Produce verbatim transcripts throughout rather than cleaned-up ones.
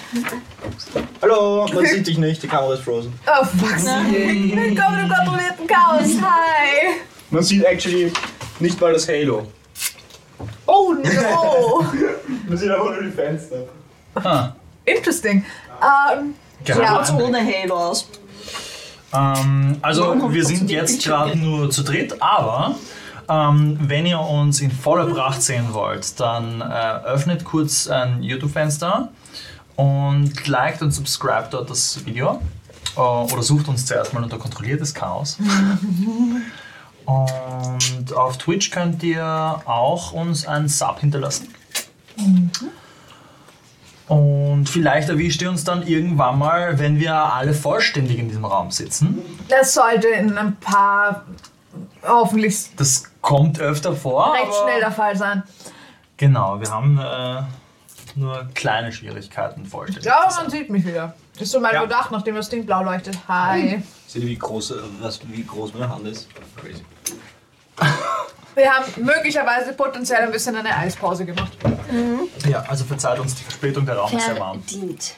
Hallo, man sieht dich nicht, die Kamera ist frozen. Oh, fuck. Willkommen im kontrollierten Chaos. Hi. Man sieht actually nicht mal das Halo. Oh no. Man sieht einfach nur die Fenster. Ah. Interesting. Ähm, Genau. ja. Schaut ohne Halo aus. Ähm, also Warum wir hast du sind die jetzt Bildschirme? gerade nur zu dritt, aber ähm, wenn ihr uns in voller Pracht sehen wollt, dann äh, öffnet kurz ein YouTube-Fenster und liked und subscribt dort das Video äh, oder sucht uns zuerst mal unter kontrolliertes Chaos. Und auf Twitch könnt ihr auch uns einen Sub hinterlassen. Und vielleicht erwischt ihr uns dann irgendwann mal, wenn wir alle vollständig in diesem Raum sitzen. Das sollte in ein paar, hoffentlich Das kommt öfter vor. recht aber schnell der Fall sein. Genau, wir haben äh, nur kleine Schwierigkeiten vollständig. Ja, aber zu man sein. sieht mich wieder. Ist so mein Ja. Verdacht, nachdem das Ding blau leuchtet. Hi. Seht ihr, wie groß, was, wie groß meine Hand ist? Crazy. Wir haben möglicherweise potenziell ein bisschen eine Eispause gemacht. Ja, also verzeiht uns die Verspätung, der Raum ist sehr warm. Verdient.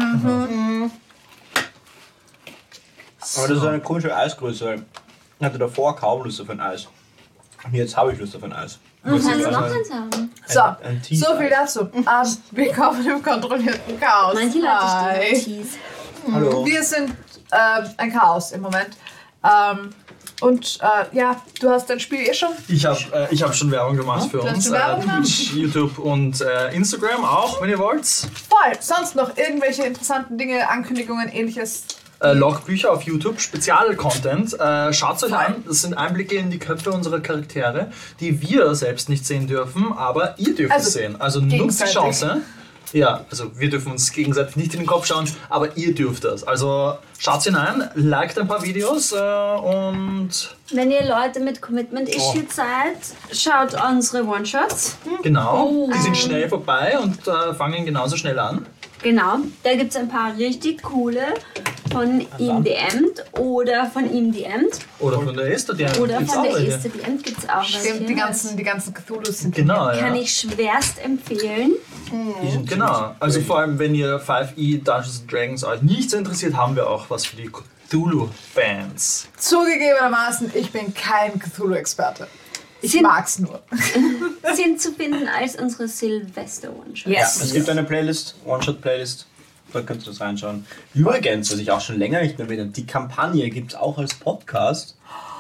Aber das ist eine komische Eisgröße, weil ich hatte davor kaum Lust auf ein Eis. Und jetzt habe ich Lust auf ein Eis. Kannst du noch ein, eins haben? So, ein, ein Tease so viel dazu. Ähm, willkommen im kontrollierten Chaos. Manche Leute Hi. stehen auf Tees. Hallo. Wir sind ähm, ein Chaos im Moment. Ähm, und äh, ja, du hast dein Spiel eh schon. Ich habe äh, ich hab schon Werbung gemacht für Du hast uns. schon Werbung Äh, gemacht? Twitch, YouTube und äh, Instagram auch, wenn ihr wollt. Voll. Sonst noch irgendwelche interessanten Dinge, Ankündigungen, ähnliches. Äh, Logbücher auf YouTube, Spezial-Content. Äh, Schaut euch Voll. an, das sind Einblicke in die Köpfe unserer Charaktere, die wir selbst nicht sehen dürfen, aber ihr dürft Also, es sehen. Also nutzt die gegenseitig. Chance. Ja, also wir dürfen uns gegenseitig nicht in den Kopf schauen, aber ihr dürft das. Also schaut hinein, liked ein paar Videos äh, und Wenn ihr Leute mit Commitment-Issue seid, schaut unsere One-Shots. genau, die sind schnell vorbei und äh, fangen genauso schnell an. Genau, da gibt es ein paar richtig coole von ihm D M'd oder von ihm D M'd Oder von der Esther, die oder gibt's von auch der welche. Esther D M'd gibt es auch Stimmt, welche. die ganzen, die ganzen Cthulhus sind Genau, Kann ja. ich schwerst empfehlen. Genau, also vor allem wenn ihr five E Dungeons and Dragons euch nicht so interessiert, haben wir auch was für die Cthulhu-Fans. Zugegebenermaßen, ich bin kein Cthulhu-Experte. Ich Sind- mag's nur. Sind zu finden als unsere Silvester-One-Shots. Ja, es gibt eine Playlist, One-Shot-Playlist. Da könnt ihr das reinschauen. Übrigens, was ich auch schon länger nicht mehr erwähnt habe, die Kampagne gibt es auch als Podcast.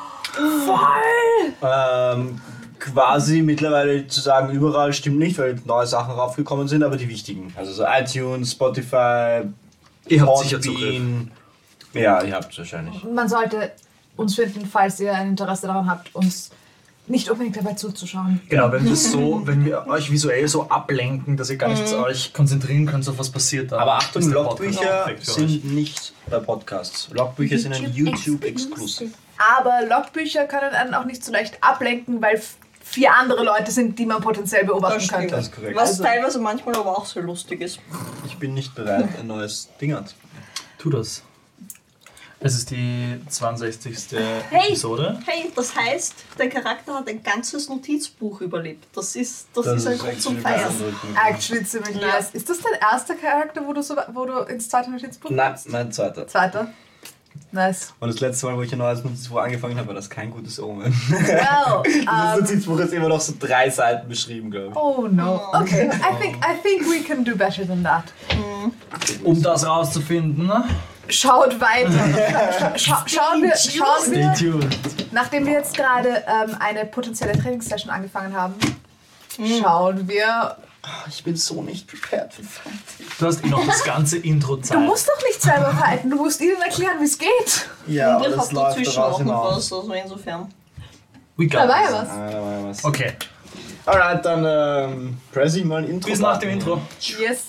Voll! Ähm, quasi mittlerweile zu sagen, überall stimmt nicht, weil neue Sachen raufgekommen sind, aber die wichtigen. Also so iTunes, Spotify, Ihr habt sicher Zugriff. Podbean. Ja, ihr habt es wahrscheinlich. Man sollte uns finden, falls ihr ein Interesse daran habt, uns nicht unbedingt dabei zuzuschauen. Genau, wenn wir, so, wenn wir euch visuell so ablenken, dass ihr gar nicht euch konzentrieren könnt, auf was passiert da. Aber Achtung, ist der Podcast Logbücher perfekt für euch. sind nicht bei Podcasts. Logbücher sind ein YouTube-Exclusive. Aber Logbücher können einen auch nicht so leicht ablenken, weil f- vier andere Leute sind, die man potenziell beobachten Das stimmt. könnte. Das ist korrekt. Was Also- teilweise manchmal aber auch sehr lustig ist. Ich bin nicht bereit, ein neues Ding anzufangen. Tu das. Es ist die zweiundsechzigste Hey. Episode. Hey, das heißt, dein Charakter hat ein ganzes Notizbuch überlebt. Das ist, das Das ist ein ist Grund zum actually Feiern. beeindruckend. Actually ziemlich Ja. nice. Ist das dein erster Charakter, wo du, so, wo du ins zweite Notizbuch Nein, kommst? mein zweiter. Zweiter. Nice. Und das letzte Mal, wo ich ein neues Notizbuch angefangen habe, war das kein gutes Omen. Well, Das um, Notizbuch ist immer noch so drei Seiten beschrieben, glaube ich. oh no. Okay, I think, I think we can do better than that. Um das rauszufinden, Schaut weiter. Scha schauen wir, schauen stay wir, tuned. nachdem wir jetzt gerade ähm, eine potenzielle Trainingssession angefangen haben, schauen wir. Ich bin so nicht prepared für Fighting. Du hast eh noch das ganze Intro Zeit. Du musst doch nicht selber fighten, du musst ihnen erklären, wie es geht. Ja, Und aber ihr das habt läuft dazwischen daraus auch noch hinaus. was, also insofern. We got Da war this. ja was. Ah, da war ja was. Okay, Alright, dann ähm, Prezi mal ein Intro. bis nach dem machen. Intro. Yes.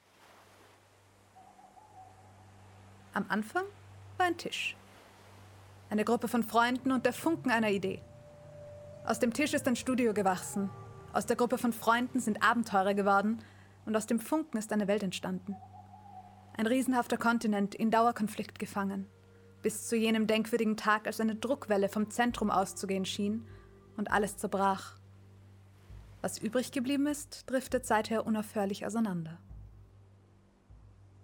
Am Anfang war ein Tisch. Eine Gruppe von Freunden und der Funken einer Idee. Aus dem Tisch ist ein Studio gewachsen. Aus der Gruppe von Freunden sind Abenteurer geworden und aus dem Funken ist eine Welt entstanden. Ein riesenhafter Kontinent in Dauerkonflikt gefangen, bis zu jenem denkwürdigen Tag, als eine Druckwelle vom Zentrum auszugehen schien und alles zerbrach. Was übrig geblieben ist, driftet seither unaufhörlich auseinander.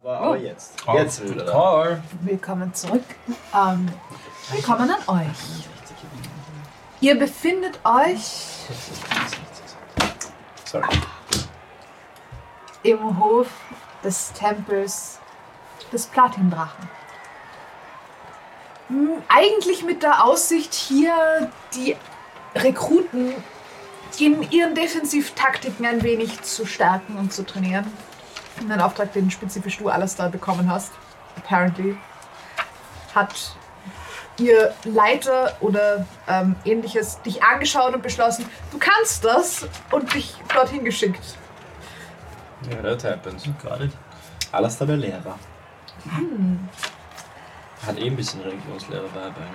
Aber, aber jetzt. Oh, Jetzt wieder. Da. Call. Willkommen zurück. Ähm, willkommen an euch. Ihr befindet euch Sorry. im Hof des Tempels des Platindrachen. Hm, Eigentlich mit der Aussicht, hier die Rekruten in ihren Defensivtaktiken ein wenig zu stärken und zu trainieren. Ein Auftrag, den spezifisch du alles da bekommen hast, apparently, hat ihr Leiter oder ähm, ähnliches dich angeschaut und beschlossen, du kannst das, und dich dorthin geschickt. Ja, that happens. Got it. Alastair der Lehrer. Hm. Hat eh ein bisschen Religionslehrer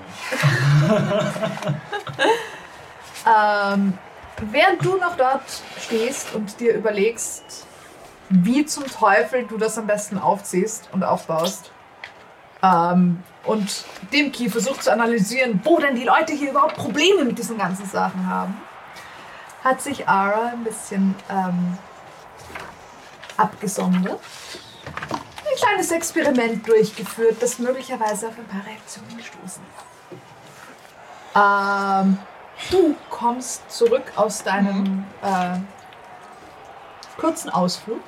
bei Ähm, während du noch dort stehst und dir überlegst, wie zum Teufel du das am besten aufziehst und aufbaust, ähm, und Dimki versucht zu analysieren, wo denn die Leute hier überhaupt Probleme mit diesen ganzen Sachen haben, hat sich Ara ein bisschen ähm, abgesondert, ein kleines Experiment durchgeführt, das möglicherweise auf ein paar Reaktionen gestoßen ist. Ähm, du kommst zurück aus deinem äh, kurzen Ausflug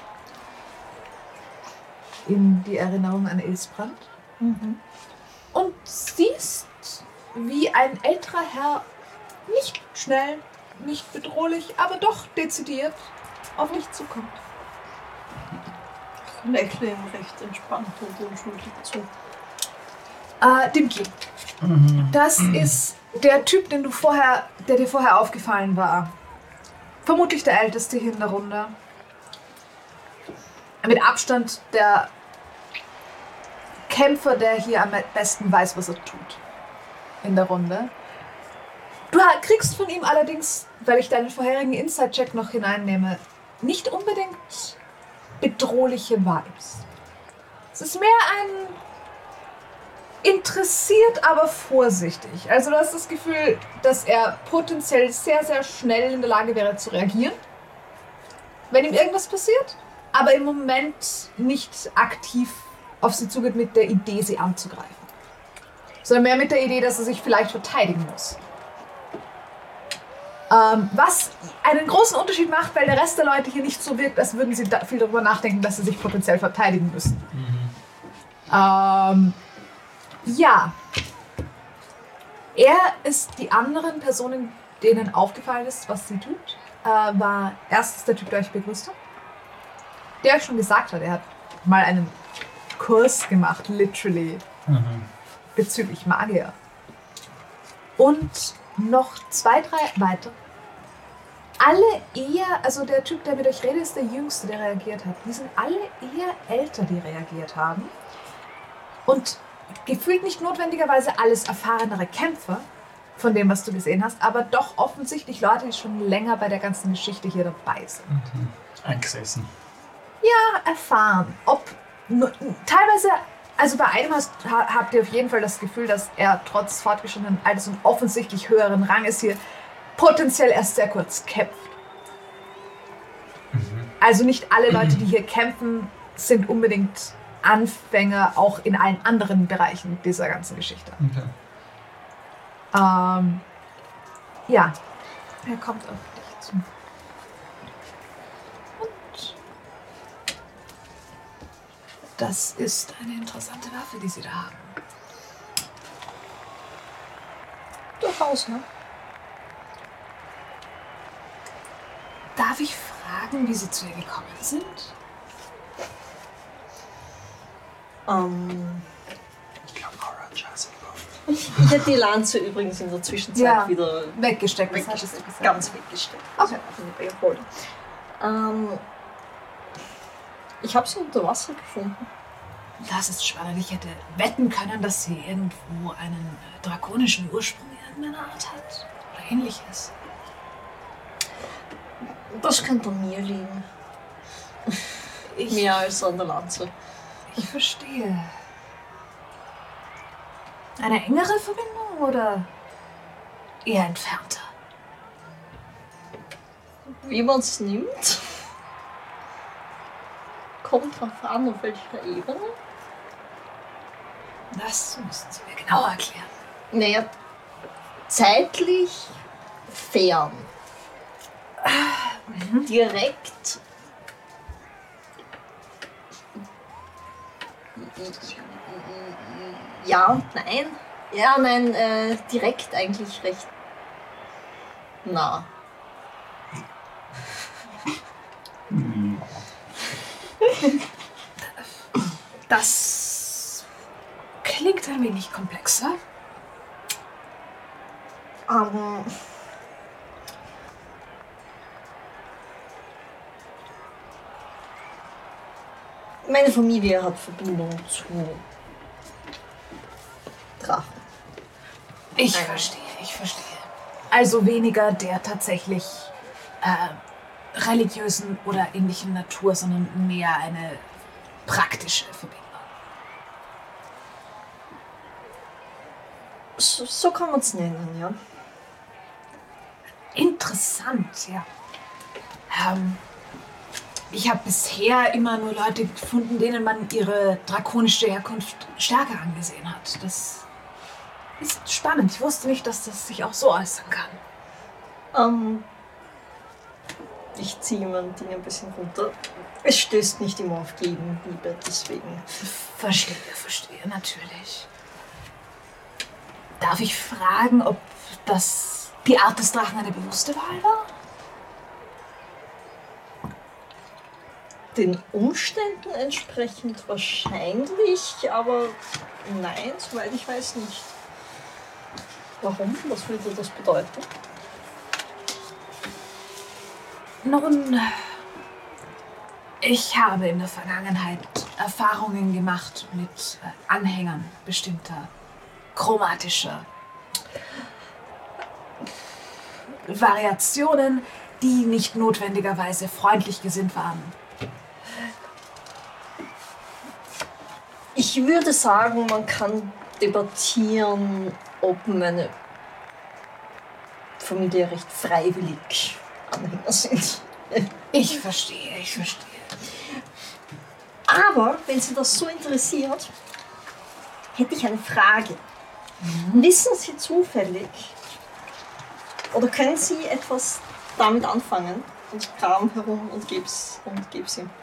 in die Erinnerung an Ilsbrand und siehst, wie ein älterer Herr nicht schnell, nicht bedrohlich, aber doch dezidiert auf dich zukommt. Ich lächle ihm recht entspannt und unschuldig zu. Äh, Dimki. Das ist der Typ, den du vorher, der dir vorher aufgefallen war. Vermutlich der älteste hier in der Runde. Mit Abstand der Kämpfer, der hier am besten weiß, was er tut. In der Runde. Du kriegst von ihm allerdings, weil ich deinen vorherigen Inside-Check noch hineinnehme, nicht unbedingt bedrohliche Vibes. Es ist mehr ein interessiert, aber vorsichtig. Also du hast das Gefühl, dass er potenziell sehr, sehr schnell in der Lage wäre zu reagieren, wenn ihm irgendwas passiert, aber im Moment nicht aktiv auf sie zugeht mit der Idee, sie anzugreifen. Sondern mehr mit der Idee, dass er sich vielleicht verteidigen muss. Ähm, was einen großen Unterschied macht, weil der Rest der Leute hier nicht so wirkt, als würden sie da viel darüber nachdenken, dass sie sich potenziell verteidigen müssen. Mhm. Ähm, ja. Er ist die anderen Personen, denen aufgefallen ist, was sie tut, äh, war erstens der Typ, der euch begrüßt hat. Der euch schon gesagt hat, er hat mal einen Kurs gemacht, literally, mhm. bezüglich Magier. Und noch zwei, drei weitere. Alle eher, also der Typ, der mit euch redet, ist der Jüngste, der reagiert hat. Die sind alle eher älter, die reagiert haben. Und gefühlt nicht notwendigerweise alles erfahrenere Kämpfer, von dem, was du gesehen hast, aber doch offensichtlich Leute, die schon länger bei der ganzen Geschichte hier dabei sind. Mhm. Eingesessen. Ja, erfahren. Ob n- teilweise, also bei einem hast, ha, habt ihr auf jeden Fall das Gefühl, dass er trotz fortgeschrittenen Alters und offensichtlich höheren Ranges hier potenziell erst sehr kurz kämpft. Mhm. Also nicht alle Leute, die hier kämpfen, sind unbedingt Anfänger, auch in allen anderen Bereichen dieser ganzen Geschichte. Okay. Ähm, ja, er kommt auf dich zu. Und das ist eine interessante Waffe, die sie da haben. Durchaus, ne? Darf ich fragen, wie sie zu ihr gekommen sind? Ähm, Ich glaube, Aura Jazz ich ich hätte die Lanze übrigens in der Zwischenzeit Ja, wieder weggesteckt. Das weggesteckt, hattest du gesagt. ganz weggesteckt. Okay. Also, ähm, ich habe sie unter Wasser gefunden. Das ist spannend. Ich hätte wetten können, dass sie irgendwo einen drakonischen Ursprung irgendeiner Art hat. Oder ähnliches. Das könnte an mir liegen. Ich, Mehr als an der Lanze. ich verstehe. Eine engere Verbindung oder eher entfernter? Wie man es nimmt. Kommt drauf an, auf welcher Ebene. Das müssen Sie mir genauer erklären. Naja, zeitlich fern. Mhm. Direkt. Ja und nein. Ja, nein, äh, direkt eigentlich recht nah. Das klingt ein wenig komplexer. Ähm, meine Familie hat Verbindung zu Drachen. Ich Nein. verstehe, ich verstehe. Also weniger der tatsächlich äh, religiösen oder ähnlichen Natur, sondern mehr eine praktische Verbindung. So, so kann man es nennen, ja. Interessant, ja. Ähm, ich habe bisher immer nur Leute gefunden, denen man ihre drakonische Herkunft stärker angesehen hat. Das ist spannend. Ich wusste nicht, dass das sich auch so äußern kann. Ähm, ich ziehe mein Ding ein bisschen runter. Es stößt nicht immer auf Gegenliebe, deswegen. Verstehe, verstehe, natürlich. Darf ich fragen, ob das die Art des Drachen eine bewusste Wahl war? Den Umständen entsprechend wahrscheinlich, aber nein, soweit ich weiß nicht. Warum? Was würde das bedeuten? Nun, ich habe in der Vergangenheit Erfahrungen gemacht mit äh, Anhängern bestimmter chromatischer Variationen, die nicht notwendigerweise freundlich gesinnt waren. Ich würde sagen, man kann debattieren, ob meine Familie recht freiwillig Anhänger sind. Ich verstehe, ich verstehe. Aber, wenn Sie das so interessiert, hätte ich eine Frage. Mhm. Wissen Sie zufällig, oder können Sie etwas damit anfangen? Und ich kram herum und geb's und geb's ihm.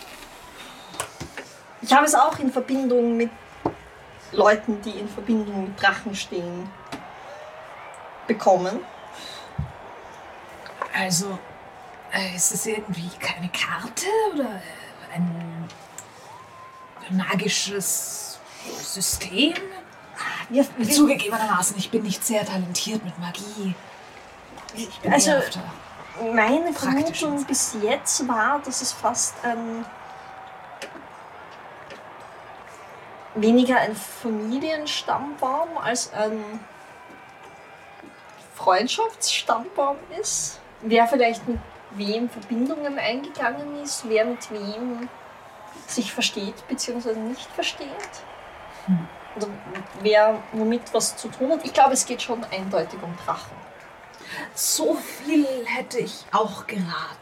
Ich habe es auch in Verbindung mit Leuten, die in Verbindung mit Drachen stehen, bekommen. Also, äh, ist es irgendwie keine Karte oder äh, ein magisches System? Wir, Zugegebenermaßen, ich bin nicht sehr talentiert mit Magie. Ich bin also, eher auf der meine praktischen Vermutung Seite. bis jetzt war, dass es fast ein weniger ein Familienstammbaum als ein Freundschaftsstammbaum ist. Wer vielleicht mit wem Verbindungen eingegangen ist, wer mit wem sich versteht bzw. nicht versteht. Hm. Oder wer womit was zu tun hat. Ich glaube, es geht schon eindeutig um Drachen. So viel hätte ich auch geraten.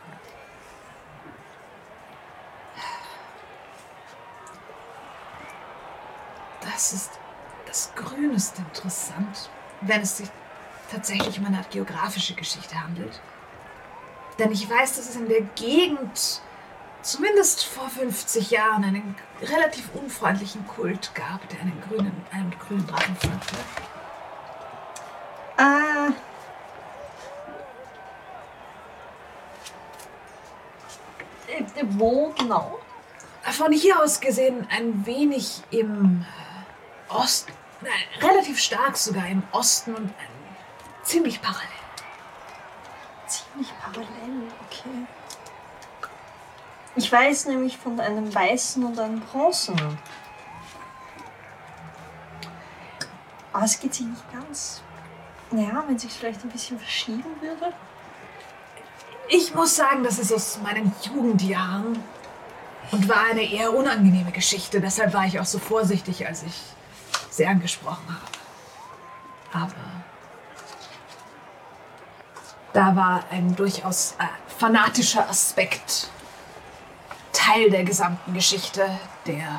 Das ist, das Grün ist interessant, wenn es sich tatsächlich um eine Art geografische Geschichte handelt. Denn ich weiß, dass es in der Gegend, zumindest vor fünfzig Jahren, einen relativ unfreundlichen Kult gab, der einen grünen, einem grünen Drachen folgte. Ah. Äh, wo genau? Von hier aus gesehen ein wenig im Osten, nein, relativ stark sogar im Osten und ein, ziemlich parallel. Ziemlich parallel, okay. Ich weiß nämlich von einem weißen und einem bronzenen. Aber es geht sich nicht ganz. Naja, wenn sich vielleicht ein bisschen verschieben würde. Ich muss sagen, das ist aus meinen Jugendjahren und war eine eher unangenehme Geschichte. Deshalb war ich auch so vorsichtig, als ich sie angesprochen habe. Aber da war ein durchaus äh, fanatischer Aspekt Teil Teil der gesamten Geschichte, der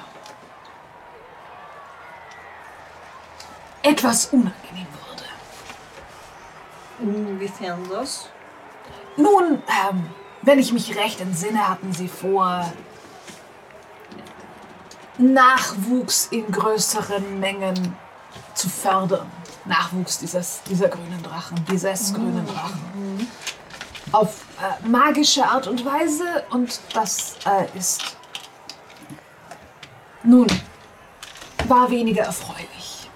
etwas unangenehm wurde. Inwiefern das? Nun, ähm, wenn ich mich recht entsinne, hatten sie vor, Nachwuchs in größeren Mengen zu fördern. Nachwuchs dieses, dieser grünen Drachen, dieses mhm. grünen Drachen. Auf äh, magische Art und Weise, und das äh, ist nun, war weniger erfreulich.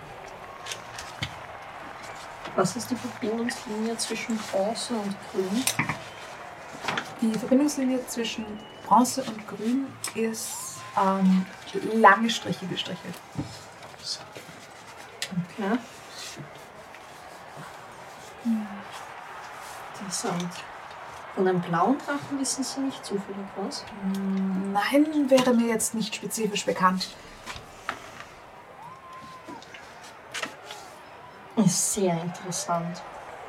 Was ist die Verbindungslinie zwischen Bronze und Grün? Die Verbindungslinie zwischen Bronze und Grün ist ähm, lange Striche gestrichelt. Okay. Interessant. Von einem blauen Drachen wissen Sie nicht zufällig was? Nein, wäre mir jetzt nicht spezifisch bekannt. Ist sehr interessant.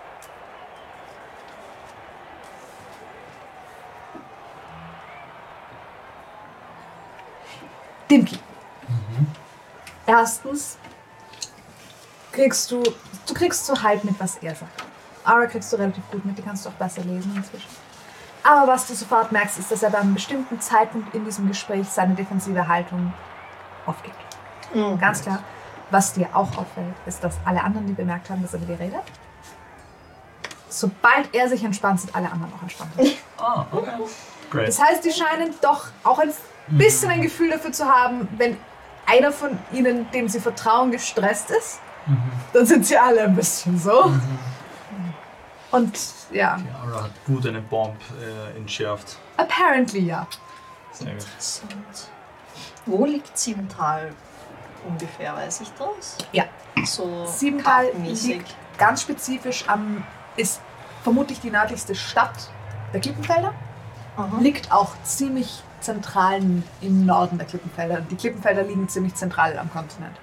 Dimki. Mhm. Erstens kriegst du, du kriegst so halb mit, was er sagt. Ara kriegst du relativ gut mit, die kannst du auch besser lesen inzwischen. Aber was du sofort merkst, ist, dass er bei einem bestimmten Zeitpunkt in diesem Gespräch seine defensive Haltung aufgibt. Mhm. Ganz klar. Was dir auch auffällt, ist, dass alle anderen, die bemerkt haben, dass er mit dir redet, sobald er sich entspannt, sind alle anderen auch entspannt. Ah, okay. Great. Das heißt, die scheinen doch auch ein bisschen ein Gefühl dafür zu haben, wenn einer von ihnen, dem sie vertrauen, gestresst ist, mhm. dann sind sie alle ein bisschen so. Mhm. Und ja. Die Ara hat gut eine Bombe äh, entschärft. Apparently, ja. Sehr gut. Interessant. Wo liegt Siebental ungefähr, weiß ich das? Ja. So Siebental kartenmäßig. liegt ganz spezifisch am, ist vermutlich die nördlichste Stadt der Klippenfelder. Aha. Liegt auch ziemlich zentral im Norden der Klippenfelder. Die Klippenfelder liegen ziemlich zentral am Kontinent.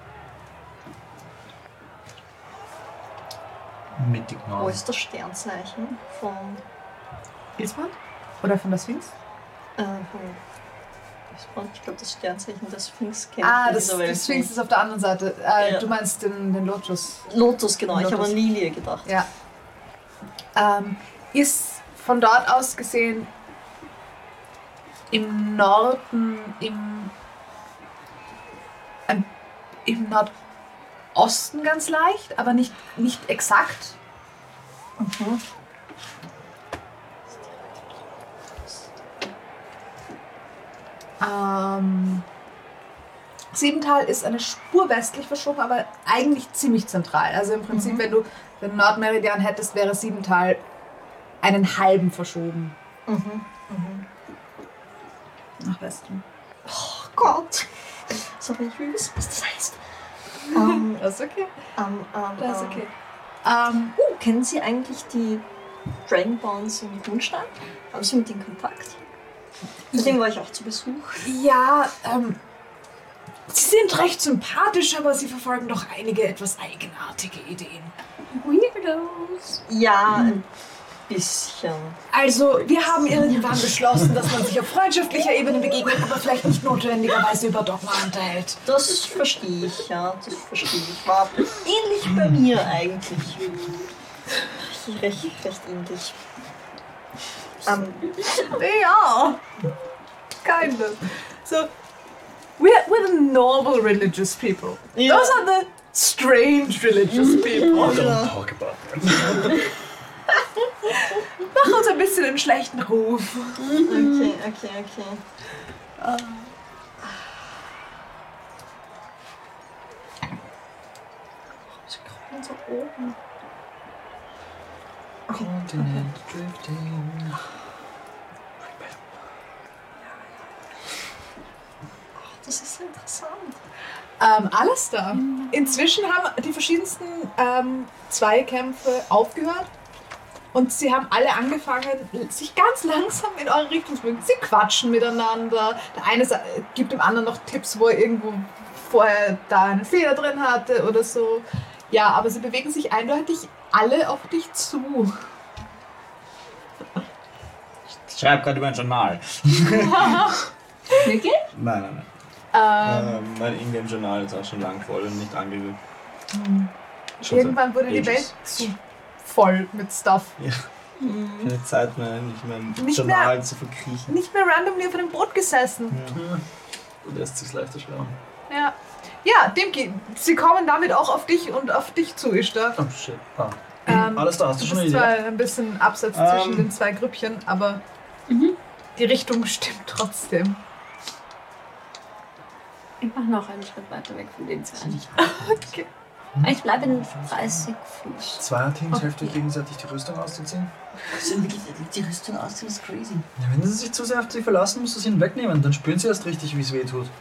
Mittig Norden. Wo ist das Sternzeichen von Ilsbrand? Oder von der Sphinx? Äh, von Ilsbrand. Ich glaube, das Sternzeichen der Sphinx kennt Ah, das, die Sphinx ist auf der anderen Seite. Äh, ja. Du meinst den, den Lotus. Lotus, genau. Den ich habe Lotus. an Lilie gedacht. Ja. Ähm, ist von dort aus gesehen im Norden, im, ähm, im Nordosten ganz leicht, aber nicht, nicht exakt. Mhm. Ähm, Siebental ist eine Spur westlich verschoben, aber eigentlich ziemlich zentral. Also im Prinzip, mhm. wenn du den Nordmeridian hättest, wäre Siebental einen halben verschoben. Mhm. Mhm. Nach Westen. Oh Gott! So, wenn ich will wissen, was das heißt. Um, das ist okay. Um, um, das ist um. okay. Um, uh, kennen Sie eigentlich die Dragonborns in Grunstein? Haben Sie mit denen Kontakt? Mit dem war ich auch zu Besuch. Ja, ähm, sie sind recht sympathisch, aber sie verfolgen doch einige etwas eigenartige Ideen. Weirdos. Ja, ein bisschen. Also, wir haben irgendwann beschlossen, dass man sich auf freundschaftlicher Ebene begegnet, aber vielleicht nicht notwendigerweise über Dogma unterhält. Das verstehe ich, ja, das verstehe ich. War ähnlich bei mir eigentlich. Recht, recht ähnlich. Um, ja, kind of. So, we're, we're the normal religious people. Yeah. Those are the strange religious people. Don't talk about that. Mach uns ein bisschen einen schlechten Ruf. Okay, okay, okay. Uh. Sie kommen so oben. Continent drifting. Das ist interessant. Ähm, alles da. Inzwischen haben die verschiedensten ähm, Zweikämpfe aufgehört und sie haben alle angefangen, sich ganz langsam in eure Richtung zu bewegen. Sie quatschen miteinander. Der eine sa- gibt dem anderen noch Tipps, wo er irgendwo vorher da einen Fehler drin hatte oder so. Ja, aber sie bewegen sich eindeutig alle auf dich zu. Ich schreibe gerade über ein Journal. Wirklich? Nein, nein, nein. Ähm, Ähm, mein Ingame-Journal ist auch schon lang voll und nicht angerührt. Schon irgendwann wurde die ages. Welt zu voll mit Stuff. Ja. Keine Zeit mehr, nicht mehr im Nicht Journal mehr- zu verkriechen. Nicht mehr randomly auf einem Boot gesessen. Du lässt sich's leichter schreiben. Ja. Ja, Dimki, sie kommen damit auch auf dich und auf dich zu, Ishtar. Oh shit. Ah. Ähm, Alles da, hast du das schon eine ist Idee? zwar ein bisschen Absatz Ähm. zwischen den zwei Grüppchen, aber die Richtung stimmt trotzdem. Ich mach noch einen Schritt weiter weg von den zwei. Okay. Ich bleibe in dreißig Fuß. Zweierteams helft euch gegenseitig die Rüstung auszuziehen. Sind wirklich die Rüstung aus, das ist crazy. Ja, wenn sie sich zu sehr auf sie verlassen, musst du sie ihnen wegnehmen. Dann spüren sie erst richtig, wie es weh tut.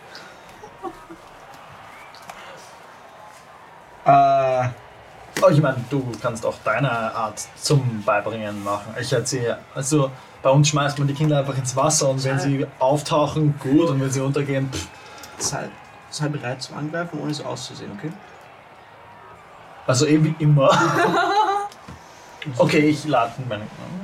Äh, oh, ich meine, du kannst auch deine Art zum Beibringen machen. Ich erzähle, also bei uns schmeißt man die Kinder einfach ins Wasser und wenn sie auftauchen, gut, und wenn sie untergehen, pff. Sei, sei bereit zum Angreifen, ohne so auszusehen, okay? Also eh wie immer. Okay, ich lade meine...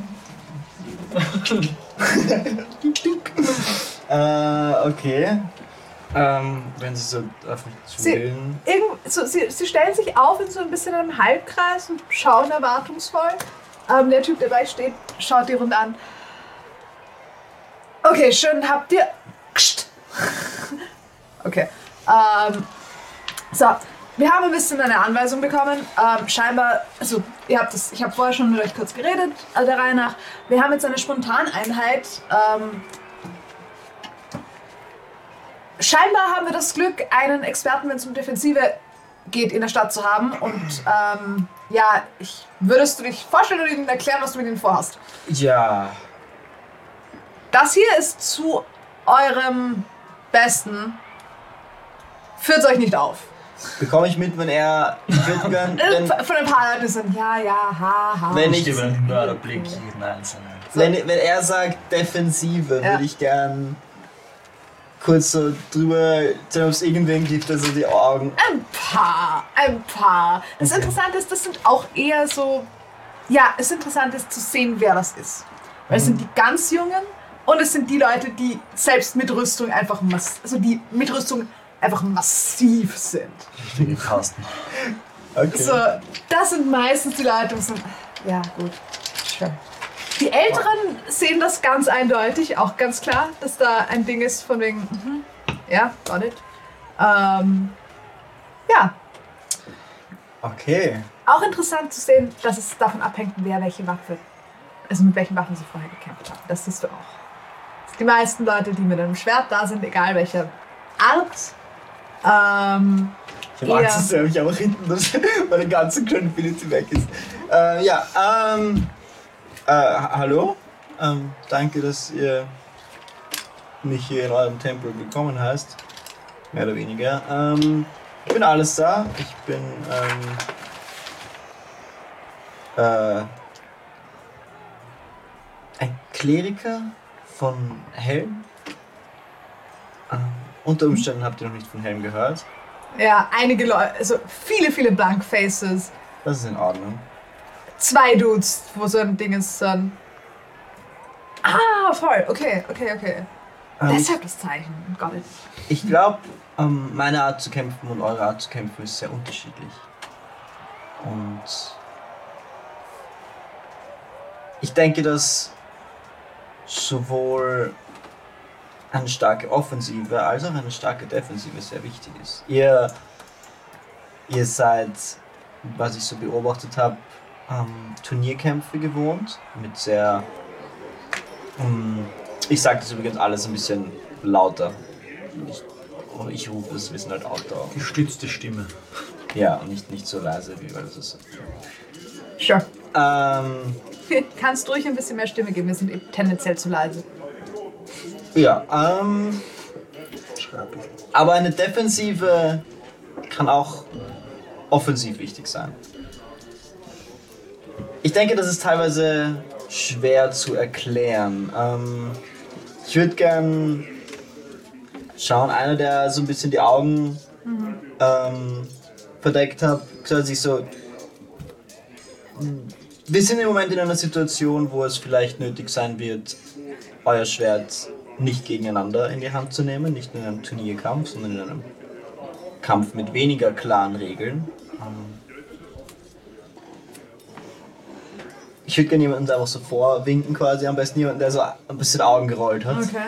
Äh, okay. Ähm, wenn sie so auf mich Sie- zugehen. Irgend, so, sie, sie stellen sich auf in so ein bisschen einem Halbkreis und schauen erwartungsvoll. Ähm, der Typ, der bei euch steht, schaut die Runde an. Okay, schön, habt ihr... Psst. Okay. Ähm, so, wir haben ein bisschen eine Anweisung bekommen. Ähm, scheinbar, also ihr habt das, ich habe vorher schon mit euch kurz geredet, äh, der Reihe nach. Wir haben jetzt eine Spontaneinheit. Ähm, scheinbar haben wir das Glück, einen Experten, wenn es um Defensive geht, in der Stadt zu haben. Und ähm, ja, ich, würdest du dich vorstellen und ihnen erklären, was du mit ihnen vorhast? Ja. Das hier ist zu eurem Besten. Führt euch nicht auf. Bekomme ich mit, wenn er. Ich würde gern. Äh, Wenn, Von ein paar Leuten ist dann, ja, ja, ha, ha. wenn, Ich ich, gebe einen Mörderblick jeden Einzelnen. wenn, wenn er sagt Defensive, Ja. würde ich gern kurz so drüber, ob es irgendwen gibt, der so die Augen. Ein paar, ein paar. Das Okay. Interessante ist, das sind auch eher so, ja, es interessant ist zu sehen, wer das ist. Weil es sind die ganz Jungen und es sind die Leute, die selbst mit Rüstung einfach, mass also die mit Rüstung einfach massiv sind. Richtige Kasten. Okay. So, das sind meistens die Leute, die sind, ja gut, sure. Die Älteren sehen das ganz eindeutig, auch ganz klar, dass da ein Ding ist von wegen, mhm, ja, got it. Ähm, ja, Okay. auch interessant zu sehen, dass es davon abhängt, wer welche Waffe, also mit welchen Waffen sie vorher gekämpft haben. Das siehst du auch. Die meisten Leute, die mit einem Schwert da sind, egal welcher Art, ähm, Ich habe eher- Angst, dass er mich einfach hinten, dass meine ganze Credibility weg ist. Äh, ja, ähm. Äh, ha- hallo? Ähm, danke, dass ihr mich hier in eurem Tempel willkommen heißt. Mehr oder weniger. Ähm, ich bin alles da. Ich bin, ähm. Äh. Ein Kleriker von Helm. Ähm, unter Umständen habt ihr noch nicht von Helm gehört. ja, einige Leute, also viele, viele Blank Faces. Das ist in Ordnung. Zwei Dudes, wo so ein Ding ist, so ein... Ah, voll, okay, okay, okay. Ähm, Deshalb das Zeichen, Gott. Ich glaube, ähm, meine Art zu kämpfen und eure Art zu kämpfen ist sehr unterschiedlich. Und ich denke, dass sowohl eine starke Offensive als auch eine starke Defensive sehr wichtig ist. Ihr, ihr seid, was ich so beobachtet habe, ähm, Turnierkämpfe gewohnt mit sehr... Ähm, ich sage das übrigens alles ein bisschen lauter. Ich, oh, ich rufe das Wissen halt lauter. Gestützte Stimme. Ja, und nicht, nicht so leise, wie weil das ist. Sure. Ähm, Kannst ruhig ein bisschen mehr Stimme geben, wir sind eben tendenziell zu leise. ja, ähm, aber eine Defensive kann auch offensiv wichtig sein. Ich denke, das ist teilweise schwer zu erklären. Ähm, ich würde gern schauen, einer, der so ein bisschen die Augen ähm, verdeckt hat, gesagt sich so, wir sind im Moment in einer Situation, wo es vielleicht nötig sein wird, euer Schwert nicht gegeneinander in die Hand zu nehmen, nicht nur in einem Turnierkampf, sondern in einem Kampf mit weniger klaren Regeln. Ich würde gerne jemanden einfach so vorwinken quasi, am besten jemanden, der so ein bisschen Augen gerollt hat. Okay.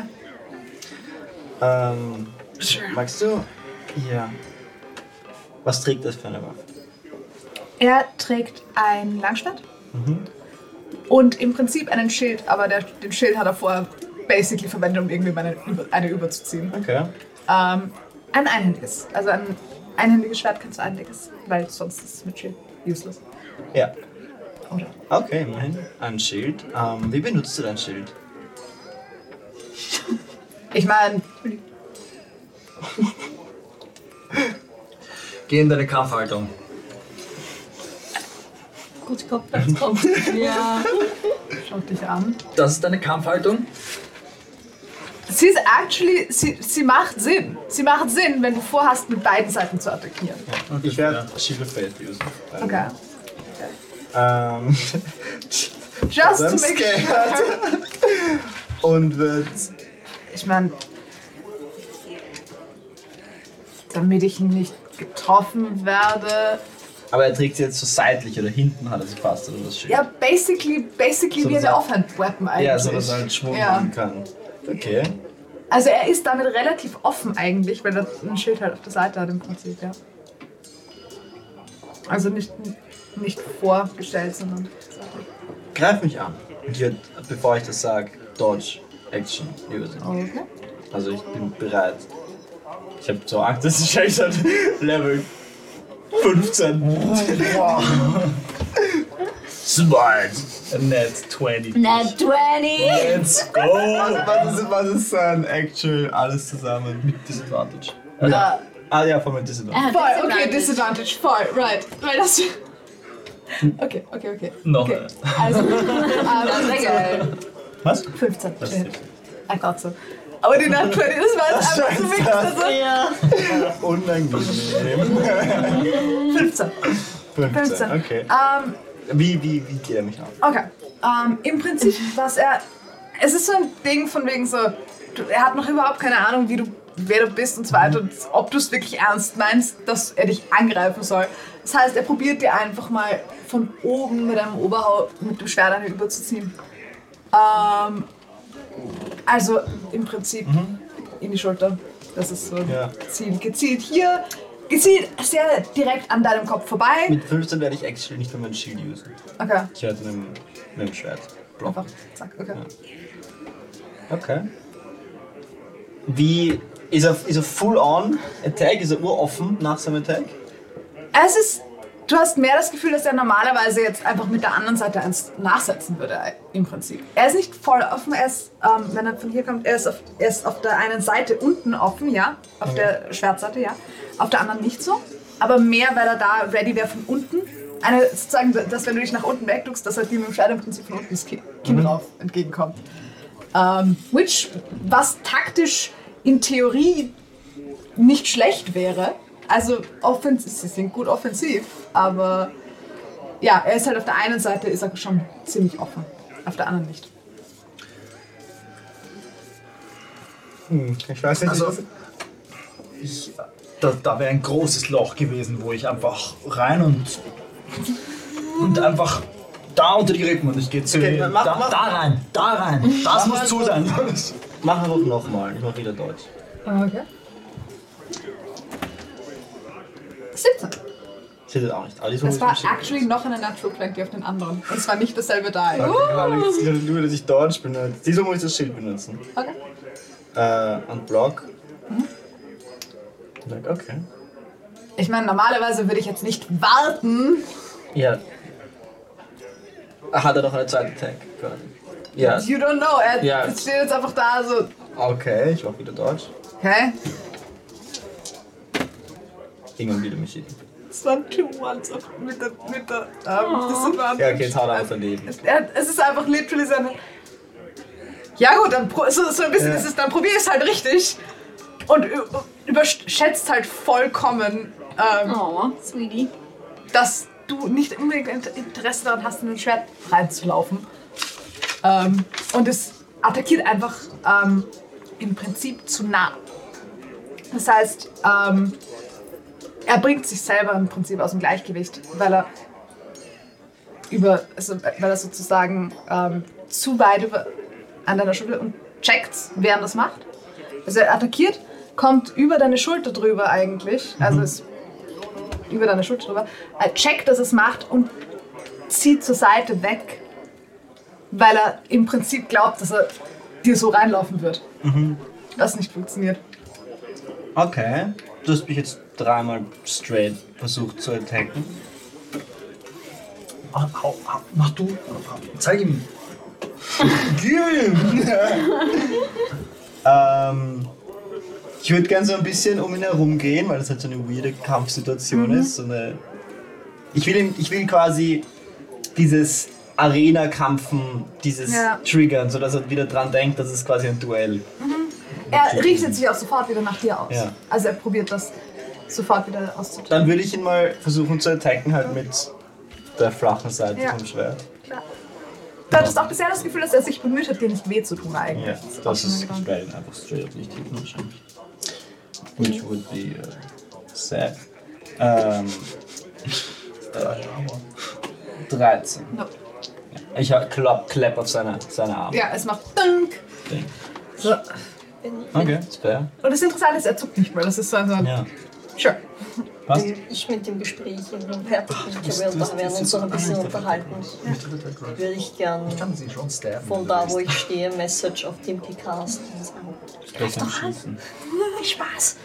Ähm, magst du? Ja. Was trägt das für eine Waffe? Er trägt ein Langschwert Mhm. und im Prinzip einen Schild, aber der, den Schild hat er vorher basically verwendet, um irgendwie eine, eine überzuziehen. Okay. Ähm, ein einhändiges. Also ein einhändiges Schwert, kein zweihandiges, weil sonst ist es mit Schild useless. Ja. Oder? Okay, immerhin. Ein Schild. Ähm, wie benutzt du dein Schild? Ich meine, Geh in deine Kampfhaltung. Gut, kommt, das kommt. Ja. schau dich an. Das ist deine Kampfhaltung? Sie ist actually, sie, sie macht Sinn. Sie macht Sinn, wenn du vorhast, mit beiden Seiten zu attackieren. Ich werde Shield of Faith usen. Okay. Ähm, Just I'm to make sure. scared. Und wird. Ich meine, damit ich nicht getroffen werde. Aber er trägt sie jetzt so seitlich oder hinten hat er sie fast oder das Schild. Ja, basically, basically So wie eine dass er- Offhand-Weapon eigentlich. Ja, so dass er halt Schwung Ja. machen kann. Okay. Also er ist damit relativ offen eigentlich, weil er ein Schild halt auf der Seite hat im Prinzip, ja. Also nicht, nicht vorgestellt, sondern seitlich. Greif mich an. Ich würde, bevor ich das sage, Dodge Action usen. Okay. Also ich bin bereit. Ich habe so Angst, dass ich scheiße hat. Level fünfzehn. Wow. Smart. Net zwanzig. Net zwanzig! Let's go. Was ist, was ist sein Actual alles zusammen? Mit Disadvantage. Ja. Ah ja, von mit Disadvantage. Voll, okay, Disadvantage, voll, right. Weil das. Okay, okay, okay. Noch. Okay. Also, ähm, Was? fünfzehn. Das Shit. ist I thought so. Aber die Nat zwanzig, das war jetzt einfach für mich. Also Ja. unangenehm. fünfzehn. fünfzehn, fünfzehn. okay. Ähm, Wie, wie, wie geht er mich an? okay. Ähm, Im Prinzip, was er. Es ist so ein Ding von wegen so. Du, er hat noch überhaupt keine Ahnung, wie du, wer du bist und so weiter und ob du es wirklich ernst meinst, dass er dich angreifen soll. Das heißt, er probiert dir einfach mal von oben mit einem Oberhaupt, mit dem Schwert eine überzuziehen. Ähm, also im Prinzip in die Schulter. Das ist so ein Ja. Ziel. Gezielt hier, gezielt sehr direkt an deinem Kopf vorbei. Mit fünfzehn werde ich actually nicht für mein Shield usen. Okay, Ich werde mit, dem- mit dem Schwert blocken. einfach zack, okay. Okay. Wie, ist er, ist er full on Attack? Ist er uroffen nach seinem Attack? Es ist, du hast mehr das Gefühl, dass er normalerweise jetzt einfach mit der anderen Seite eins nachsetzen würde, im Prinzip. Er ist nicht voll offen, er ist, ähm, wenn er von hier kommt, er ist, auf, er ist auf der einen Seite unten offen, ja, auf der Schwertseite, ja, auf der anderen nicht so, aber mehr, weil er da ready wäre von unten. Eine, sozusagen, dass wenn du dich nach unten wegduckst, dass er dir mit dem Schwert im Prinzip von unten das Ki- Kinn rauf entgegenkommt. Ähm, which, was taktisch in Theorie nicht schlecht wäre. Also offensiv, sie sind gut offensiv, aber ja, er ist halt auf der einen Seite ist er schon ziemlich offen, auf der anderen nicht. Hm, ich weiß nicht, Also- was. Ich, da da wäre ein großes Loch gewesen, wo ich einfach rein und, und einfach da unter die Rippen und ich gehe zu Okay, da, mach- mach- da rein, da rein. Das muss zu sein. Mach einfach nochmal, ich mach wieder Deutsch. Okay. siebzehn. Seht ihr auch nicht. Aber die Das war actually noch eine Natural twenty auf den anderen. Und zwar nicht dasselbe die. Okay. Nur, dass ich Deutsch benutze. Diesmal muss ich das Schild benutzen. Okay. Äh, und Block. Like, okay. Ich meine, normalerweise würde ich jetzt nicht warten. Ja. Hat er doch eine zweite Attack quasi? Ja. You don't know. Er Ja. steht jetzt einfach da so. Okay, ich mach wieder Deutsch. Okay. Irgendwann wieder mich. Es waren two ones auf- mit der, mit der ähm, Disadvantage. Ja, okay, jetzt haut er einfach daneben. Es, er, es ist einfach literally seine. Ja gut, dann pro, so, so ein bisschen Ja. ist es, dann probier es halt richtig und ü- überschätzt halt vollkommen, ähm, Oh, Sweetie. dass du nicht unbedingt Inter- Interesse daran hast, in ein Schwert reinzulaufen. Ähm, und es attackiert einfach ähm, im Prinzip zu nah. Das heißt, ähm, er bringt sich selber im Prinzip aus dem Gleichgewicht, weil er über, also weil er sozusagen ähm, zu weit über an deiner Schulter und checkt, während das macht. Also er attackiert, kommt über deine Schulter drüber eigentlich, also ist über deine Schulter drüber, er checkt, dass es macht und zieht zur Seite weg, weil er im Prinzip glaubt, dass er dir so reinlaufen wird. Mhm. Das nicht funktioniert. Okay, du hast mich jetzt dreimal straight versucht zu attacken. Hau, hau, hau, mach du. Zeig ihm. Gib ihm! ähm, ich würde gerne so ein bisschen um ihn herum gehen, weil das halt so eine weirde Kampfsituation mhm. ist. So eine ich, will ihn, ich will quasi dieses Arena-Kampfen, dieses ja. Triggern, sodass er wieder dran denkt, dass es quasi ein Duell. Mhm. Er richtet sich auch sofort wieder nach dir aus. Ja. Also er probiert das sofort wieder auszutun. Dann würde ich ihn mal versuchen zu attacken, halt mit der flachen Seite ja. vom Schwert. Klar. Du hattest auch bisher das Gefühl, dass er sich bemüht hat, dir nicht weh zu tun eigentlich. Ja, das, das ist straight, einfach straight nicht hin wahrscheinlich. Which would be uh, sad. Ähm, dreizehn. No. Ich hab Clap, Clap auf seine, seine Arme. Ja, es macht Dunk. So. Okay, ist fair. Und das Interessante ist, er zuckt nicht mehr. Das ist so ein... Ja. Sure. Was? Ich mit dem Gespräch in dem fertig bin, ich habe da werden uns noch ein bisschen unterhalten. Würde ich gern von da, wo ich stehe, Message auf Team P casten und sagen, Gleich am Schießen. Spaß.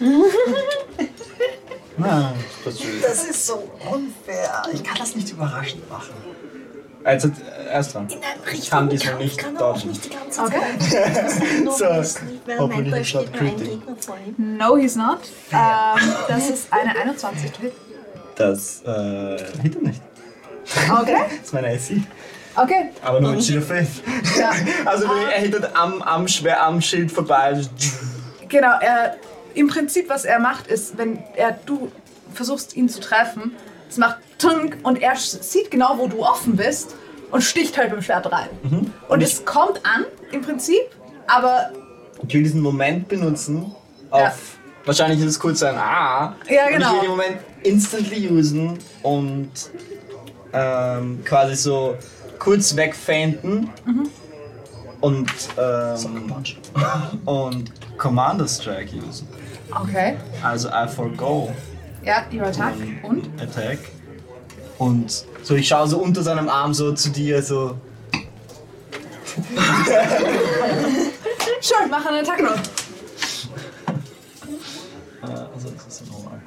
Nein, das ist Das ist so unfair. Ich kann das nicht überraschend machen. Also, erst dran. Ich kann diesmal nicht kann auch dodgen. nicht die ganze Okay. Zeit. Nur So, wissen, wer hoffentlich meint, da ist steht not nur ein critting. Gegner vor ihm. No, he's not. Ähm, das ist eine einundzwanzig. Das äh, hittet nicht. Okay. Das ist meine A C. Okay. Aber nur mit Shield of Faith. Ja. Also er hittet am, am, Schwer, am Schild vorbei. Genau, er, im Prinzip, was er macht, ist, wenn er, du versuchst, ihn zu treffen, es macht Tunk und er sieht genau, wo du offen bist und sticht halt mit dem Schwert rein. Mhm. Und, und es kommt an, im Prinzip, aber... Ich will diesen Moment benutzen, auf... Ja. Wahrscheinlich ist es kurz ein Ah. Ja, genau. Und ich will den Moment instantly usen und ähm, quasi so kurz wegfeinten mhm. und, ähm, und Commander Strike usen. Okay. Also I forgo. Ja, your attack und? Attack. Und so, ich schaue so unter seinem Arm so zu dir, so. Sure, mach einen Attack-Roll. Also das ist ja normal.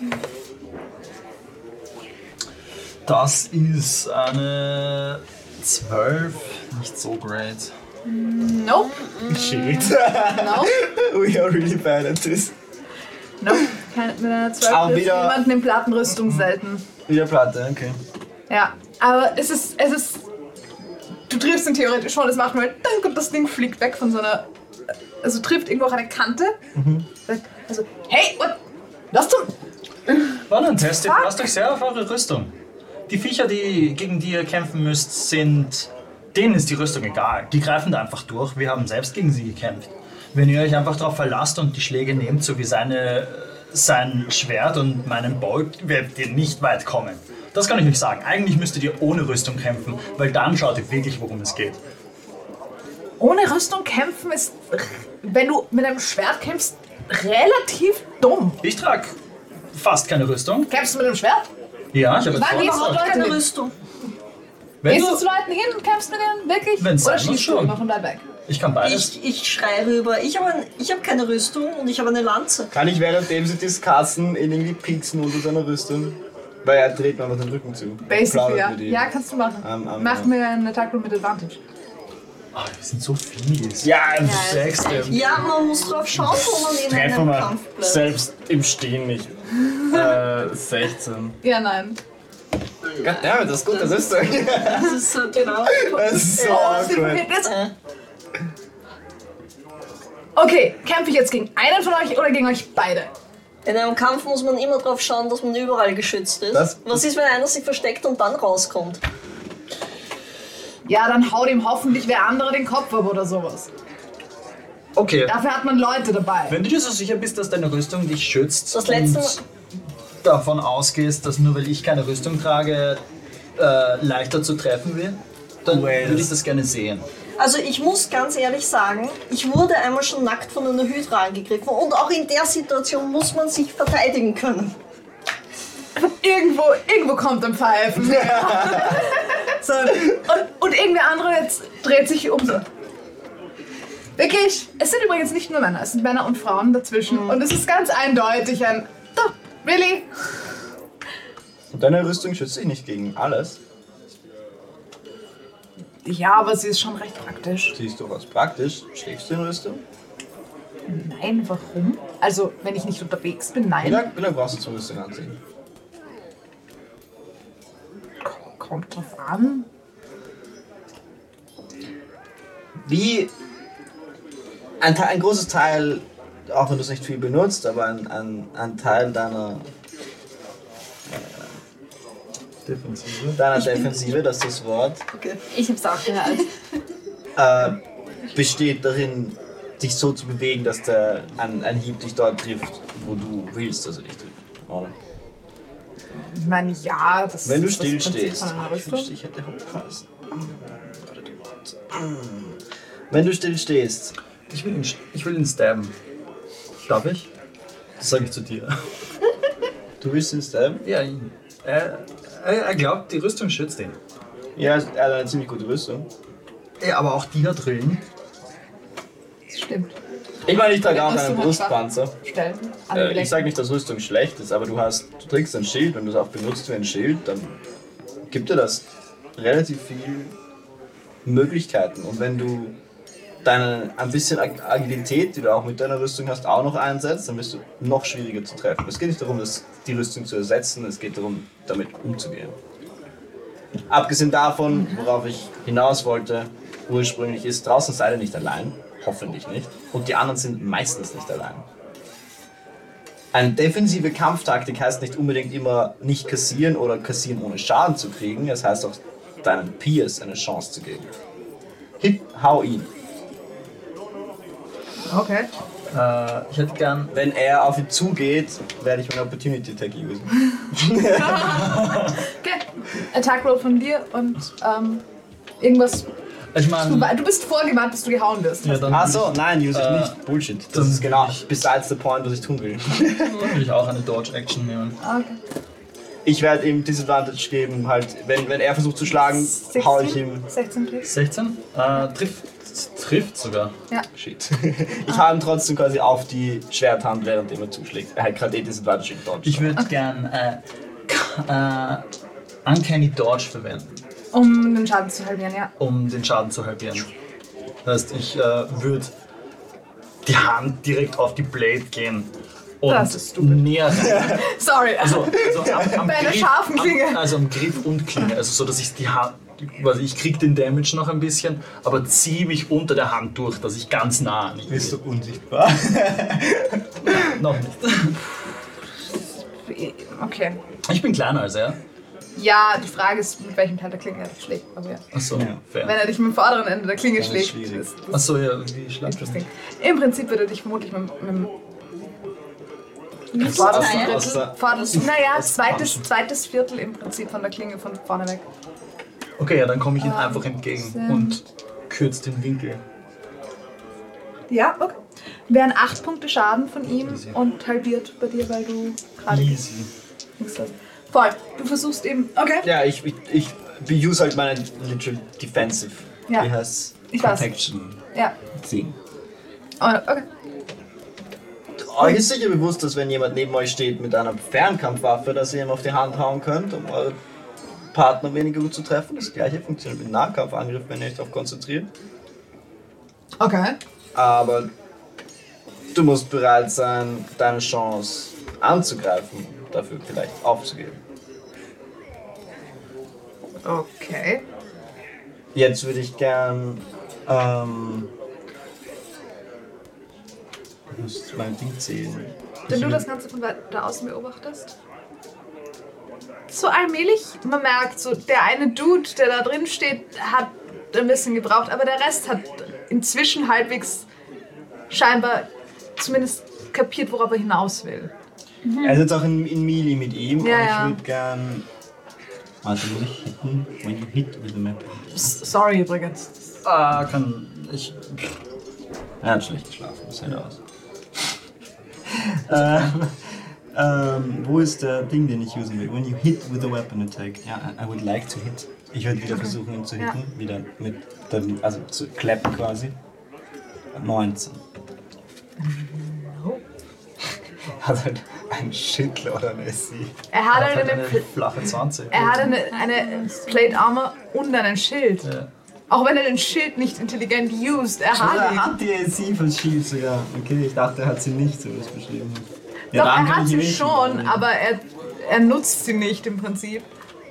Das ist eine zwölf, nicht so great. Nope. Shit. No. We are really bad at this. Nope. Kein, mit einer zwölf Aber trifft wieder- niemanden in Plattenrüstung selten. Wieder Platte, okay. Ja, aber es ist, es ist, du triffst ihn theoretisch schon, es macht nur halt Dank und das Ding fliegt weg von so einer, also trifft irgendwo auch eine Kante. Mhm. Also, hey, what? Was zum... Wann ein Test? Lasst euch sehr auf eure Rüstung. Die Viecher, die, gegen die ihr kämpfen müsst, sind... Denen ist die Rüstung egal. Die greifen da einfach durch. Wir haben selbst gegen sie gekämpft. Wenn ihr euch einfach darauf verlasst und die Schläge nehmt, so wie seine, sein Schwert und meinen Bolt, werdet ihr nicht weit kommen. Das kann ich euch sagen. Eigentlich müsstet ihr ohne Rüstung kämpfen, weil dann schaut ihr wirklich, worum es geht. Ohne Rüstung kämpfen ist, wenn du mit einem Schwert kämpfst, relativ dumm. Ich trage fast keine Rüstung. Kämpfst du mit einem Schwert? Ja, ich habe Wann gehst du jetzt mit Leuten Keine hin? Rüstung. Wenn Gehst du du, zu Leuten hin und kämpfst mit denen wirklich? Wenn's Oder sein muss, schießt du schon. immer von weit weg? ich kann beides. Ich, ich schreie rüber, ich habe ich hab keine Rüstung und ich habe eine Lanze. Kann ich währenddem sie Diskassen in irgendwie pieksen unter seiner Rüstung? Weil er dreht mir einfach den Rücken zu. Basically, Plaudert ja. mit ihm. Ja, kannst du machen. Ähm, ähm, Mach ähm. mir einen Attack Roll mit Advantage. Oh, wir sind so fies. Ja, sehr extrem. Ja, man muss drauf schauen, wo man in treffen einem wir Kampf bleibt. selbst im Stehen nicht. äh, sechzehn. Ja, nein. Goddammit, das ist gut, das ist so. Das ist so, genau. Das ist so Was awkward. passiert jetzt? Äh, Okay, kämpfe ich jetzt gegen einen von euch oder gegen euch beide? In einem Kampf muss man immer drauf schauen, dass man überall geschützt ist. Das- Was ist, wenn einer sich versteckt und dann rauskommt? Ja, dann haut ihm hoffentlich wer andere den Kopf ab oder sowas. Okay. Dafür hat man Leute dabei. Wenn du dir so sicher bist, dass deine Rüstung dich schützt Das letzte und davon ausgehst, dass nur weil ich keine Rüstung trage, äh, leichter zu treffen wird, dann Well. würde ich das gerne sehen. Also ich muss ganz ehrlich sagen, ich wurde einmal schon nackt von einer Hydra angegriffen und auch in der Situation muss man sich verteidigen können. Irgendwo, irgendwo kommt ein Pfeifen. So, und, und irgendwer andere jetzt dreht sich um so. Wirklich, es sind übrigens nicht nur Männer, es sind Männer und Frauen dazwischen. Mhm. Und es ist ganz eindeutig ein, oh, really? Und deine Rüstung schützt dich nicht gegen alles. Ja, aber sie ist schon recht praktisch. Sie ist durchaus praktisch. Schläfst du in Rüstung? Nein, warum? Also, wenn ich nicht unterwegs bin, Wie nein. lange wie lang brauchst du zur Rüstung anziehen? Kommt drauf an. Wie ein, Te- ein großes Teil, auch wenn du es nicht viel benutzt, aber ein, ein, ein Teil deiner, Defensive. deiner Defensive, das ist das Wort, Ich hab's auch gehört. äh, besteht darin, dich so zu bewegen, dass der, ein, ein Hieb dich dort trifft, wo du willst, dass er dich trifft. Oder? Ich meine, ja, das Wenn du ist das still Prinzip stehst. von einer Ich Rüstung. wünschte, ich hätte aufgepasst. Wenn du still stehst, Ich will ihn, ich will ihn stabben. Darf ich? Das sage ich zu dir. du willst ihn stabben? Ja, ihn. Er, er, er glaubt, die Rüstung schützt ihn. Ja, er hat eine ziemlich gute Rüstung. Ja, aber auch die da drin. Das stimmt. Ich meine, ich trage auch Rüstung einen hat Brustpanzer. Stellen. Äh, ich sage nicht, dass Rüstung schlecht ist, aber du hast, du trägst ein Schild, wenn du es auch benutzt wie ein Schild, dann gibt dir das relativ viel Möglichkeiten. Und wenn du deine ein bisschen Ag- Agilität, die du auch mit deiner Rüstung hast, auch noch einsetzt, dann bist du noch schwieriger zu treffen. Es geht nicht darum, das, die Rüstung zu ersetzen, es geht darum, damit umzugehen. Abgesehen davon, worauf ich hinaus wollte, ursprünglich ist, draußen seid ihr nicht allein, hoffentlich nicht, und die anderen sind meistens nicht allein. Eine defensive Kampftaktik heißt nicht unbedingt immer nicht kassieren oder kassieren ohne Schaden zu kriegen, es heißt auch deinen Peers eine Chance zu geben. Hit, hau ihn. Okay. Äh, ich hätte gern. Wenn er auf ihn zugeht, werde ich meinen Opportunity Attack usen. Okay. Attack Roll von dir und ähm, irgendwas. Ich Du, meine. du bist vorgewarnt, dass du gehauen wirst. Ja, dann Ach so, nein, use ich Äh, nicht. Bullshit. Das dann ist genau will ich- besides the point, was ich tun will. will ich auch eine Dodge-Action nehmen. Okay. Ich werde ihm Disadvantage geben, halt, wenn, wenn er versucht zu schlagen, hau ich ihm. sechzehn Klicks. sechzehn? Äh, trifft. Trifft sogar. Ja. Shit. Ich hau ihm trotzdem quasi auf die Schwerthand, während er zuschlägt. Er hat gerade eh Disadvantage im Dodge. Ich würde gern äh, K- äh, Uncanny Dodge verwenden, Um den Schaden zu halbieren, ja. um den Schaden zu halbieren. Das heißt, ich äh, würde die Hand direkt auf die Blade gehen und Das ist stupid. näher rein. Sorry. Also, also am, am Bei einer Griff, scharfen Klinge. Am, also am Griff und Klinge. Also so, dass ich die Hand, also ich krieg den Damage noch ein bisschen, aber ziehe mich unter der Hand durch, dass ich ganz nah an ihn Bist bin. du unsichtbar? Noch nicht. Okay. Ich bin kleiner als er. Ja, die Frage ist, mit welchem Teil der Klinge er dich schlägt. Aber ja. Achso, Ja. fair. Wenn er dich mit dem vorderen Ende der Klinge Das ist schlägt, schwierig. ist das Achso, ja, wie schlagt er? interesting. Im Prinzip würde er dich vermutlich mit, mit dem Aus- vordersten aus- Drittel, aus- vorderst, naja, aus- zweites, zweites Viertel im Prinzip von der Klinge von vorne weg. Okay, ja, dann komme ich ihm Ähm, einfach entgegen sind- und kürze den Winkel. Ja, okay. Wären acht Punkte Schaden von ihm und halbiert bei dir, weil du gerade Easy. nichts hast. Voll. Du versuchst eben. Okay. Ja, ich, ich, ich use halt meine literal defensive. Ja. Wie heißt Ich weiß. Protection Ja. Thing. Oh, okay. Euch ist sicher bewusst, dass wenn jemand neben euch steht mit einer Fernkampfwaffe, dass ihr ihm auf die Hand hauen könnt, um eure Partner weniger gut zu treffen. Das gleiche funktioniert mit Nahkampfangriff, wenn ihr euch darauf konzentriert. Okay. Aber du musst bereit sein, deine Chance anzugreifen, dafür vielleicht aufzugeben. Okay. Jetzt würde ich gern. Ähm, ich muss mein Ding zählen. Wenn du das Ganze von weiter außen beobachtest. So allmählich, man merkt so, der eine Dude, der da drin steht, hat ein bisschen gebraucht, aber der Rest hat inzwischen halbwegs scheinbar zumindest kapiert, worauf er hinaus will. Mhm. Er ist jetzt auch in, in Melee mit ihm Ja, und ich ja. würde gern... Warte, muss ich hitten? When you hit with the map. S- Sorry übrigens. Ah, kann ich. Er hat schlecht geschlafen, das sieht aus. äh, ähm, wo ist der Ding, den ich usen will? When you hit with a weapon attack. Ja, I would like to hit. Ich würde wieder versuchen, ihn zu Ja. hitten. Wieder mit dem, also zu klappen quasi. neunzehn. No. Hat halt einen Schüttler oder eine S C. Er hat Hat halt halt eine, eine Pl- flache zwanzig. er hat eine, eine Plate Armor und einen Schild. Ja. Auch wenn er den Schild nicht intelligent used, er Also hat er ihn. hat die S C fürs Shield sogar. Okay, ich dachte, er hat sie nicht, so wie es beschrieben hat. Ja, Doch, dann er kann hat ich ihn sie hitten. schon, aber er, er nutzt sie nicht im Prinzip.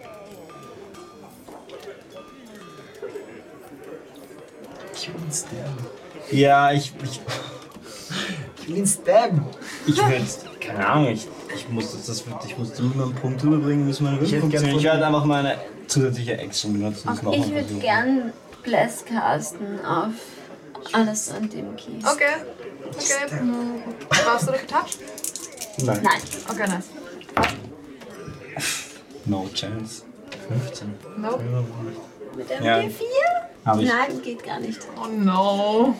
Ich will ihn sterben. Ja, ich. Ich, Ich will ihn stabben. ich würde. Keine Ahnung, ich, ich muss das, das wird, ich muss da immer einen Punkt rüberbringen, bis meine Ich hätte Würfel gern funktionieren. Ich von- werde einfach meine zusätzliche Action benutzen. Das machen Ich wir würde so. gern Bless casten auf alles an dem Kies. Okay. Okay. Hm. Brauchst du noch getoucht? Nein. Nein. Okay, nice. No chance. fünfzehn. Nope. Mit einem Ja. D vier? Habe ich. Nein, geht gar nicht. Oh no.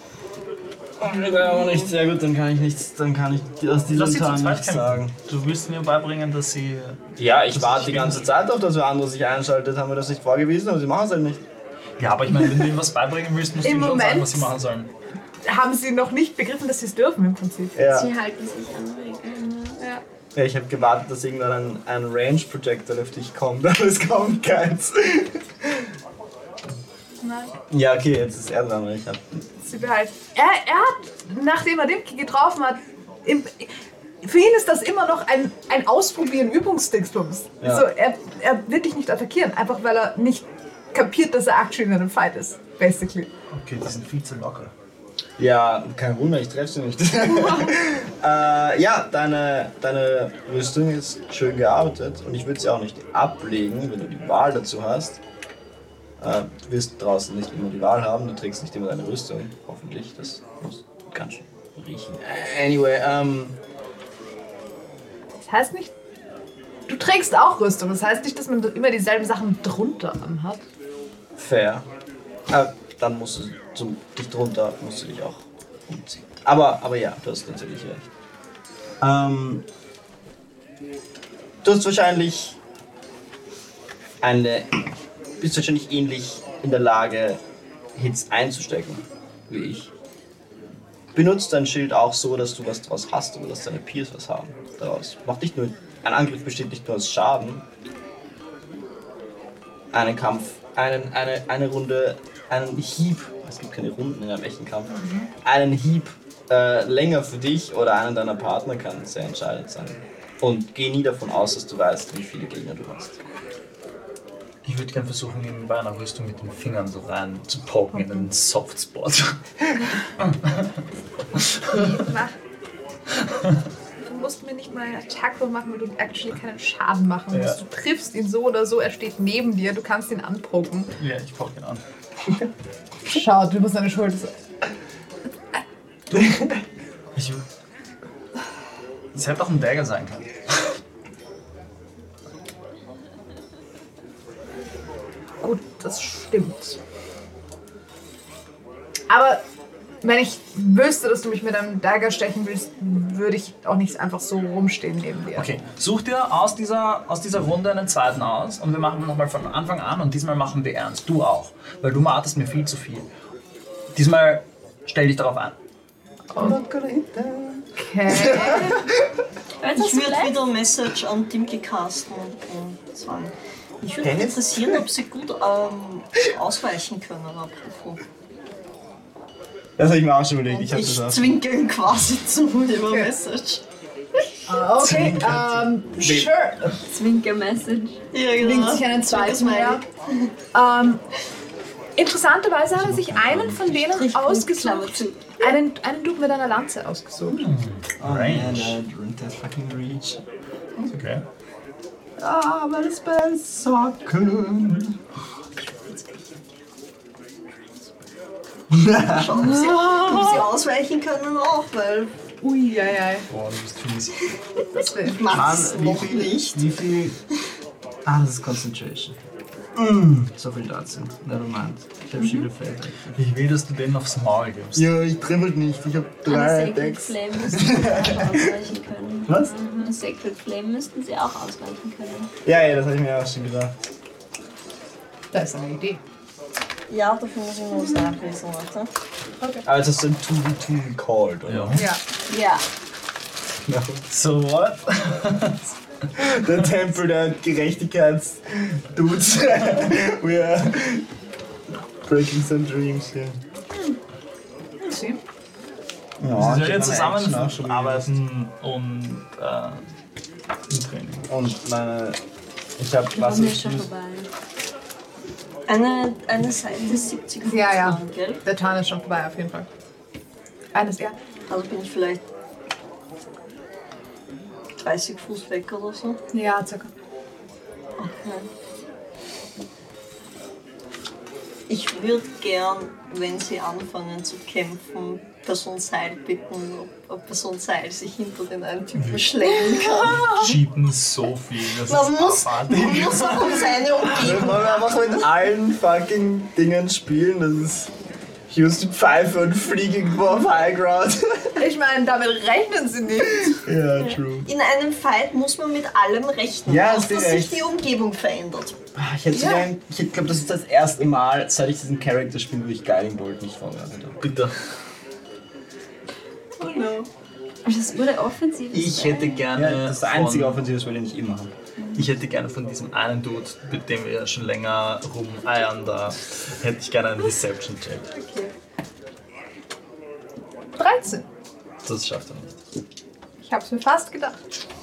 Aber nicht sehr gut, dann kann ich nichts, dann kann ich aus diesem Lass sie zu Tal zweit nichts kämpfen. sagen. Du willst mir beibringen, dass sie. Ja, ich Das warte ist die ganze Zeit auf, dass wer andere sich einschaltet, haben wir das nicht vorgewiesen, aber sie machen es halt nicht. Ja, aber ich meine, wenn du ihnen was beibringen willst, musst du Im ihnen schon sagen, Moment- was sie machen sollen. Haben sie noch nicht begriffen, dass sie es dürfen im Prinzip. Ja. Sie halten sich an Regeln. Ja. Ja, ich habe gewartet, dass irgendwann ein, ein Range-Projector auf dich kommt, aber es kommt keins. Nein. Ja, okay, jetzt ist er dran, weil ich hab. Sie behalten. Er, er hat, nachdem er Dimki getroffen hat, im, für ihn ist das immer noch ein, ein Ausprobieren, Übungsdingsbums. Ja. Also er, er wird dich nicht attackieren, einfach weil er nicht kapiert, dass er actually in einem Fight ist. Basically. Okay, die sind viel zu locker. Ja, kein Wunder, ich treffe sie nicht. äh, ja, deine, deine Rüstung ist schön gearbeitet und ich würde sie auch nicht ablegen, wenn du die Wahl dazu hast. Äh, du wirst draußen nicht immer die Wahl haben, du trägst nicht immer deine Rüstung, hoffentlich. Das muss ganz schön riechen. Anyway, ähm. Das heißt nicht, du trägst auch Rüstung. Das heißt nicht, dass man immer dieselben Sachen drunter anhat. Fair. Äh, dann musst du zum, dich drunter, musst du dich auch umziehen. Aber, aber ja, du hast natürlich recht. Ähm, du hast wahrscheinlich eine, bist wahrscheinlich ähnlich in der Lage, Hits einzustecken, wie ich. Benutzt dein Schild auch so, dass du was draus hast oder dass deine Peers was haben daraus. Macht nicht nur, ein Angriff besteht nicht nur aus Schaden, einen Kampf, einen, eine, eine Runde, einen Hieb, es gibt keine Runden in einem echten Kampf, einen Hieb äh, länger für dich oder einen deiner Partner kann sehr entscheidend sein. Und geh nie davon aus, dass du weißt, wie viele Gegner du hast. Ich würde gerne versuchen, ihn bei einer Rüstung mit den Fingern so rein zu poken in den Softspot. Mach. Du musst mir nicht mal einen Attack-Roll machen, weil du actually keinen Schaden machen musst. Ja. Du triffst ihn so oder so, er steht neben dir, du kannst ihn anpoken. Ja, ich poke ihn an. Schau, du musst deine Schulter so. Ich. Es hätte auch ein Dagger sein können. Gut, das stimmt. Aber wenn ich wüsste, dass du mich mit einem Dagger stechen willst, würde ich auch nicht einfach so rumstehen neben dir. Okay, such dir aus dieser, aus dieser Runde einen zweiten aus und wir machen nochmal von Anfang an und diesmal machen wir ernst. Du auch, weil du martest mir viel zu viel. Diesmal stell dich darauf ein. Okay. Ich würde wieder Message an Tim casten und zwei. Mich würde interessieren, ob sie gut ähm, ausweichen können. Apropos. Das habe ich mir auch schon überlegt. Ich habe Ich das auch. zwinke ihn quasi zu über Okay. Message. Okay, ähm, sure. Zwinker-Message. Ja, Winkt sich einen zweiten mehr. Ähm, interessanterweise hat er sich einen von denen ausgesucht. Einen, einen Dude mit einer Lanze ausgesucht. Oh man, Range. I ruined that fucking reach. Okay. Aber das besser können. Schauen, ob sie, ob sie ausweichen können auch, weil Ui, ja, ja. Boah, du bist fies. Das will ich mag es Mann, wie noch viel, nicht. wie viel... Ah, das ist Concentration. Mm, so viel dazu. Nevermind. Ich hab Shield of Faith. Ich will, dass du denen aufs Maul gibst. Ja, ich triffel nicht. Ich hab Eine drei Sacred Attacks. Flame müssten sie auch ausweichen können. Was? Mhm, Sacred Flame müssten sie auch ausweichen können. Ja, ja, das hab ich mir auch schon gedacht. Da ist eine Idee. Ja, dafür muss ich nur was nachlesen, warte. Aber es ist ein two v two recalled, oder? Ja. Ja. Ja. Ja. So what? Der Tempel der Gerechtigkeits-Dudes. We are breaking some dreams here. Sie. Ja, Sie sollen jetzt zusammenarbeiten und äh, im Training. Und meine... Ich hab... Die Was Runde ich... ist schon vorbei. Eine, eine Seite ist siebzig Fuß Ja, ja. lang, gell? Der Tarn ist schon vorbei, auf jeden Fall. Eines, ja. Also bin ich vielleicht dreißig Fuß weg oder so. Ja, circa. Ich würde gern, wenn sie anfangen zu kämpfen, Person Seil bitten, ob, ob Person Seil sich hinter den einen Typen schlägen kann. Cheaten so viel. Das Man ist muss, abartig. man muss auch um seine Umgebung. Wollen wir einfach mit allen fucking Dingen spielen? Das ist... Houston Pfeife und Flieging auf High Ground. Ich meine, damit rechnen sie nicht. Ja, true. In einem Fight muss man mit allem rechnen, Ja, auch hast du dass sich recht. die Umgebung verändert. Ich, hätte Ja. sogar- ich glaube, das ist das erste Mal, seit ich diesen Charakter spiele, wo ich Guiding Bolt nicht vorbereitet habe. Bitte. Oh no. Das wurde offensiv. Ich hätte gerne. Ja, das ist der einzige von, Offensive, was wir nicht immer haben. Ich hätte gerne von diesem einen Dude, mit dem wir schon länger rumeiern, da hätte ich gerne einen Deception-Check. dreizehn. Das schafft er nicht. Ich hab's mir fast gedacht.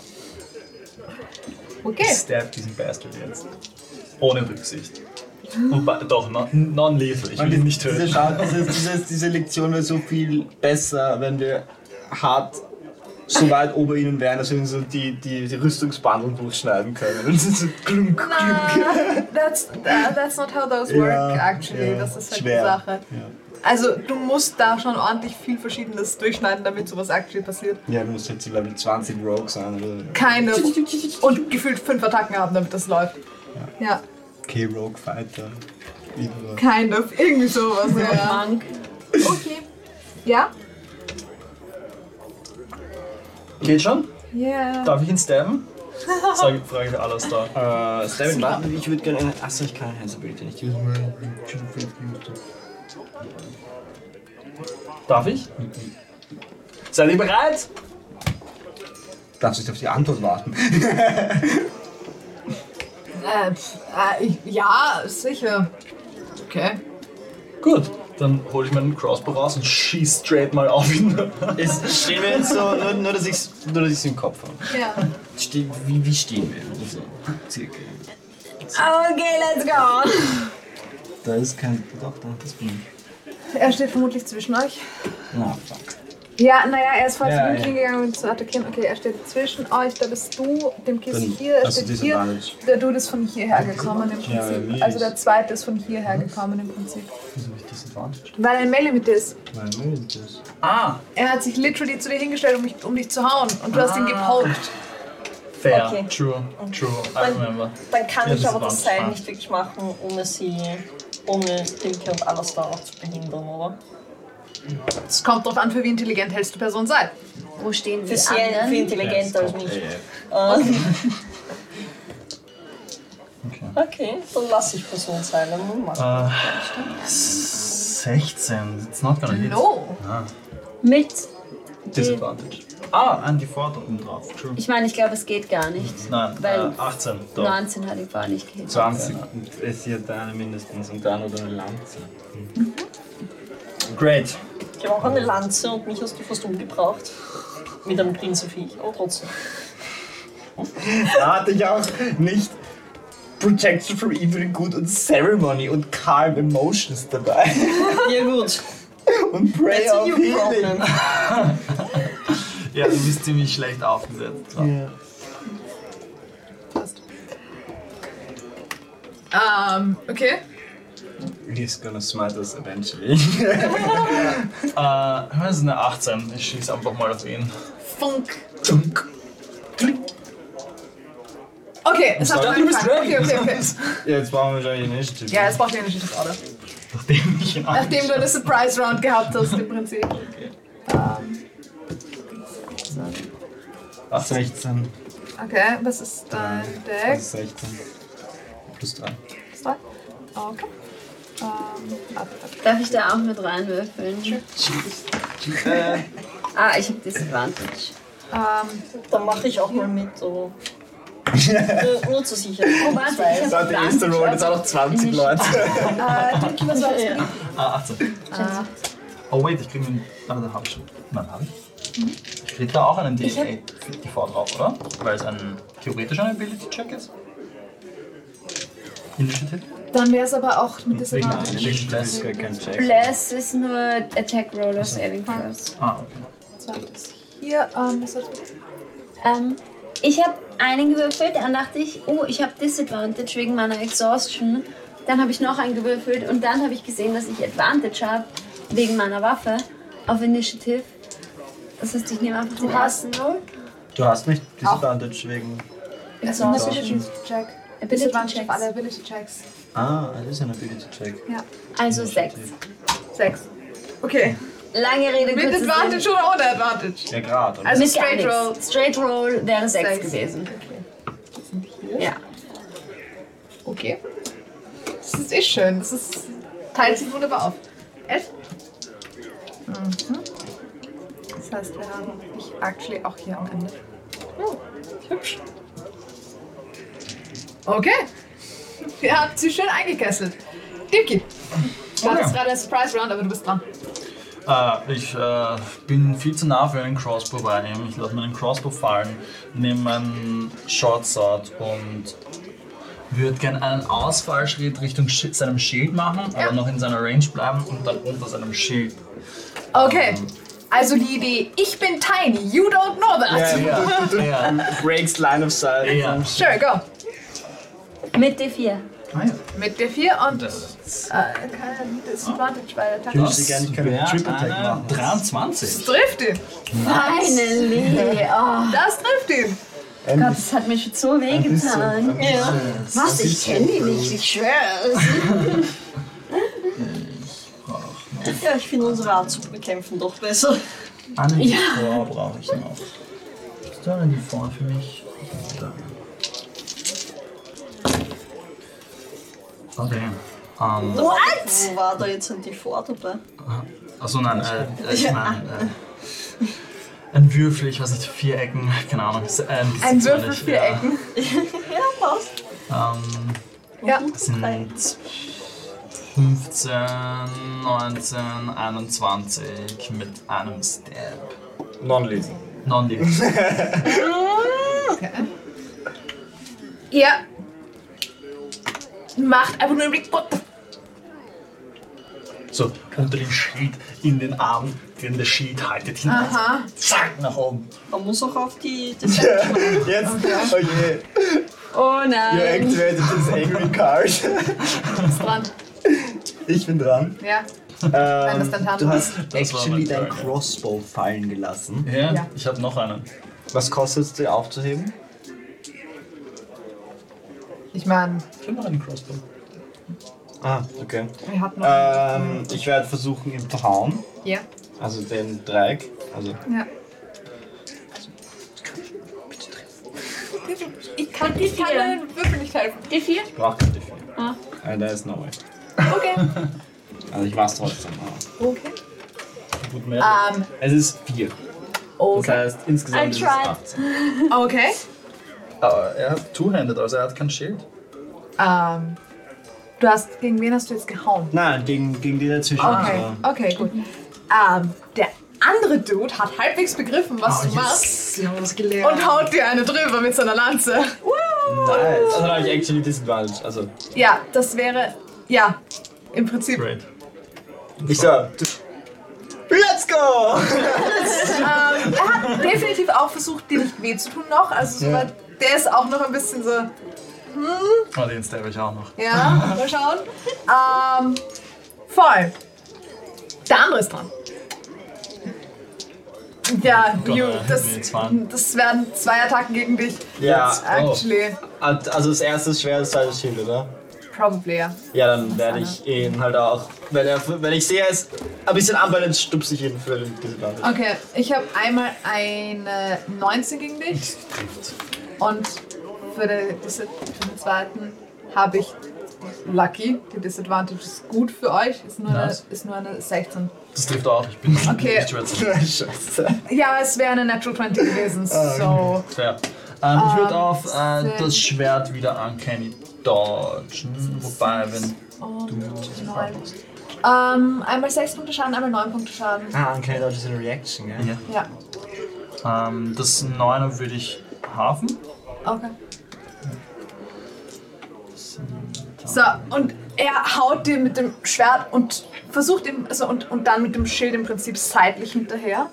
Okay. Ich stab diesen Bastard jetzt. Ohne Rücksicht. Wobei, doch, non- non-lethal. Ich will ihn nicht Diese, töten. Schau- diese, diese, diese Lektion wäre so viel besser, wenn wir hart so weit ober ihnen wären, dass wir so die, die, die Rüstungsbandel durchschneiden können. Und so klunk, klunk. Ah, that's, that, that's not how those work, Ja, actually. ja, Das ist halt schwer. die Sache. Ja. Also, du musst da schon ordentlich viel Verschiedenes durchschneiden, damit sowas actually passiert. Ja, du musst jetzt, glaube ich, zwanzig Rogue sein. Oder? Keine. Und gefühlt fünf Attacken haben, damit das läuft. Ja. Okay, Rogue Fighter. Wieder. Kind of. Irgendwie sowas. Ja. Monk. Okay. Ja? Geht schon? Ja. Darf ich ihn stabben? Sag, frage ich alles da. Äh, Steven, warte, ich würde gerne eine. Achso, ich kann eine Hands-Ability nicht usen. Darf ich? Seid ihr bereit? Darfst nicht auf die Antwort warten. Äh, pf, äh, ich, ja, sicher. Okay. Gut, dann hole ich meinen Crossbow raus und schieß straight mal auf ihn. Ist, stehen wir jetzt so, nur, nur dass ich es nur, dass ich's im Kopf habe. Ja. Ste wie, wie stehen wir? Also, circa. Okay, let's go. Da ist kein. Doch, da, das bin ich. Er steht vermutlich zwischen euch. Na, fuck. Ja, naja, er ist vorher Ja, zu ja. ihm hingegangen, um ihn zu attackieren. Okay, er steht zwischen euch, da bist du, dem Kiss Dann- hier, er also steht dieser hier. Advantage. Der Dude ist von hierher gekommen im Ja, Prinzip. mir Also ist- der zweite ist von hierher gekommen im Prinzip. Wieso habe ich Disadvantage? Weil er ein Melee mit dir ist. Weil Müll ist. Ah, Er hat sich literally zu dir hingestellt, um, mich, um dich zu hauen. Und du hast ihn gepoked. fair. Okay. True, true. I Dann- remember. Dann kann Ja, ich das aber war das Seil spannend. nicht wirklich machen, ohne sie, ohne Hilke und alles da auch zu behindern, oder? Es kommt drauf an, für wie intelligent hältst du Person sei. Wo stehen die Für sie viel anderen? intelligenter als mich. Ja, Ähm, Okay. okay, dann lasse ich Person Seile nun machen. Äh, sechzehn, it's not gonna hit. No. Ah, Mit. Disadvantage. Ah, an die Vorderung drauf. True. Ich meine, ich glaube, es geht gar nicht. Nein, Weil äh, achtzehn. Doch. neunzehn hat ich gar nicht gehittet. zwanzig. Es hier deine mindestens und dann oder eine Lanze. Great. Ich habe auch eine Lanze und mich hast du fast umgebracht. Mit einem Grinseviech, aber trotzdem. Da hatte ich auch nicht Protection from Evil Good und Ceremony und Calm Emotions dabei. Ja gut, Und Pray that's a of you Healing. problem. Ja, du bist ziemlich schlecht aufgesetzt. Ja. Passt. Ähm, okay. He's gonna smite us eventually. Äh, das ist eine achtzehn. Ich schieße einfach mal auf ihn. Funk. Dunk. Okay, es hat Sorry, schon du bist angefangen. ready. Okay, okay, okay. Ja, jetzt brauchen wir wahrscheinlich Initiative. Ja, jetzt braucht ihr Initiative Order. Nachdem ich ihn Nachdem du eine Surprise Round gehabt hast, im Prinzip. Ähm, sechzehn. okay, was ist dein Deck? Das ist sechzehn. Plus drei. Plus drei? Okay. Ähm, warte, warte. Darf ich da auch mit reinwürfeln? Äh, Ah, ich habe Disadvantage. Ähm, Dann mache ich auch mal mit, so. nur, nur zur Sicherheit. Oh, warte, ich das war habe die erste Roll, jetzt auch noch zwanzig Leute. äh, Dinky, was war das? Ja. Ah, achtzehn. Ah, Oh wait, ich krieg einen. Ah, da habe ich schon. Nein, habe ich. Ich krieg da auch einen D acht vor drauf, oder? Weil es ein theoretischer Ability-Check ist. Initiative? dann wäre es aber auch mit Wegen Disadvantage. Initiative. Das ist gar kein Check. Bless ist nur Attack Roll or Saving Throws. Ah, okay. Zweites. Hier, ähm, was soll's Ähm, ich habe einen gewürfelt, dann dachte ich, oh, ich habe Disadvantage wegen meiner Exhaustion. Dann habe ich noch einen gewürfelt und dann habe ich gesehen, dass ich Advantage habe wegen meiner Waffe auf Initiative. Das heißt, ich nehme einfach den ersten Roll. Du hast nicht Disadvantage wegen. Exhaustion. Exhaustion. Check. Ability Disadvantage auf Checks. alle Ability Checks. Ah, das ist ein Ability Check. Ja. Also sechs. Sechs. Okay. Lange Rede, Mit kurzer Advantage Sinn. oder ohne Advantage? Ja, gerade. Also Mit gar Straight nichts. Roll. Straight Roll wäre sechs Sechs. gewesen. Okay. Ja. Okay. Das ist eh schön. Das ist, teilt sich wunderbar auf. Ed? Mhm. Das heißt, wir haben ich actually auch hier am Ende. Oh, hübsch. Okay. Ihr habt sie schön eingekesselt. Dimki. Du Okay. hattest gerade eine Surprise Round, aber du bist dran. Äh, ich äh, bin viel zu nah für einen Crossbow bei ihm. Ich lasse meinen Crossbow fallen, nehme meinen Short Sword und würde gerne einen Ausfallschritt Richtung Sch seinem Schild machen, Ja. aber noch in seiner Range bleiben und dann unter seinem Schild. Okay. Also die Idee, ich bin tiny, you don't know that. Ja, ja. Breaks Line of Sight. Ja. Sure, go. Mit D vier. Ah, ja. Mit D vier und äh, Das kein Disadvantage bei der Ich Attacke. wüsste gerne, ich könnte wäre Triple Attack eine machen. dreiundzwanzig. Trifft ihn. Finally. Oh Das trifft ihn. Gott, das hat mir schon so wehgetan. Ja. Was? Ich kenne die nicht, ich schwöre. Ja, ich finde unsere Art zu bekämpfen doch besser. Einen ja. Vor brauche ich noch. Ist da eine vor für mich? Da. Okay. Ähm, What? Wo war da jetzt ein D vier dabei? achso, nein, äh, äh, ich meine, äh, ein Würfel, ich weiß nicht, vier Ecken, keine Ahnung. Ist, äh, ein Ein Gesicht Würfel, nicht, vier ja. Ecken. Ja, passt. Ähm, Ja. das sind fünfzehn, neunzehn, einundzwanzig mit einem Stab. Non-lethal. Non-lethal. Okay. Ihr macht einfach nur einen Blick. What the So, unter dem Schild, in den Arm, den der Schild haltet, hinein. Aha. Zack, nach oben. Man muss auch auf die Deception machen. Jetzt, okay, Oh you nein. activated this angry card. Ist dran. Ich bin dran. Ja. Ähm, das dein Tarn du war. hast Das war actually mein dein Tarn. Crossbow fallen gelassen. Ja, Ja. ich habe noch einen. Was kostet es dir aufzuheben? Ich meine, Ich habe noch einen Crossbow. Ah, okay. wir hatten noch. Ähm, ich werde versuchen, ihn zu hauen. Ja. Also den Dreieck. Also Ja. Ich kann, ich kann vier. den Würfel nicht helfen. D vier? ich brauche kein D vier. Ah. Uh, there is no way. Okay. Also ich mach's trotzdem. aber- Okay. Gut mehr. Ähm, Es ist vier. Das okay. heißt, insgesamt I ist es tried. achtzehn. Okay. Aber er hat Two-Handed, also er hat kein Schild. Ähm, du hast, gegen wen hast du jetzt gehauen? Nein, gegen, gegen die dazwischen. Okay, Also, okay, gut. Ähm, der andere Dude hat halbwegs begriffen, was du machst Sie haben was gelernt. und haut dir eine drüber mit seiner Lanze. nice. Also dann habe ich actually Disadvantage. Also Ja, das wäre, ja, im Prinzip. Great. ich so, du- let's go! Ähm, er hat definitiv auch versucht, dir nicht weh zu tun noch. Also so Ja. weit- der ist auch noch ein bisschen so, Oh, den stab ich auch noch. Ja, mal schauen. Ähm, voll. Der andere ist dran. Ja, Gott, you, äh, das, nee, jetzt waren- das werden zwei Attacken gegen dich. Ja, Actually, Also das erste ist schwer, das zweite ist Schild, oder? probably, ja. Ja, dann werde ich ihn halt auch, wenn, er, wenn ich sehe, er ist ein bisschen unbalanced, stupse ich ihn für den Disadvantage. Okay, ich habe einmal eine neunzehn gegen dich. Und für den, Dis- für den zweiten habe ich Lucky. Die Disadvantage ist gut für euch. Ist nur, eine, Nice. ist nur eine sechzehn. Das trifft auch. Ich bin Okay. nicht schwer zu Scheiße. Ja, es wäre eine Natural zwanzig gewesen. So. Fair. Ähm, ich würde Ähm, auf äh, sehr- das Schwert wieder uncanny dodgen. Wobei, wenn Und du neun. Ähm, einmal sechs Punkte Schaden, einmal neun Punkte Schaden. Ah, okay, das ist eine Reaction, gell? Ja. Ja, Ähm, das Neuner würde ich hafen. okay. So, und er haut dir mit dem Schwert und versucht ihm, also und, und dann mit dem Schild im Prinzip seitlich hinterher.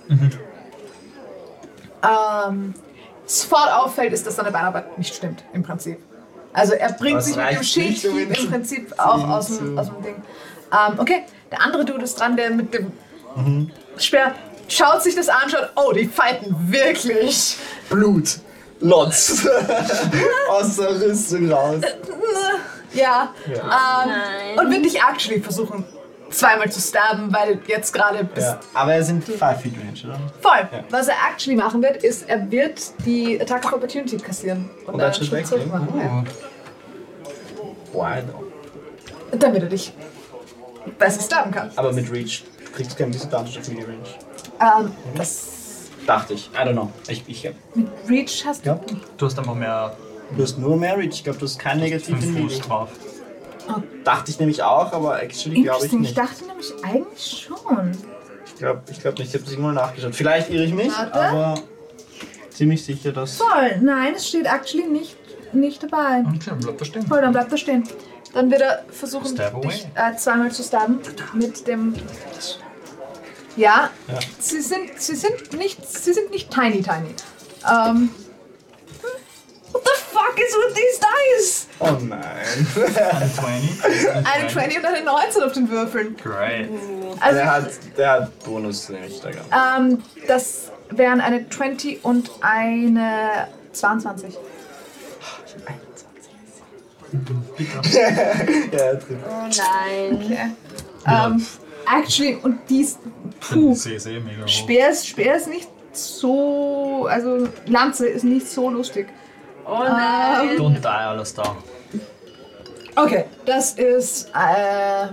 Ähm, sofort auffällt, ist, dass seine Beinarbeit nicht stimmt, im Prinzip. Also er bringt Das sich mit dem reicht nicht, um Schildhieb ihn im Prinzip auch aus dem, zu- aus dem Ding. Ähm, okay, der andere Dude ist dran, der mit dem Speer schaut sich das an, schaut, oh, die fighten wirklich. Blut. Lots. Aus der Rüstung raus. Ja. Ähm, Nein. und wird dich actually versuchen, zweimal zu stabben, weil jetzt gerade bist Ja. Aber er sind five feet range, oder? voll. Ja. Was er actually machen wird, ist, er wird die Attack of Opportunity kassieren. Und, Und einen dann schon Schritt weg, zurück ja? machen. Why? Ja. Damit er dich besser stabben kann. Aber mit Reach kriegst du keinen Disadvantage auf Melee Range. Ähm, das Dachte ich. I don't know. Ich, ich hab. mit Reach hast du. Ja. Du hast einfach mehr Du hast nur mehr Reach. Ich glaube, du hast kein Negativ in fünf Melee. Fuß drauf. Dachte ich nämlich auch, aber actually glaube ich Interesting, ich nicht. dachte nämlich eigentlich schon. Ich glaube ich glaub nicht. Ich habe das irgendwann nachgeschaut. Vielleicht irre ich mich, Warte. aber ziemlich sicher, dass. Voll, nein, es steht actually nicht, nicht dabei. Okay, bleibt da stehen. Voll, dann bleibt er stehen. Dann wird er versuchen, Stab away. dich äh, zweimal zu stabben mit dem. Ja, Ja. Sie, sind, sie sind nicht, sie sind nicht tiny, tiny. Ähm. What the fuck is with these dice? Oh nein. Eine zwanzig. Eine zwanzig und eine neunzehn auf den Würfeln. Great. Also, Der hat, der hat Bonus, nämlich da ganz. ähm, das wären eine zwanzig und eine zweiundzwanzig. Ja, er trifft. Oh nein. Okay. Ähm, actually, und dies. Puh. Sehr, sehr mega hoch. Speer ist, Speer ist nicht so. Also, Lanze ist nicht so lustig. Oh nein. Don't die, alles da. Okay, das ist. Äh,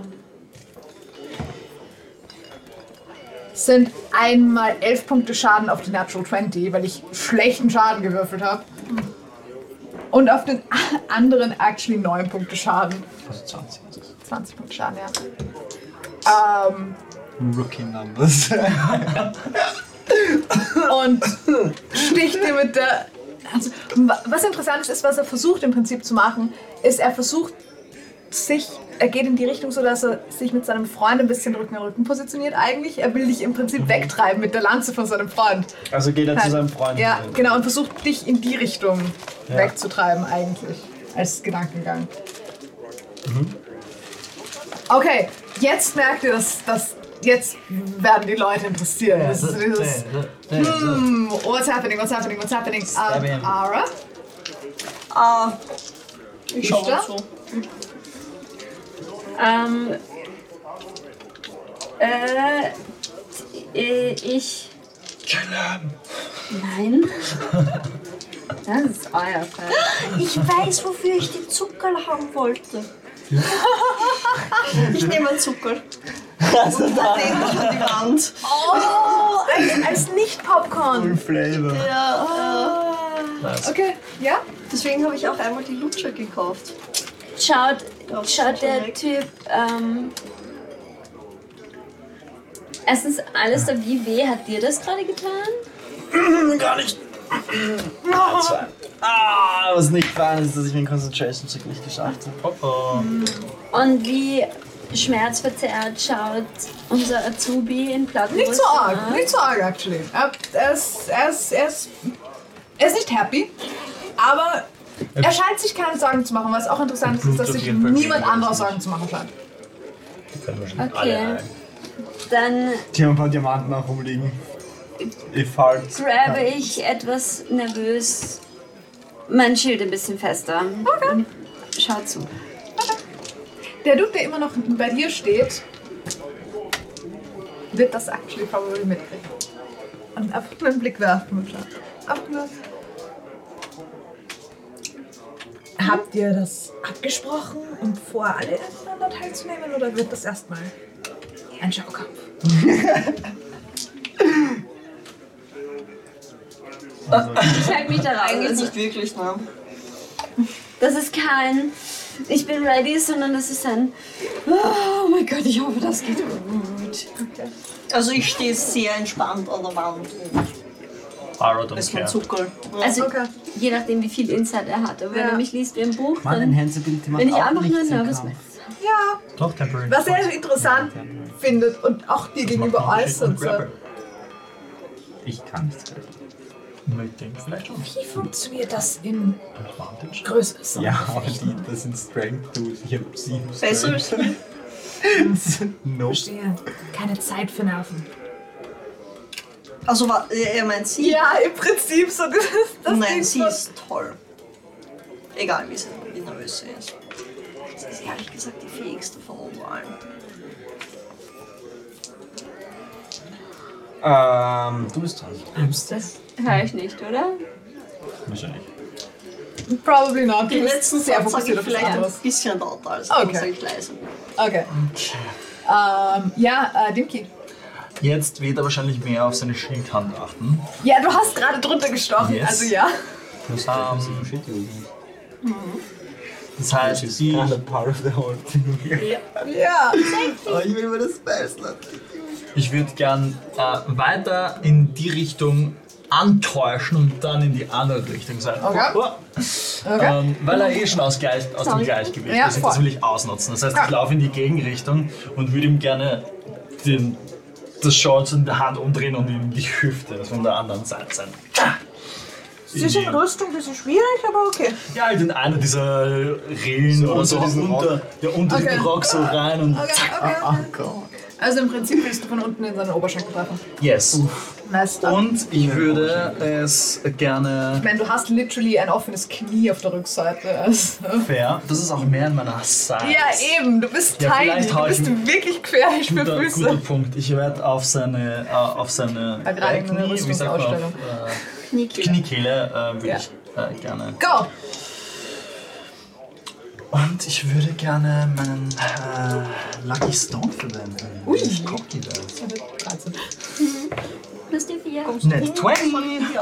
sind einmal elf Punkte Schaden auf die Natural zwanzig, weil ich schlechten Schaden gewürfelt habe. Und auf den anderen actually neun Punkte Schaden. Also zwanzig. zwanzig Punkte Schaden, ja. Ähm, Rookie Numbers. und sticht dir mit der. Also, wa- was interessant ist, ist, was er versucht im Prinzip zu machen, ist, er versucht sich, er geht in die Richtung, so dass er sich mit seinem Freund ein bisschen Rücken an Rücken positioniert eigentlich. Er will dich im Prinzip wegtreiben mit der Lanze von seinem Freund. Also geht er zu seinem Freund. Ja, genau, und versucht dich in die Richtung Ja. wegzutreiben eigentlich, als Gedankengang. Okay, jetzt merkt ihr, dass, dass jetzt werden die Leute interessieren. Das ist dieses, hmm, what's happening, what's happening, what's happening? Stab Um, him. Ara? Ah, ich schau Ishtar? mal so. Ähm. Äh. äh, Ich. Nein. Das ist euer Fall. Ich weiß, wofür ich die Zuckerl haben wollte. Ich nehme Zuckerl. Also da. Den noch an die Wand. Oh, als, als Nicht-Popcorn. Flavor. Ja, Nice. Okay, ja? deswegen habe ich auch einmal die Lutscher gekauft. Schaut, Ja, schaut der weg. Typ, ähm. Erstens, alles da, wie weh hat dir das gerade getan? Gar nicht. Ah, zwei. Ah, was nicht fein ist, dass ich meinen Concentration Check nicht geschafft habe. Oh oh. Und wie schmerzverzerrt schaut unser Azubi in Platten? Nicht so arg, nicht so arg, actually. Er, er, ist, er, ist, er, ist, er ist nicht happy, aber Er scheint sich keine Sorgen zu machen, was auch interessant ist, ist, dass Auf sich jeden Fall niemand weniger anderer als Sorgen zu machen scheint. Die können wahrscheinlich Okay. alle ein. Dann Die haben ein paar Diamanten auch rumliegen. Ich fall. grabe ich etwas nervös mein Schild ein bisschen fester. Okay. Schau zu. Der Dude, der immer noch bei dir steht, wird das actually probably mitkriegen. Und einfach nur einen Blick werfen und schauen. Einfach nur. Habt ihr das abgesprochen und vor, alle aneinander teilzunehmen, oder wird das erstmal ein Schaukampf? Ich halte mich da Eigentlich raus. nicht wirklich, ne? Das ist kein ich bin ready, sondern das ist ein oh mein Gott, ich hoffe, das geht gut. Also ich stehe sehr entspannt an der Wand und Arrowed esse und mein Care. Zuckerl. Also Okay. je nachdem, wie viel Insight er hat. Aber wenn Ja. er mich liest wie ein Buch, Mann, dann Enhanceability macht bin ich auch einfach nur nichts im nervös. Kampf. Ja, Doch, Temporary. was er interessant findet und auch dir gegenüber äußert. So. Ich kann nichts mehr. Ich denke vielleicht schon. Wie funktioniert das in Advantage. Größe? Ja, aber die, das sind Strength Tools. Ich hab sieben Besser als Strength. Nope. Verstehe. Keine Zeit für Nerven. Also wa- er meint sie? Ja, im Prinzip so. Das, das Nein, Ding sie von- ist toll. Egal wie, sie, wie nervös sie ist. Sie ist ehrlich gesagt die fähigste von uns allen. Ähm, du bist dran. Das höre ich nicht, oder? Wahrscheinlich. Probably not. Den Du bist letzten sehr Satz sage fokussiert ich auf das vielleicht ein anderes. bisschen lauter als Okay. den sage ich leise. Okay. Ähm, ja, äh, Dimki. Jetzt wird er wahrscheinlich mehr auf seine Schildhand achten. Ja, du hast gerade drunter gestochen, Yes. also ja. Ähm, das heißt, die Kind of part of the whole thing. Ja. Aber ich will über das Spellslot. Ich würde gern äh, weiter in die Richtung antäuschen und dann in die andere Richtung sein. Okay. Oh, Okay. ähm, weil er eh schon aus, Gleich, aus dem Sorry. Gleichgewicht Ja, ist. Und voll. das will ich ausnutzen. Das heißt, Ah. ich laufe in die Gegenrichtung und würde ihm gerne den, das Shorts in der Hand umdrehen und ihm die Hüfte von der anderen Seite sein. Sie ist in Rüstung ein bisschen schwierig, aber okay. Ja, halt in einer dieser Rillen oder so unter diesen unter, ja, unter Okay. den Rock so rein und Okay, okay, okay. Also im Prinzip willst du von unten in seine Oberschenkel treffen. yes. Nice. Und Und ich würde es gerne ich meine, du hast literally ein offenes Knie auf der Rückseite. Also. fair. Das ist auch mehr in meiner Size. Ja, eben. Du bist Ja, tiny. vielleicht hau Du ich bist mit- wirklich gefährlich für Guter, Füße. guter Punkt. Ich werde auf seine, äh, auf seine Ja, gerade in einer Knie, wie sagt man, auf, Rüstungsausstellung. äh, Kniekehle. Kniekehle äh, würde Ja. ich äh, gerne. Go! Und ich würde gerne meinen äh, Lucky Stone verwenden. Ui. Ich cocky das. dreizehn. Plus die vier. Net zwanzig.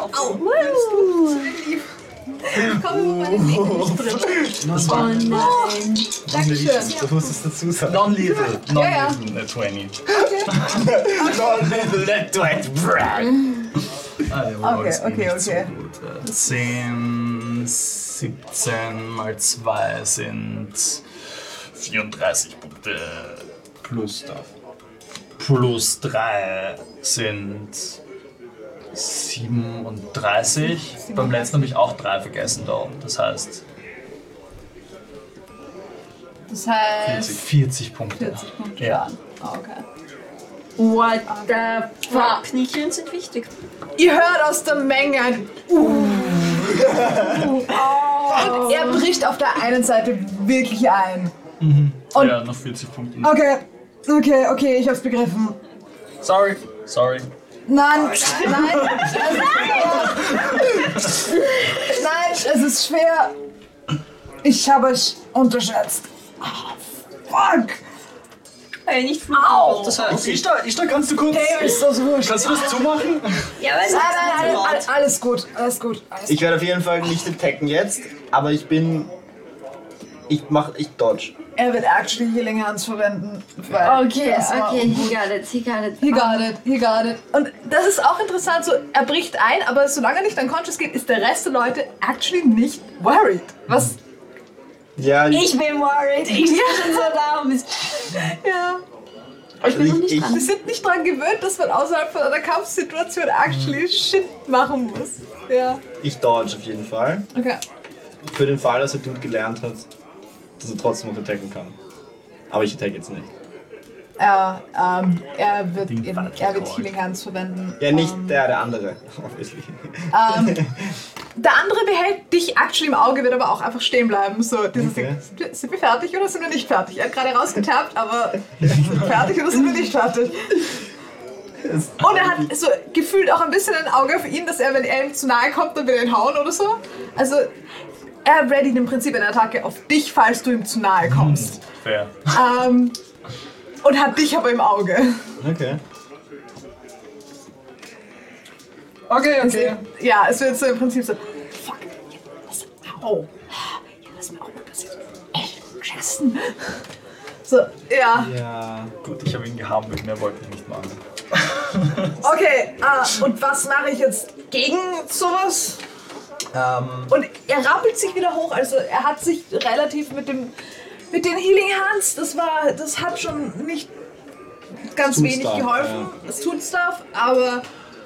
Komm, meine Liebe. Das war Oh nein. Dankeschön. Du musst es dazu sagen. Non-lethal. Non-lethal ja. Net zwanzig. Non-lethal Net zwanzig. Ah, der war Okay, jetzt okay, nicht okay. So gut. Äh, zehn, siebzehn mal zwei sind vierunddreißig Punkte. Plus Stuff. Plus drei sind siebenunddreißig. Beim letzten habe ich auch drei vergessen da. Das heißt Das heißt vierzig Punkte. vierzig Punkte Ja. Schaden. Ah, okay. What the fuck? Kniekehlen sind wichtig. Ihr hört aus der Menge ein Uh. Und er bricht auf der einen Seite wirklich ein. Und- Ja, noch vierzig Punkte. Okay, okay, okay, ich hab's begriffen. Sorry, sorry. Nein, nein, nein, es ist schwer. Ich habe euch unterschätzt. Ah, fuck. Hey, nicht fluchen. Au. Das heißt, ich da, ich da kannst du kurz. Hey, ist das wurscht. Kannst du das zumachen? Ja, aber Nein, nein, nein, alles, alles gut, alles gut. Alles Ich werde auf jeden Fall nicht attacken jetzt, aber ich bin. Ich mach. Ich dodge. Er wird actually Healing Hands verwenden. Weil okay, das war okay, ungut. he got it, he got it. He got it, he got it. Und das ist auch interessant, so, er bricht ein, aber solange er nicht unconscious geht, ist der Rest der Leute actually nicht worried. Was? Ja, Ich bin worried, ich bin schon so da und bist. Ja. Ich bin noch ich, nicht ich, dran. Wir sind nicht daran gewöhnt, dass man außerhalb von einer Kampfsituation actually Shit machen muss. Ja. ich dodge auf jeden Fall. Okay. für den Fall, dass er Dude gelernt hat, dass er trotzdem noch attacken kann. Aber ich attack jetzt nicht. Er, ähm, er wird, Den eben, Fallschirm er wird geholt. Healing Hands verwenden. Ja, nicht ähm, der, der andere. Obviously. Ähm, der andere behält dich actually im Auge, wird aber auch einfach stehen bleiben. So, dieses Okay. Ding, sind wir, sind wir fertig oder sind wir nicht fertig? Er hat gerade rausgetappt, aber sind wir fertig oder sind wir nicht fertig? Und er hat so gefühlt auch ein bisschen ein Auge auf ihn, dass er, wenn er ihm zu nahe kommt, dann will er ihn hauen oder so. Also er ready im Prinzip eine Attacke auf dich, falls du ihm zu nahe kommst. Fair. Ähm, und hat dich aber im Auge. Okay. Okay, Es wird- Ja, es wird so im Prinzip so, fuck, was, au, ja, was mir auch mal passiert. Echt, Jason. So, ja. Ja. Gut, ich habe ihn gehammelt, mehr wollte ich nicht machen. Okay, äh, und was mache ich jetzt gegen sowas? Ähm, Und er rappelt sich wieder hoch, also er hat sich relativ mit dem mit den Healing Hands, das war, das hat schon nicht ganz Tut wenig Stuff, geholfen. Es tut Stuff, aber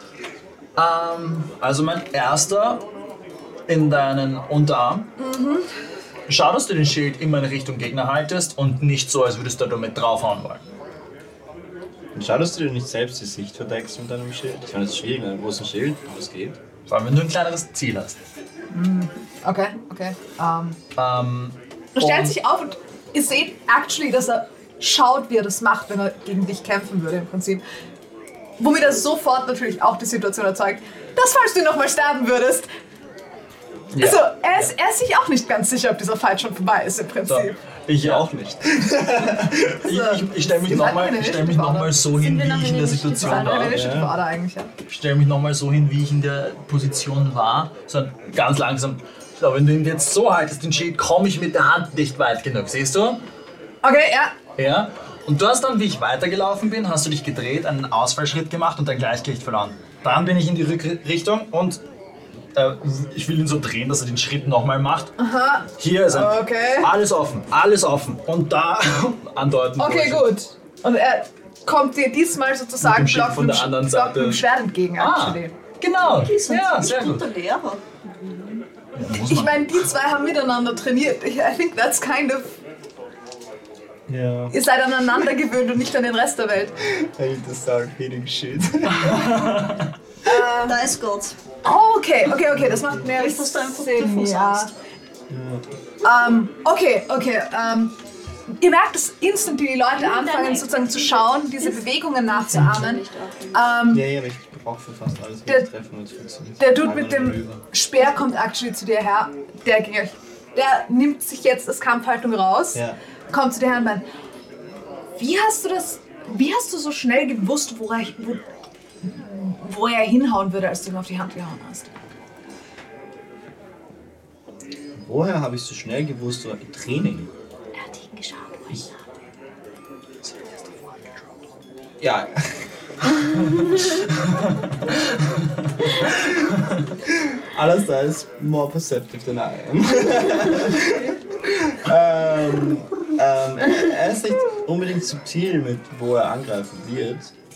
Ähm, also mein erster in deinen Unterarm. Schau, dass du den Schild immer in Richtung Gegner haltest und nicht so, als würdest du damit draufhauen wollen. schau, dass du dir nicht selbst die Sicht verdeckst mit deinem Schild. Ich meine, das ist schwierig mit einem großen Schild, aber es geht. Vor allem, wenn du ein kleineres Ziel hast. okay, okay. Ähm, Ähm, er stellt und- sich auf und ihr seht actually, dass er schaut, wie er das macht, wenn er gegen dich kämpfen würde im Prinzip. Womit er sofort natürlich auch die Situation erzeugt, dass falls du ihn nochmal sterben würdest. Ja. Also, er ist, er ist sich auch nicht ganz sicher, ob dieser Fight schon vorbei ist im So, Prinzip. ich Ja, auch. auch nicht. Ich, ich, ich stelle mich Wir nochmal hatten eine stell mich noch mal so Sind hin, wir noch wie ich in in der der Situation Das war war. eine Initiative ja. Order eigentlich, ja. Ich stelle mich nochmal so hin, wie ich in der Position war. So ganz langsam. So, wenn du ihn jetzt so haltest, den Schild, komme ich mit der Hand nicht weit genug. Siehst du? Okay, ja. Ja. Und du hast dann, wie ich weitergelaufen bin, hast du dich gedreht, einen Ausfallschritt gemacht und dein Gleichgewicht verloren. Dann bin ich in die Rückrichtung und äh, ich will ihn so drehen, dass er den Schritt nochmal macht. Aha. Hier ist er. Okay. Alles offen, alles offen. Und da andeuten. Okay, gut. Und er kommt dir diesmal sozusagen Mit dem Schild Block von mit der dem anderen Sch- Block Seite. mit dem Schwert entgegen, Ah, actually. genau. Die sind Ja, nicht sehr gut. guter Lehrer. Ich meine, die zwei haben miteinander trainiert. Ich, I think that's kind of... Ja. Ihr seid aneinander gewöhnt und nicht an den Rest der Welt. I need to start hitting shit. Da ist Gott. Oh, okay, okay, okay, das macht mehr Vielleicht hast du einfach Sinn, ja. Diffusangst. Ähm, okay, okay, ähm, ihr merkt, dass instant die Leute anfangen sozusagen zu schauen, diese Bewegungen nachzuahmen. Ähm, Ja, ja, aber ich brauche für fast alles Der- wieder treffen und es funktioniert. Der Dude Einmal mit dem rüber. Speer kommt actually zu dir her. Der ging euch. Der nimmt sich jetzt das Kampfhaltung raus, Ja. kommt zu dir her und meint, wie hast du das, wie hast du so schnell gewusst, wo er, wo, wo er hinhauen würde, als du ihm auf die Hand gehauen hast? Woher habe ich so schnell gewusst, oder im Training? Er hat hingeschaut, wo ich Ja. Alles da ist more perceptive than I am. ähm, ähm, er ist nicht unbedingt subtil mit, wo er angreifen wird.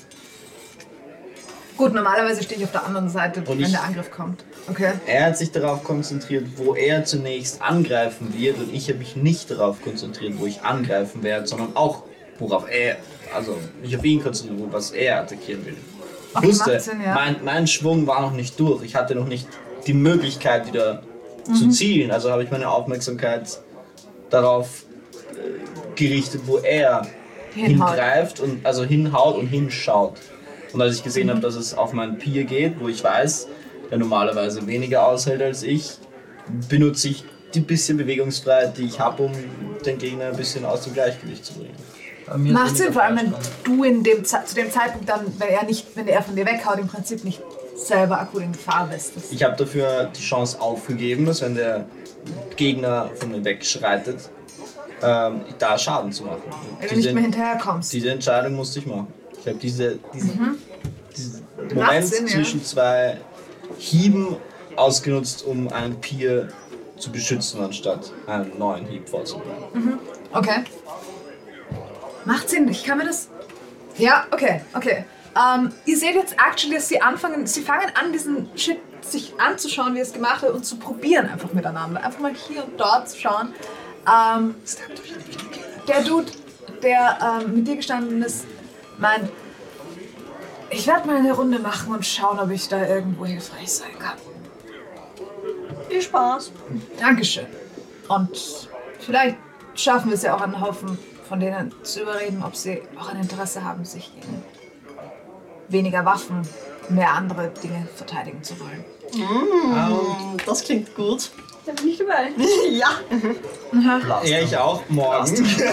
Gut, normalerweise stehe ich auf der anderen Seite, Und wenn ich- der Angriff kommt. Okay. Er hat sich darauf konzentriert, wo er zunächst angreifen wird, und ich habe mich nicht darauf konzentriert, wo ich angreifen werde, sondern auch, worauf er, also mich auf ihn konzentriert, was er attackieren will. Ich Okay, wusste, macht Sinn, ja. mein, mein Schwung war noch nicht durch. Ich hatte noch nicht die Möglichkeit, wieder zu zielen. Also habe ich meine Aufmerksamkeit darauf äh, gerichtet, wo er Hinhaut. hingreift und also hinhaut und hinschaut. Und als ich gesehen habe, dass es auf meinen Peer geht, wo ich weiß, der normalerweise weniger aushält als ich, benutze ich die bisschen Bewegungsfreiheit, die ich habe, um den Gegner ein bisschen aus dem Gleichgewicht zu bringen. Bei mir ist Macht Sinn, weniger vor allem wenn Fleisch du in dem, Ze- zu dem Zeitpunkt dann, wenn er nicht, wenn er von dir weghaut, im Prinzip nicht selber akut in Gefahr bist. Das Ich habe dafür die Chance aufgegeben, dass wenn der Gegner von mir wegschreitet, ähm, da Schaden zu machen. wenn du nicht mehr hinterherkommst. diese Entscheidung musste ich machen. Ich habe diese, diese, diesen Macht Moment Sinn, ja. zwischen zwei Hieben ausgenutzt, um einen Peer zu beschützen, anstatt einen neuen Hieb vorzubereiten. Okay. Macht Sinn, ich kann mir das... Ja, okay, okay. Ähm, ihr seht jetzt actually, dass sie anfangen, sie fangen an, diesen Shit sich anzuschauen, wie er es gemacht hat und zu probieren einfach miteinander. Einfach mal hier und dort zu schauen. Ähm, der Dude, der ähm, mit dir gestanden ist, meint, ich werde mal eine Runde machen und schauen, ob ich da irgendwo hilfreich sein kann. Viel Spaß. Dankeschön. Und vielleicht schaffen wir es ja auch, einen Haufen von denen zu überreden, ob sie auch ein Interesse haben, sich gegen weniger Waffen, mehr andere Dinge verteidigen zu wollen. Mm, das klingt gut. Da bin ich dabei. Ja. Ja, ich auch morgen.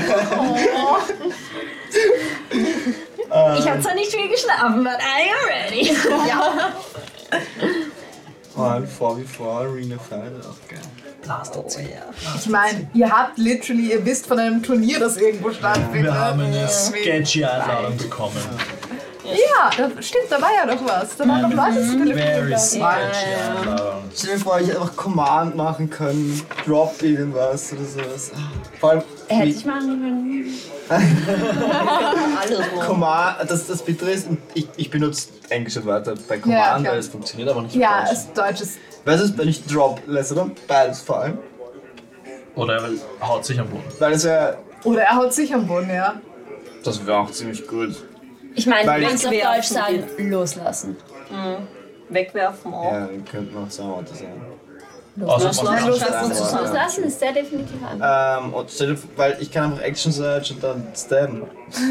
Ich habe zwar nicht viel geschlafen, but I am ready. Ja. Oh, vor wie vor Arena Fight, auch geil. Blaster ziehen. Ich meine, ihr habt literally, ihr wisst von einem Turnier, das irgendwo stattfindet. Wir haben eine sketchy Einladung bekommen. Ja, da, stimmt, da war ja doch was. Da waren noch Leute zu Very telefonieren. sketchy Einladung. Stell dir vor, ich hätte einfach Command machen können, Drop irgendwas oder sowas. Vor allem Hätte ich machen können. Alles rum. Command, das, das Bittere ist, ich, ich benutze englische Wörter bei Command, Ja, klar. weil es funktioniert aber nicht Ja, auf Deutsch. es Deutsch ist. Weißt du, wenn ich Drop lässt, oder? Beides vor allem. Oder er haut sich am Boden. Weil es ja, Oder er haut sich am Boden, ja. das wäre auch ziemlich gut. Ich meine, Weil du kannst auf ich- Deutsch sagen, loslassen. Wegwerfen auch. Ja, wir könnten auch zwei Worte sagen. Außer Loslassen, man loslassen, zusammen. Loslassen ist sehr definitiv an. Ähm, und stell dir, weil ich kann einfach Action Search und dann stabben.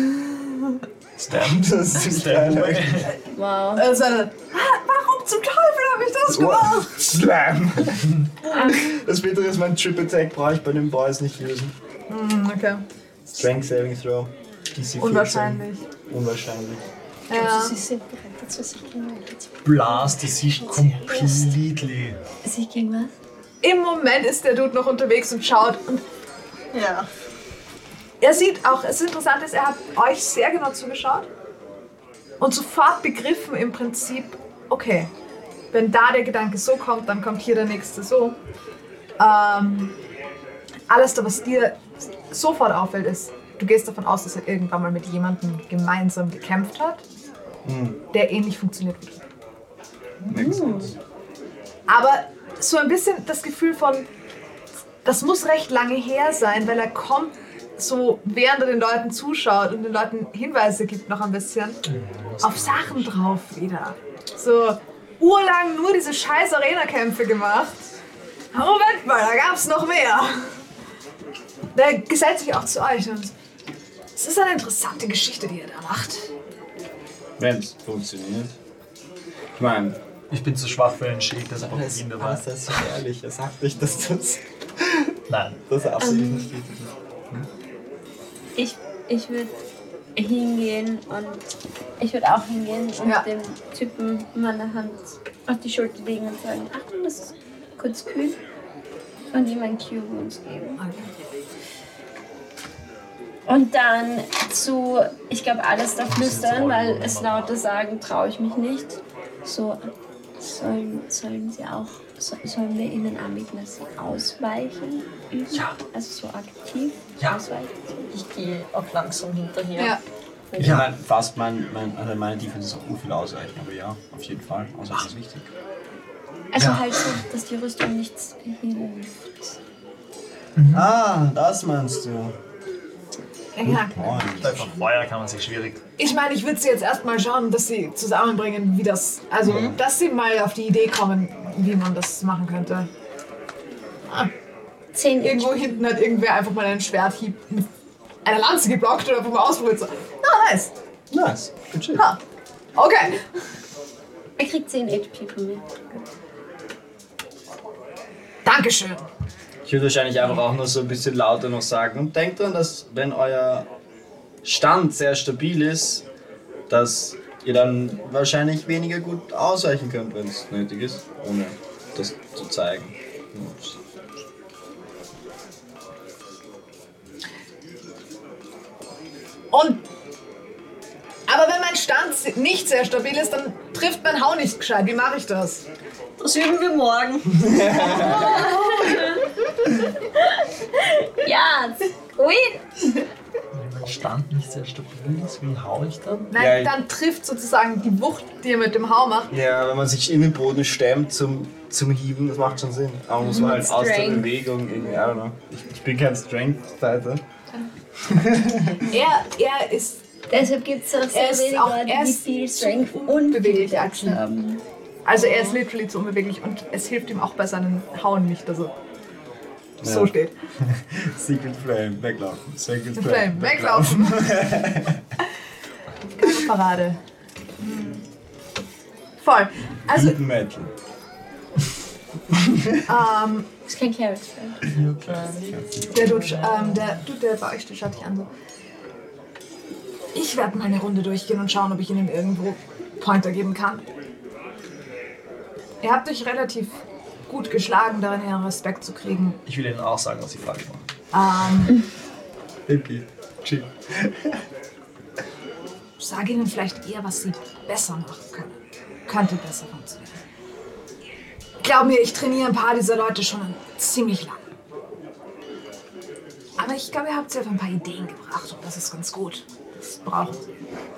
Stab. Das ist ziemlich Stab geil. away. Wow. Also, ah, warum zum Teufel habe ich das gemacht? Slam! Das Bittere ist, mein Trip Attack brauche ich bei den Boys nicht lösen. Hm, okay. Strength Saving Throw. D C vierzehn. Unwahrscheinlich. Unwahrscheinlich. Ja. Sie sind bereit dazu, sich gegen mich zu Blast sich completely. Sich gegen was? Im Moment ist der Dude noch unterwegs und schaut. Und Ja. er sieht auch, es ist interessant, ist, er hat euch sehr genau zugeschaut und sofort begriffen im Prinzip, okay, wenn da der Gedanke so kommt, dann kommt hier der nächste so. Ähm, alles, da, was dir sofort auffällt, ist, du gehst davon aus, dass er irgendwann mal mit jemandem gemeinsam gekämpft hat, der ähnlich funktioniert wie du. Makes sense. Aber so ein bisschen das Gefühl von, das muss recht lange her sein, weil er kommt so, während er den Leuten zuschaut und den Leuten Hinweise gibt noch ein bisschen, auf Sachen drauf wieder. So urlang nur diese scheiß Arena-Kämpfe gemacht. Moment mal, da gab's noch mehr. Der gesellt sich auch zu euch und es ist eine interessante Geschichte, die er da macht. Wenn es funktioniert. Ich meine, Ich bin zu schwach für einen Schild, das ist das Beginn dabei. ist das so ehrlich. Er sagt nicht, dass das, Nein. dass er absolut nicht geht. Ich, ich würde hingehen und ich würde auch hingehen und Ja. dem Typen meine Hand auf die Schulter legen und sagen, Achtung, das ist kurz kühl und ihm ein Cue-Wounds geben. Und dann zu, ich glaube, alles da flüstern, weil es lauter sagen traue ich mich nicht. So, sollen, sollen sie auch, so, sollen wir ihnen anbieten, dass sie ausweichen? üben? Ja. Also so aktiv Ja. ausweichen. Ich gehe auch langsam hinterher. Ja. Ich meine, fast mein, mein, also meine Defense ist auch gut viel ausreichen, aber ja, auf jeden Fall. Ausreichen ist wichtig. Also Ja. halt so, dass die Rüstung nichts hilft. Ah, das meinst du. Ja. Point. Bei Feuer kann man sich schwierig. Ich meine, ich würde sie jetzt erstmal schauen, dass sie zusammenbringen, wie das. Also, dass sie mal auf die Idee kommen, wie man das machen könnte. Ah, Zehn irgendwo hinten hat irgendwer einfach mal einen Schwerthieb mit einer Lanze geblockt und einfach mal ausprobiert. So, ah, nice. Nice. Good shit. Ha. Okay. Er kriegt zehn H P von mir. Dankeschön. Ich würde wahrscheinlich einfach auch nur so ein bisschen lauter noch sagen. Und denkt dran, dass wenn euer Stand sehr stabil ist, dass ihr dann wahrscheinlich weniger gut ausweichen könnt, wenn es nötig ist, ohne das zu zeigen. Und. Aber wenn mein Stand nicht sehr stabil ist, dann trifft mein Hau nicht gescheit. Wie mache ich das? Das üben wir morgen. Ja, Queen! Stand nicht sehr stabil ist, wie hau ich dann? Nein, Ja, dann trifft sozusagen die Wucht, die ihr mit dem Hau macht. Ja, wenn man sich in den Boden stemmt zum, zum Hieben, das macht schon Sinn. Aber muss man halt aus der Strength. Bewegung irgendwie, I don't know. Ich, ich bin kein Strength-Fighter. Er, er ist Deshalb gibt es auch Er sehr ist wenige auch- Leute, er die ist viel zu Strength und unbeweglich, viel Axel. Dex haben. Also er ist literally zu unbeweglich und es hilft ihm auch bei seinen Hauen nicht, dass er so Ja. steht. Secret Flame, weglaufen. Secret Flame, Flame, weglaufen. Keine Parade. Voll. Also, Heat Metal. ähm, Das ist kein Carrot Strength. der Dude, ähm, der Dude, der bei euch steht, schaut dich an so. Ich werde mal eine Runde durchgehen und schauen, ob ich Ihnen irgendwo Pointer geben kann. Ihr habt euch relativ gut geschlagen, darin ihren Respekt zu kriegen. Ich will Ihnen auch sagen, was ich falsch mache. Ähm, Okay, chill. sag ihnen vielleicht eher, was sie besser machen können. Könnte besser funktionieren. Glaub mir, ich trainiere ein paar dieser Leute schon ziemlich lang. Aber ich glaube, ihr habt selbst ein paar Ideen gebracht und das ist ganz gut. Das brauchen sie.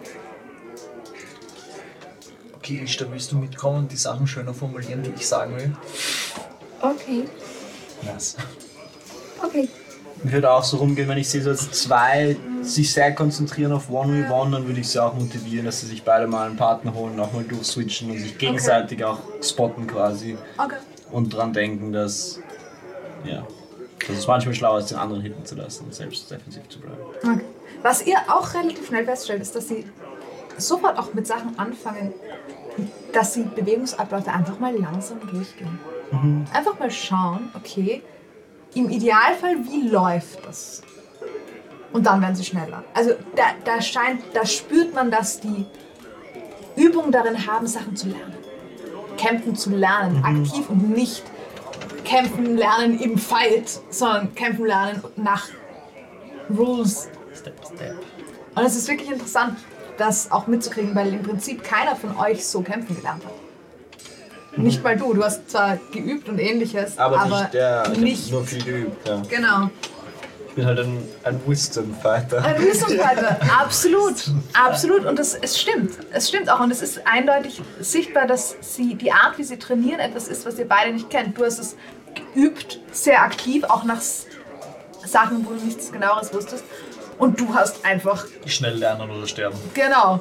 Okay, Ishtar, willst du mitkommen und die Sachen schöner formulieren, die ich sagen will? Okay, Nice. okay. Ich würde auch so rumgehen, wenn ich sehe, so jetzt zwei sich sehr konzentrieren auf one v one, dann würde ich sie auch motivieren, dass sie sich beide mal einen Partner holen, auch mal durchswitchen und sich gegenseitig auch spotten quasi. Okay. Und dran denken, dass, ja, dass es manchmal schlauer ist, den anderen hitten zu lassen und selbst defensiv zu bleiben. Okay. Was ihr auch relativ schnell feststellt, ist, dass sie sofort auch mit Sachen anfangen, dass sie Bewegungsabläufe einfach mal langsam durchgehen. Einfach mal schauen, okay, im Idealfall, wie läuft das? Und dann werden sie schneller. Also da, da scheint, da spürt man, dass die Übung darin haben, Sachen zu lernen. Kämpfen zu lernen, aktiv und nicht kämpfen lernen im Fight, sondern kämpfen lernen nach Rules. Step, step. Und es ist wirklich interessant, das auch mitzukriegen, weil im Prinzip keiner von euch so kämpfen gelernt hat. Nicht mal du, du hast zwar geübt und ähnliches, Aber, aber nicht der, ich nicht. hab nur viel geübt, ja. Genau. Ich bin halt ein, ein Wisdom-Fighter. Ein Wissenfighter, absolut, absolut. Und das, es stimmt, es stimmt auch. Und es ist eindeutig sichtbar, dass sie, die Art, wie sie trainieren, etwas ist, was ihr beide nicht kennt. Du hast es geübt, sehr aktiv, auch nach S- Sachen, wo du nichts Genaueres wusstest. Und du hast einfach, Schnell lernen oder sterben. genau.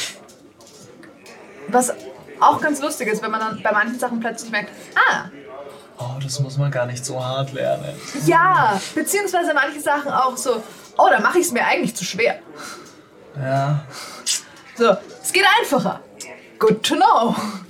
Was auch ganz lustig ist, wenn man dann bei manchen Sachen plötzlich merkt, ah, Oh, das muss man gar nicht so hart lernen. ja, beziehungsweise manche Sachen auch so, oh, da mache ich es mir eigentlich zu schwer. Ja. So, es geht einfacher. Good to know.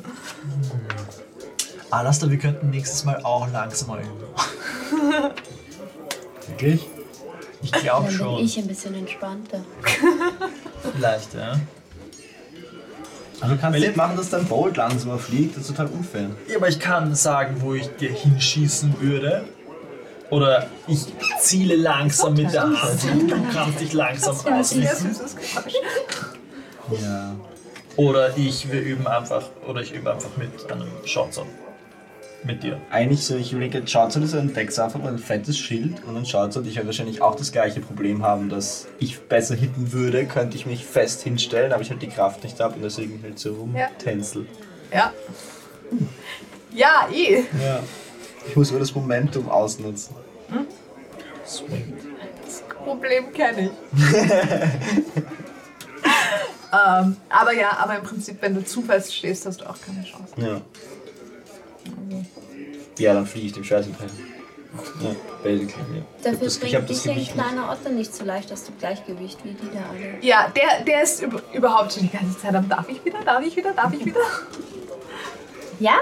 Alastair, wir könnten nächstes Mal auch langsamer üben. Wirklich? Ich glaube Dann bin schon. ich ein bisschen entspannter. Vielleicht, ja. Aber du kannst nicht machen, dass dein Bolt langsamer fliegt, das ist total unfair. Ja, aber ich kann sagen, wo ich dir hinschießen würde. Oder ich ziele langsam mit der Hand und du kannst dich langsam Sehr ausrichten. süßes Geräusch. Ja. Oder ich, wir üben einfach, oder ich übe einfach mit einem Shotgun. Mit dir. Eigentlich so, ich überlege, Shoutout ist ein Dex einfach ein fettes Schild und ein Shoutout, ich werde wahrscheinlich auch das gleiche Problem haben, dass ich besser hitten würde, könnte ich mich fest hinstellen, aber ich halt die Kraft nicht habe und deswegen halt so rumtänzel. Ja. Ja, eh. Ja. Ich muss nur das Momentum ausnutzen. Das Problem kenne ich. ähm, aber ja, aber im Prinzip, wenn du zu fest stehst, hast du auch keine Chance. Ja. Ja, dann fliege ich dem Scheiß hinterher. Ja, basically, ja. Dafür das- ich hab bringt das dich ein Gewicht nicht. kleiner Otter nicht so leicht aus dem Gleichgewicht wie die da alle. Ja, der, der ist üb- überhaupt schon die ganze Zeit am darf ich wieder, darf ich wieder, darf ich wieder? Ja,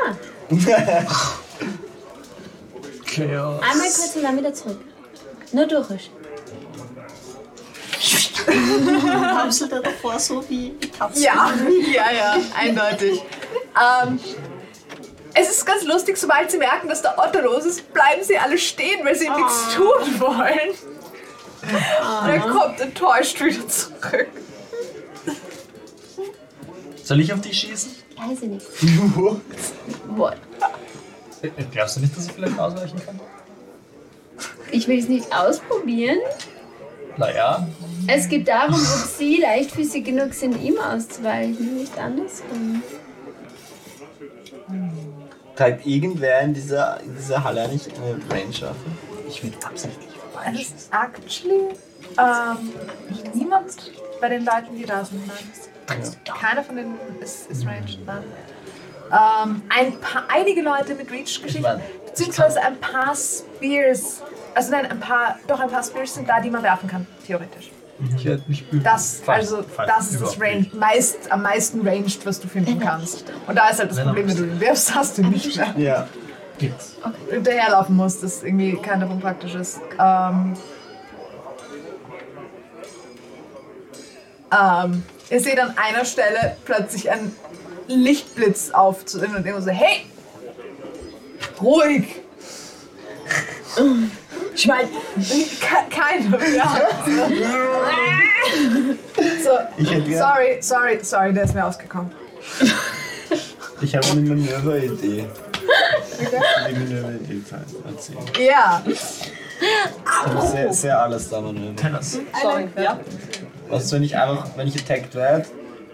Chaos. einmal kurz und dann wieder zurück. Nur durch. Kommst du da davor so wie die Katze? Ja, ja, ja, eindeutig. ähm, es ist ganz lustig, sobald sie merken, dass der Otto los ist, bleiben sie alle stehen, weil sie nichts tun wollen. Und dann kommt enttäuscht wieder zurück. Soll ich auf dich schießen? Weiß ich nicht. What? Glaubst du nicht, dass ich vielleicht ausweichen kann? Ich will es nicht ausprobieren. Naja. Es geht darum, ob sie leichtfüßig genug sind, ihm auszuweichen, nicht andersrum. Treibt irgendwer in dieser, in dieser Halle nicht eine Range-Waffe? Ich will absichtlich Es ist actually ähm, niemand bei den Leuten, die da sind. Nein. Keiner von denen ist, ist ranged. Nein. Ähm, ein paar, einige Leute mit Reach-Geschichten, Ich mein, beziehungsweise ein paar Spears, also nein, ein paar, doch ein paar Spears sind da, die man werfen kann, theoretisch. Ich werde mich üben. Das, also, Fast das ist das überhaupt Range, meist, am meisten ranged, was du finden kannst. Und da ist halt das Wenn Problem, wenn du ihn wirfst, hast du ihn nicht mehr. Ja. Jetzt. Hinterherlaufen musst, das irgendwie kein davon praktisch ist. Ähm, ähm, ihr seht an einer Stelle plötzlich einen Lichtblitz aufzunehmen und immer so, hey! Ruhig! Ich meine, Ke- Keine, ja. So, Ich hätte gern- sorry, sorry, sorry, der ist mir ausgekommen. Ich habe eine Manöveridee. Die Manöveridee erzählen. Ja, Sehr, sehr alles da Manöver. Tell us. sorry, ja. Was ist, wenn ich einfach, wenn ich attacked werde,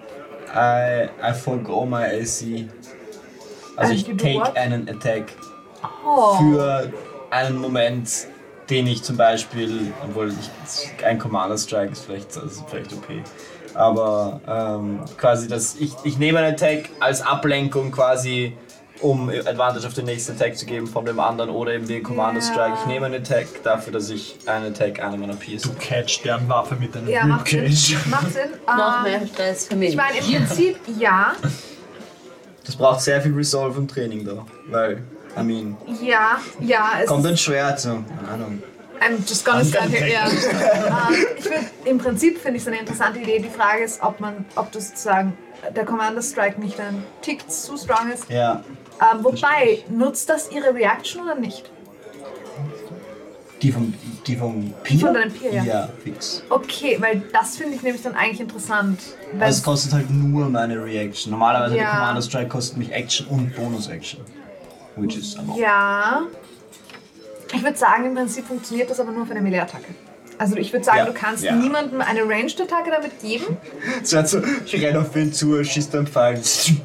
I, I forgo my A C. Also And ich you do take what? einen Attack oh. für einen Moment, den ich zum Beispiel, obwohl ich, ein Commander Strike ist vielleicht, das ist vielleicht okay, aber ähm, quasi das, ich, ich nehme einen Attack als Ablenkung quasi, um Advantage auf den nächsten Attack zu geben von dem anderen oder eben den Commander Strike. Ich nehme einen Attack dafür, dass ich einen Attack einer meiner Peers. Du catch deren Waffe mit deinem Ja, macht Sinn. Ribcage. Macht Sinn. Noch Ähm, mehr Stress für mich. Ich meine, im Prinzip ja. Das braucht sehr viel Resolve und Training da, weil, I mean, Ja, ja. Es kommt ein Schwert, so, keine Ahnung. I'm just gonna stand here. Ja. ähm, ich würd, Im Prinzip finde ich es eine interessante Idee. Die Frage ist, ob man, ob das sozusagen der Commander Strike nicht ein Tick zu strong ist. Ja, Ähm, wobei, nutzt das ihre Reaction oder nicht? die vom, die vom Die Peer? von deinem Peer, ja. Ja, fix. Okay, weil das finde ich nämlich dann eigentlich interessant. Weil Also es kostet halt nur meine Reaction. Normalerweise Ja. der Commander Strike kostet mich Action und Bonus Action. Which is aber auch. ja. Ich würde sagen, im Prinzip funktioniert das aber nur für eine Melee-Attacke. Also ich würde sagen, Ja, du kannst ja. niemandem eine Ranged-Attacke damit geben. Es wird so, ich renne auf ihn zu, er schießt dann Pfeil.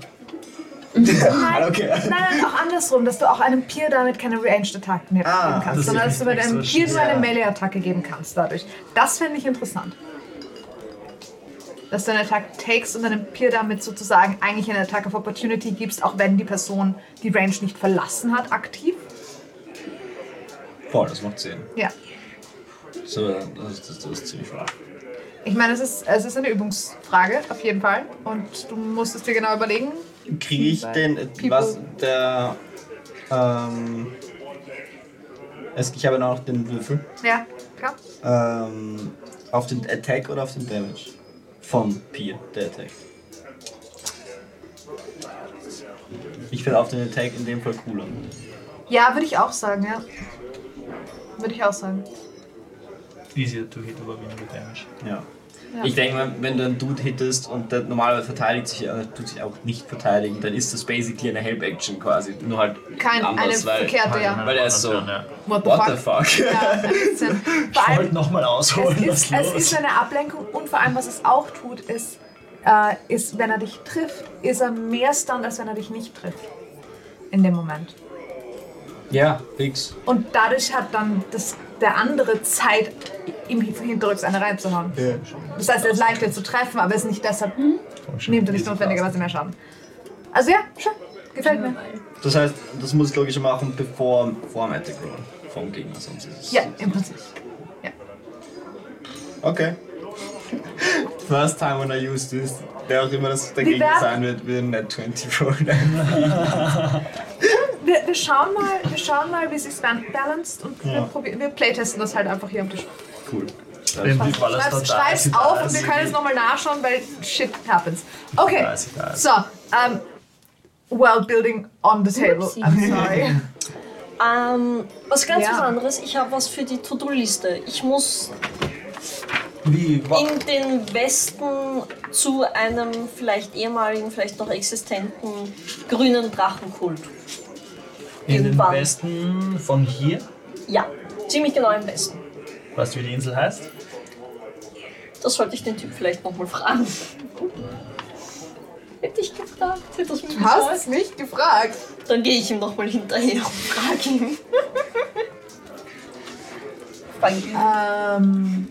Nein, Okay. nein, nein, auch andersrum, dass du auch einem Peer damit keine Ranged-Attacke mehr Ah, geben kannst, das sondern ist dass du bei deinem extra Peer nur eine ja. Melee-Attacke geben kannst dadurch. Das fände ich interessant. Dass du eine Attack takes und deinem Peer damit sozusagen eigentlich eine Attack of Opportunity gibst, auch wenn die Person die Range nicht verlassen hat, aktiv. Voll, das macht Sinn. Ja. So, das ist, das, das ist ziemlich wahr. Ich meine, es ist, es ist eine Übungsfrage, auf jeden Fall. Und du musst es dir genau überlegen. Kriege ich den, People. was, der, ähm, es, ich habe noch den Würfel, Ja, klar. ähm, auf den Attack oder auf den Damage? Vom Peer, der Attack. Ich finde auf den Attack in dem Fall cooler. Ja, würde ich auch sagen, ja. Würde ich auch sagen. Easier to hit, aber weniger Damage. Ja. Ja. Ich denke mal, wenn du einen Dude hittest und der normalerweise verteidigt sich, äh, tut sich auch nicht verteidigen, dann ist das basically eine Help-Action quasi. Nur halt Kein, eine anders, weil, verkehrte, ja. weil er ist so, Ja. What the what fuck? the fuck? Ja, ein bisschen. Vor Ich wollte allem, nochmal ausholen, es was ist, es los. ist eine Ablenkung und vor allem, was es auch tut, ist, äh, ist, wenn er dich trifft, ist er mehr stunned, als wenn er dich nicht trifft. In dem Moment. Ja, fix. Und dadurch hat dann das, der andere Zeit, ihm hinterrücks eine reinzuhauen. Ja. Das heißt, er ist leichter zu treffen, aber ist nicht deshalb, hm, nimmt er nicht notwendigerweise mehr Schaden. Also ja, schön. Gefällt mir. Das heißt, das muss ich logisch machen, bevor vor dem Attack Roll vom Gegner, sonst ist es... Ja, im Prinzip. Ja. Okay. First time when I use this, wer auch immer das der Wir Gegner werden- sein wird, wird Net zwanzig rollen. Wir, wir, schauen mal, wir schauen mal, wie sich's ban- balanced und wir, Ja. probieren, wir playtesten das halt einfach hier am Tisch. Cool. Irgendwie war das Schreib's, da schreib's da, auf da, und wir da, können es nochmal nachschauen, weil shit happens. Okay, Da ist, da ist. so, ähm, World Building on the table. Oopsie. I'm sorry. Ähm, was ganz Ja. was anderes, ich habe was für die To-Do-Liste. Ich muss Wie? wa- in den Westen zu einem vielleicht ehemaligen, vielleicht noch existenten grünen Drachenkult. In den Irgendwann. Westen von hier, Ja, ziemlich genau im Westen. weißt du, wie die Insel heißt? Das sollte ich den Typ vielleicht nochmal fragen. Hätte ich gefragt, hätte ich mir Du hast gesagt. es nicht gefragt. Dann gehe ich ihm nochmal hinterher und frage ihn. Frage ihn. Ähm.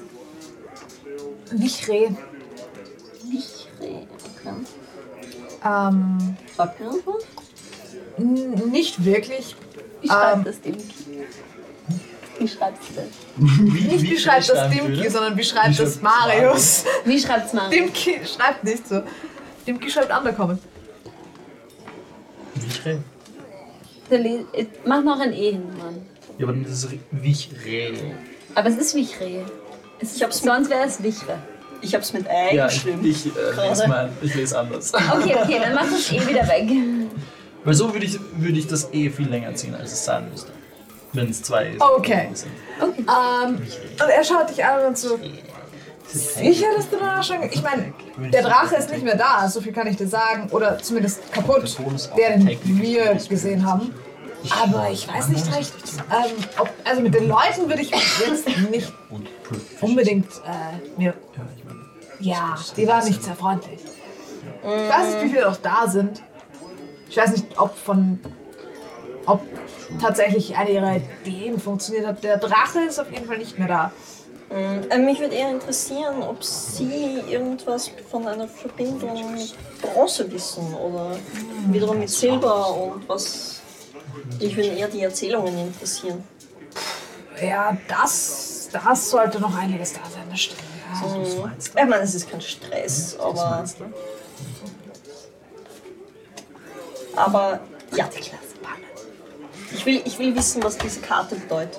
Vichré. Vichré, okay. Ähm. Sagt mir das was? n- Nicht wirklich. Wie schreibt Ähm. das dem? Wie schreibst du das? Nicht wie schreibt das schreiben Dimki, würde? sondern wie schreibt Wie das schreibt Marius. Wie schreibt's mal? Dimki schreibt nicht so. Dimki schreibt Undercommon. Vichré. Der Le- äh, Mach noch ein E hin, Mann. Ja, aber das ist Vichré. Aber es ist Vichré. Es Ich hab's ist, sonst wäre es Vichre. Ich hab's mit Ei Ja, ich, geschrieben. ich, äh, lese mein, ich lese anders. Okay, okay, dann mach das E wieder weg. Weil so würde ich, würde ich das E viel länger ziehen, als es sein müsste. Wenn es zwei E's Okay. sind. Ähm, und er schaut dich an und so. Sicher, dass du danach schon. Ich meine, der Drache ist nicht mehr da, so viel kann ich dir sagen. Oder zumindest kaputt, der, den wir gesehen haben. Aber ich weiß nicht recht. Ähm, ob, also mit den Leuten würde ich jetzt nicht unbedingt äh, mir. Ja, die waren nicht sehr freundlich. Ich weiß nicht, wie viele noch da sind. Ich weiß nicht, ob von. Ob tatsächlich eine ihrer Ideen funktioniert hat. Der Drache ist auf jeden Fall nicht mehr da. Äh, mich würde eher interessieren, ob Sie irgendwas von einer Verbindung mit Bronze wissen oder wiederum mit Silber und was. Mich würden eher die Erzählungen interessieren. Ja, das, das sollte noch einiges da sein, das stimmt. Ja. Ich meine, es ist kein Stress, aber. Aber ja, die Klasse. Ich will, ich will wissen, was diese Karte bedeutet.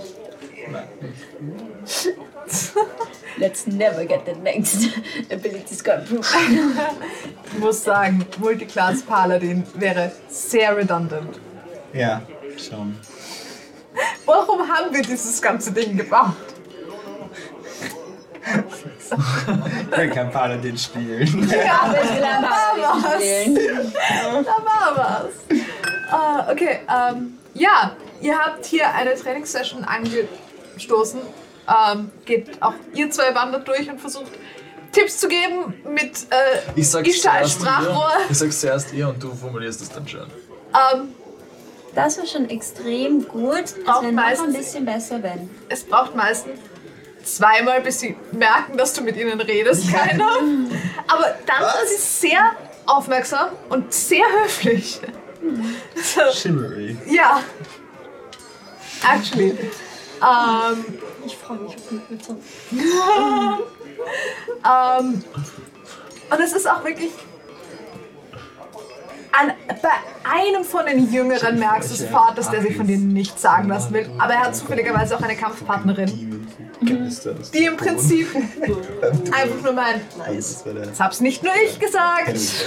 Let's never get the next ability score improved. Ich muss sagen, Multiclass Paladin wäre sehr redundant. Ja, schon. Warum haben wir dieses ganze Ding gebaut? Ich will kein Paladin spielen. Ja, Ich will ein was? paar spielen. da war was. Ah, okay, ähm, ja, ihr habt hier eine Trainingssession angestoßen. Ähm, geht auch ihr zwei wandert durch und versucht Tipps zu geben mit äh, Ich sag's Ishtar als zuerst Sprachrohr. ihr, ich sag's zuerst ihr und du formulierst es dann schon. Ähm, Das war schon extrem gut. Es Braucht wäre noch ein meistens- bisschen besser, wenn. es braucht meistens zweimal, bis sie merken, dass du mit ihnen redest, keiner. Aber dann sind sie sehr aufmerksam und sehr höflich. So, Shimmery. ja. Actually. Ähm, Ich freue mich auf den Blitzer. ähm, und es ist auch wirklich. An, bei einem von den Jüngeren merkst du sofort, dass der sich von denen nichts sagen lassen will. Aber er hat zufälligerweise auch eine Kampfpartnerin, die im Prinzip einfach nur meint, Nice. das hab's nicht nur ich gesagt.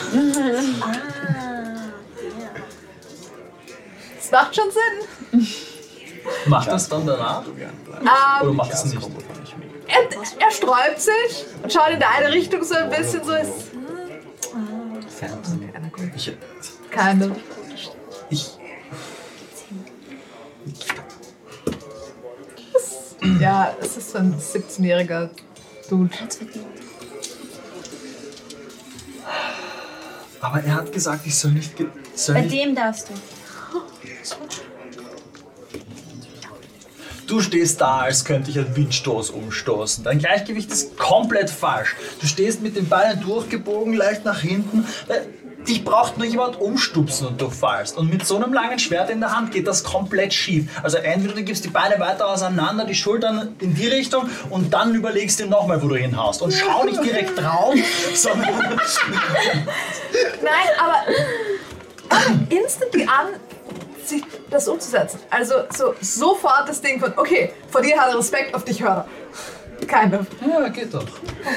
Das macht schon Sinn. Macht das dann danach? Oder Ähm, macht es nicht? er, er sträubt sich und schaut in deine Richtung so ein bisschen so. Ist, Ich, keine. ich, Ja, es ist so ein siebzehnjähriger Dude. Aber er hat gesagt, ich soll nicht. ge- Soll Bei nicht dem darfst du. Du stehst da, als könnte ich einen Windstoß umstoßen. Dein Gleichgewicht ist komplett falsch. Du stehst mit den Beinen durchgebogen, leicht nach hinten. Äh, Dich braucht nur jemand umstupsen und du fallst. Und mit so einem langen Schwert in der Hand geht das komplett schief. Also entweder du gibst die Beine weiter auseinander, die Schultern in die Richtung und dann überlegst du nochmal, wo du hinhaust. Und schau nicht direkt drauf, sondern... Nein, aber instantly an, sich das umzusetzen. Also so sofort das Ding von, okay, vor dir hat er Respekt, auf dich hört er. Keine. Ja, geht doch.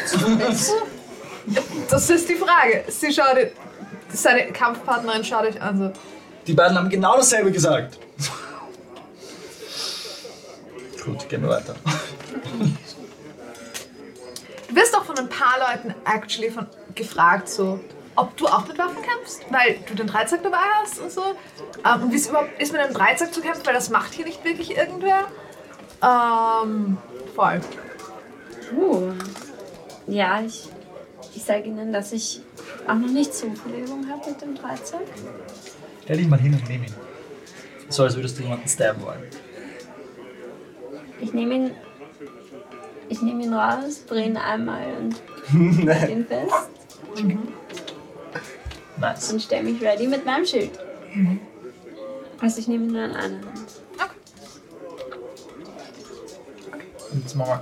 Das ist die Frage. Sie schaut, seine Kampfpartnerin schaut euch an so. Die beiden haben genau dasselbe gesagt. Gut, gehen wir weiter. Du wirst auch von ein paar Leuten actually von, gefragt, so, ob du auch mit Waffen kämpfst, weil du den Dreizack dabei hast und so. Ähm, und wie es überhaupt ist, mit einem Dreizack zu kämpfen, weil das macht hier nicht wirklich irgendwer. Ähm, voll. Uh. Ja, ich, ich sage Ihnen, dass ich auch noch nicht so viel Übung habe mit dem Dreizack. Stell dich mal hin und nimm ihn. So, als würdest du jemanden stabben wollen. Ich nehme ihn, ich nehme ihn raus, drehe ihn einmal und halte ihn fest Nice. und stelle mich ready mit meinem Schild. Mhm. Also ich nehme ihn nur in einer Hand. Und jetzt machen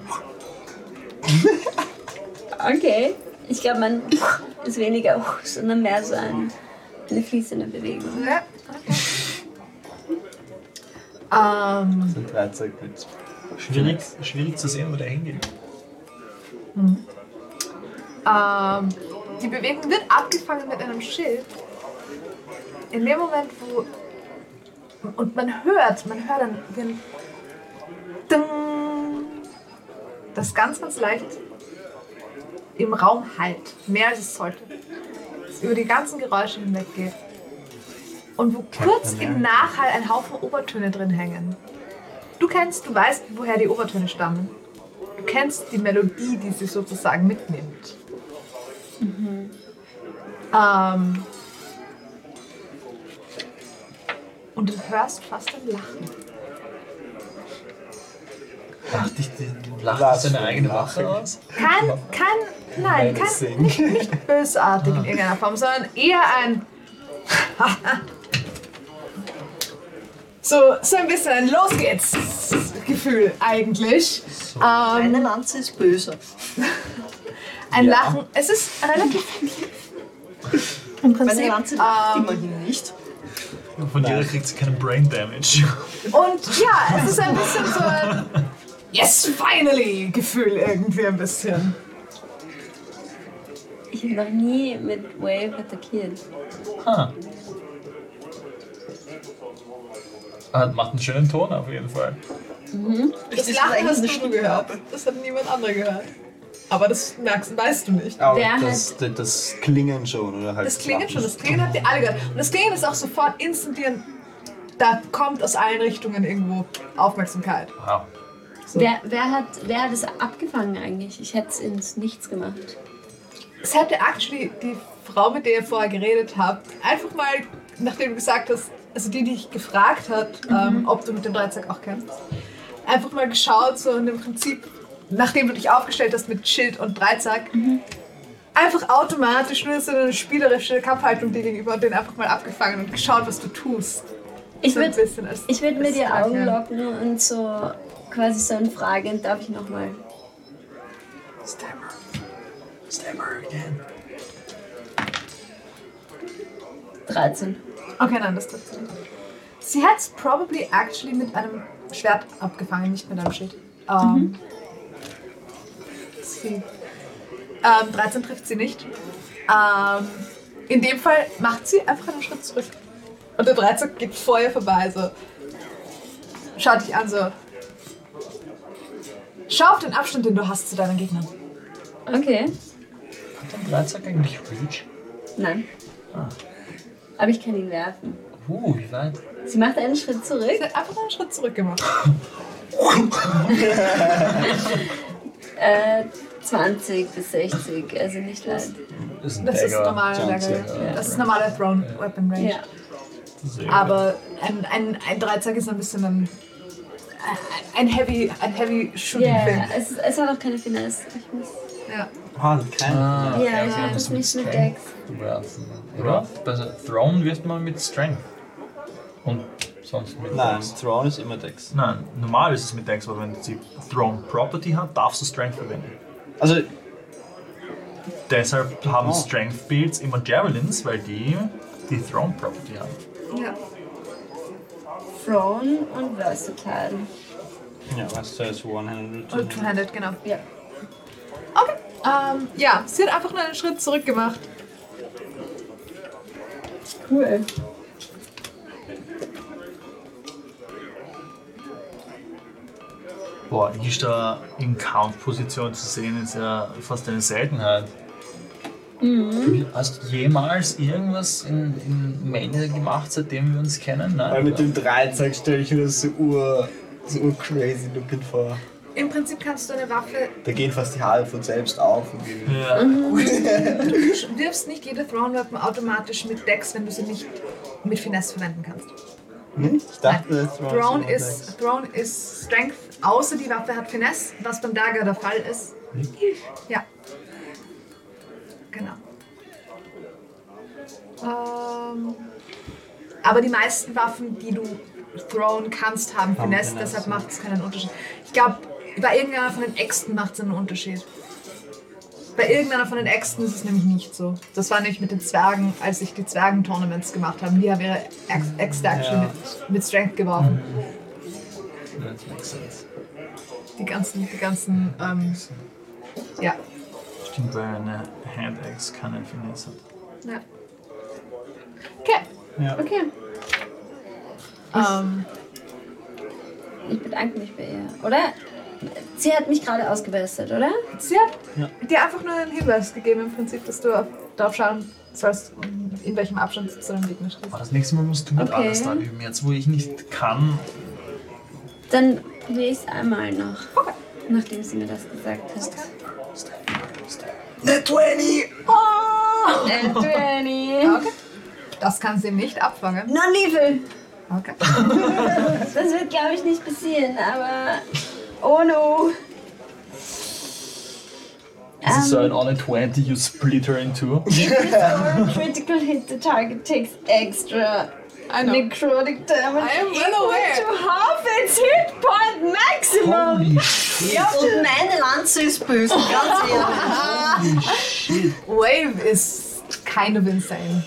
wir. Okay. Ich glaube, man ist weniger, sondern mehr so ein, eine fließende Bewegung. Ja, okay. Ähm, Sind Dreizack mit. Schwierig, schwierig zu sehen, wo der hingeht. ähm, die Bewegung wird abgefangen mit einem Schild. In dem Moment, wo... Und man hört, man hört dann den... Ding, das ganz, ganz leicht im Raum halt. Mehr als es sollte. Das über die ganzen Geräusche hinweg geht. Und wo kurz im Nachhall ein Haufen Obertöne drin hängen. Du kennst, du weißt, woher die Obertöne stammen. Du kennst die Melodie, die sie sozusagen mitnimmt. Mhm. Ähm, und du hörst fast ein Lachen. Lacht dich die Lacht seine eigene Waffe aus? Kein, kein, nein, kein, nicht, nicht bösartig in irgendeiner Form, sondern eher ein so, so ein bisschen ein Los geht's Gefühl eigentlich. Ähm, Eine Lanze ist böse. ein Lachen, es ist relativ im Meine Prinzip. Lanze lacht Ähm, immerhin nicht. Von dir kriegt sie keinen Brain Damage. Und ja, es ist ein bisschen so ein Yes, finally Gefühl irgendwie ein bisschen. Ich habe noch nie mit Wave attackiert. Ah. Ah, macht einen schönen Ton auf jeden Fall. Das Lachen hast du gehört. Das hat niemand anderer gehört. Aber das merkst, weißt du nicht. Aber Wer das, das, das Klingen schon, oder halt? Das Klingen schon, das Klingen habt ihr alle gehört. Und das Klingen ist auch sofort instantiert. Da kommt aus allen Richtungen irgendwo Aufmerksamkeit. Wow. So. Wer, wer, hat, wer hat es abgefangen eigentlich? Ich hätte es ins Nichts gemacht. Es hätte actually die Frau, mit der ihr vorher geredet habt, einfach mal, nachdem du gesagt hast, also die, die dich gefragt hat, ähm, ob du mit dem Dreizack auch kämpfst, einfach mal geschaut, so in dem Prinzip, nachdem du dich aufgestellt hast mit Schild und Dreizack, einfach automatisch nur so eine spielerische Kampfhaltung dir gegenüber und den einfach mal abgefangen und geschaut, was du tust. Ich So ein würde bisschen als- ich würd mir als die Augen Danke. locken und so quasi so eine Frage, darf ich nochmal? Stammer. Stammer again. dreizehn. Okay, nein, das trifft sie nicht. Sie hat es probably actually mit einem Schwert abgefangen, nicht mit einem Schild. Ähm, sie, ähm, dreizehn trifft sie nicht. Ähm, in dem Fall macht sie einfach einen Schritt zurück. Und der dreizehn geht vor ihr vorbei, so. Schaut dich an, so. Schau auf den Abstand, den du hast zu deinen Gegnern. Okay. Hat ein Dreizack eigentlich Reach? Nein. Ah. Aber ich kann ihn werfen. Uh, wie weit? Sie macht einen Schritt zurück. Sie hat einfach einen Schritt zurück gemacht. Äh, zwanzig bis sechzig, also nicht weit. Das ist ein Das ist Dagger. normale zwanzig, Dagger. ja. Das ist normale Thrown Weapon Range. Ja. Sehr Aber ein, ein, ein Dreizack ist ein bisschen ein, ein heavy, ein heavy shooting Ja, thing. es, es hat auch keine Finesse. Ich muss, Ja. Ah, kein. Ah, ja, okay, ich habe das also nicht mit Strength Dex. werfen. Oder? Bei Throne wirft man mit Strength. Und sonst mit Nein, Dex. Throne ist immer Dex. Nein, normal ist es mit Dex, aber wenn sie Throne Property hat, darfst du Strength verwenden. Also, Deshalb haben Oh. Strength Builds immer Javelins, weil die die Throne Property haben. Ja. Throne und Versatile. ja, weißt du, ist One-Handed. Und Two-Handed, genau. Ja. Okay. Ähm, ja, sie hat einfach nur einen Schritt zurück gemacht. Cool. Boah, Ishtar in Kampfposition zu sehen, ist ja fast eine Seltenheit. Hast du jemals irgendwas in, in Mania gemacht, seitdem wir uns kennen? Nein. Weil mit oder? dem Dreizack stelle ich mir das so ur, so ur crazy looking vor. im Prinzip kannst du eine Waffe, Da gehen fast die Haare von selbst auf. Und gehen. Ja. du wirfst nicht jede Thrown Weapon automatisch mit Dex, wenn du sie nicht mit Finesse verwenden kannst. Hm? Ich dachte, Thrown Thrown ist immer ist, Thrown ist Strength, außer die Waffe hat Finesse, was beim Dagger der Fall ist. Ja. Genau. Ähm, aber die meisten Waffen, die du thrown kannst, haben Haben Finesse, Finesse, deshalb ja. macht es keinen Unterschied. Ich glaube, bei irgendeiner von den Äxten macht es einen Unterschied. Bei irgendeiner von den Äxten ist es nämlich nicht so. Das war nämlich mit den Zwergen, als ich die Zwergen-Tournaments gemacht habe. Die haben ihre Äxte actually Ja. mit, mit Strength geworfen. That makes sense. Die ganzen, die ganzen, ähm, ja. Stimmt, weil eine Hand-Axe keinen Finesse hat. ja. Okay. Ja. Okay. Ähm, Ich bedanke mich bei ihr, oder? Sie hat mich gerade ausgebessert, oder? sie hat Ja. dir einfach nur einen Hinweis gegeben, im Prinzip, dass du darauf schauen sollst, in welchem Abstand zu deinem Gegner stehst. Aber das nächste Mal musst du mit Okay. alles da üben. Jetzt, wo ich nicht kann. Dann probiere ich es einmal noch. Nachdem sie mir das gesagt hat. Net zwanzig! Äh, twenty. Okay. Das kann sie nicht abfangen. Non-lethal. Okay. Das wird, glaube ich, nicht passieren, aber... Oh no. Das ist so ein on a twenty, you split her in two. Or critical hit, the target takes extra I know. necrotic damage I am well equal aware. to half its hit point maximum. Holy shit! Ja, und meine Lanze ist böse, ganz ehrlich. Holy shit! Wave is kind of insane.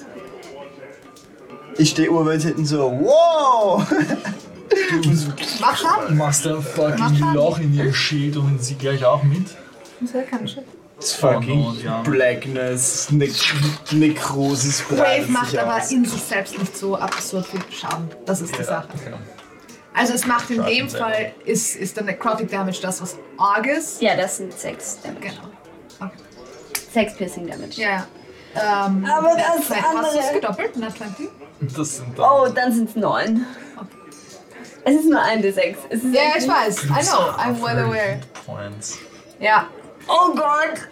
Ich stehe urweit hinten so, wow! Mach Du Schaden. machst ein Mach fucking Schaden. Loch in ihrem Schild und sie gleich auch mit. Das wäre kein Shit. Das fucking Blackness, ne Nekrosis Wave macht aber in sich selbst nicht so absurd viel Schaden. Das ist die Sache. Ja. Also es macht in Schaden dem selber. Fall, ist, ist der Necrotic Damage das, was arg ist. Ja, das sind sechs Damage. Genau. Sechs Piercing Damage. Ja, ja. Ähm, Aber das Hast du es andere... gedoppelt? Na, zwanzig? Das sind dann Oh, dann sind es neun. Es ist nur ein D sechs. Es ist Ja, echt ich nicht- weiß. I know. I'm well aware. Points. Ja. Oh Gott!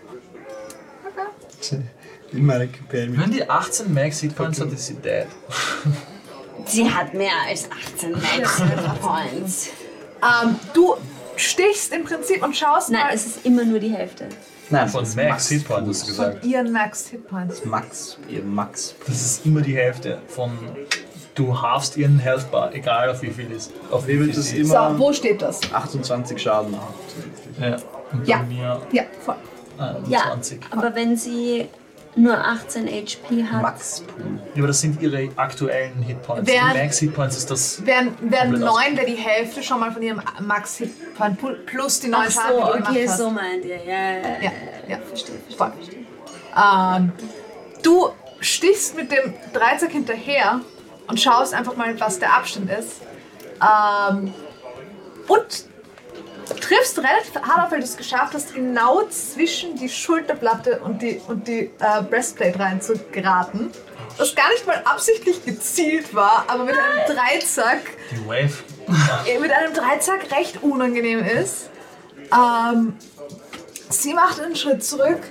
In meiner Companion. Wenn die achtzehn Max Hit Points hat, ist sie dead. Sie hat mehr als achtzehn Max Points. Ähm, du stichst im Prinzip und schaust Nein, mal es ist immer nur die Hälfte. Nein, Von das ist Max Hit Points hast du von gesagt. ihren Max Hitpoints. Max, ihr Max. Das ist immer die Hälfte von. Du halfst ihren Health Bar, egal auf wie viel ist. Auf Wie wird das sie So, immer wo steht das? achtundzwanzig Schaden machen? Ja. Und Ja. bei mir Ja, voll. Ja, einundzwanzig. aber wenn sie nur achtzehn H P hat. Max Pool. Ja, aber das sind ihre aktuellen Hitpoints. Wer- Die Max Hitpoints ist das. Wären, wären Komplett neun, wäre die Hälfte schon mal von ihrem Max Hitpoint plus die neun Ach Schaden, so, die du okay, gemacht hast. so meint ihr. Ja, ja, ja. Ja, ja. Verstehe, Voll. verstehe, verstehe. Ähm, du stichst mit dem Dreizack hinterher und schaust einfach mal, was der Abstand ist. Ähm, und triffst relativ hart auf, weil du es geschafft hast, genau zwischen die Schulterplatte und die, und die äh, Breastplate rein zu geraten. Das gar nicht mal absichtlich gezielt war, aber mit einem Dreizack, Die Wave. äh, mit einem Dreizack recht unangenehm ist. Ähm, sie macht einen Schritt zurück.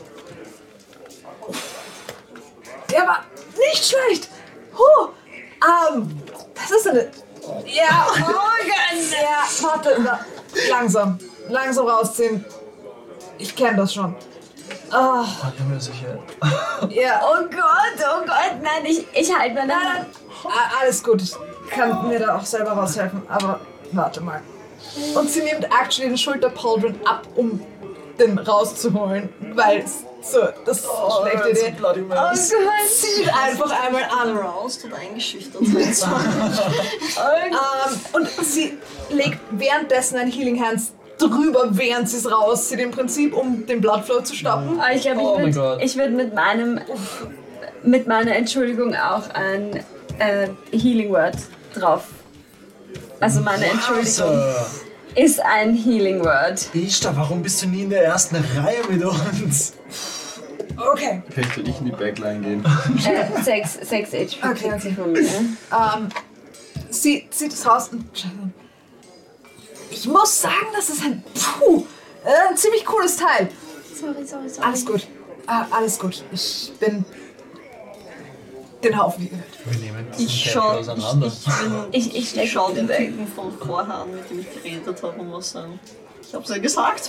Der war nicht schlecht. Huh. Ähm, das ist eine... Ja, oh Gott. Ja, warte, na, langsam. Langsam rausziehen. Ich kenne das schon. Ah, Ich bin mir sicher. ja, Oh Gott, oh Gott, nein, ich, ich halte meine Hand. a- alles gut. Ich kann mir da auch selber raushelfen, aber warte mal. Und sie nimmt actually den Schulterpauldron ab, um den rauszuholen, weil es so, das ist eine schlechte Idee. Oh Gott. Zieht einfach einmal an. Aroused und eingeschüchtert sein. Ähm, und sie legt währenddessen ein Healing Hands drüber, während sie es rauszieht, im Prinzip, um den Bloodflow zu stoppen. Oh, ich glaube, Oh mein ich Gott. würde würd mit meinem, mit meiner Entschuldigung auch ein äh, Healing Word drauf. Also meine Entschuldigung ist ein Healing Word. Ishtar, warum bist du nie in der ersten Reihe mit uns? Okay. Vielleicht will ich in die Backline gehen. Äh, sechs, sechs H P Okay, kriegt sie okay. von mir. Ähm, sie zieht es raus und ich muss sagen, das ist ein, puh, äh, ein ziemlich cooles Teil. Sorry, sorry, sorry. Alles gut. Ah, alles gut. Ich bin den Haufen wie gehört. Wir nehmen das Ich Tempel schau, auseinander. ich, ich, bin, Ich, ich ich schau den weg. Typen von vorher an, mit dem ich geredet habe und muss sagen, ich hab's ja gesagt.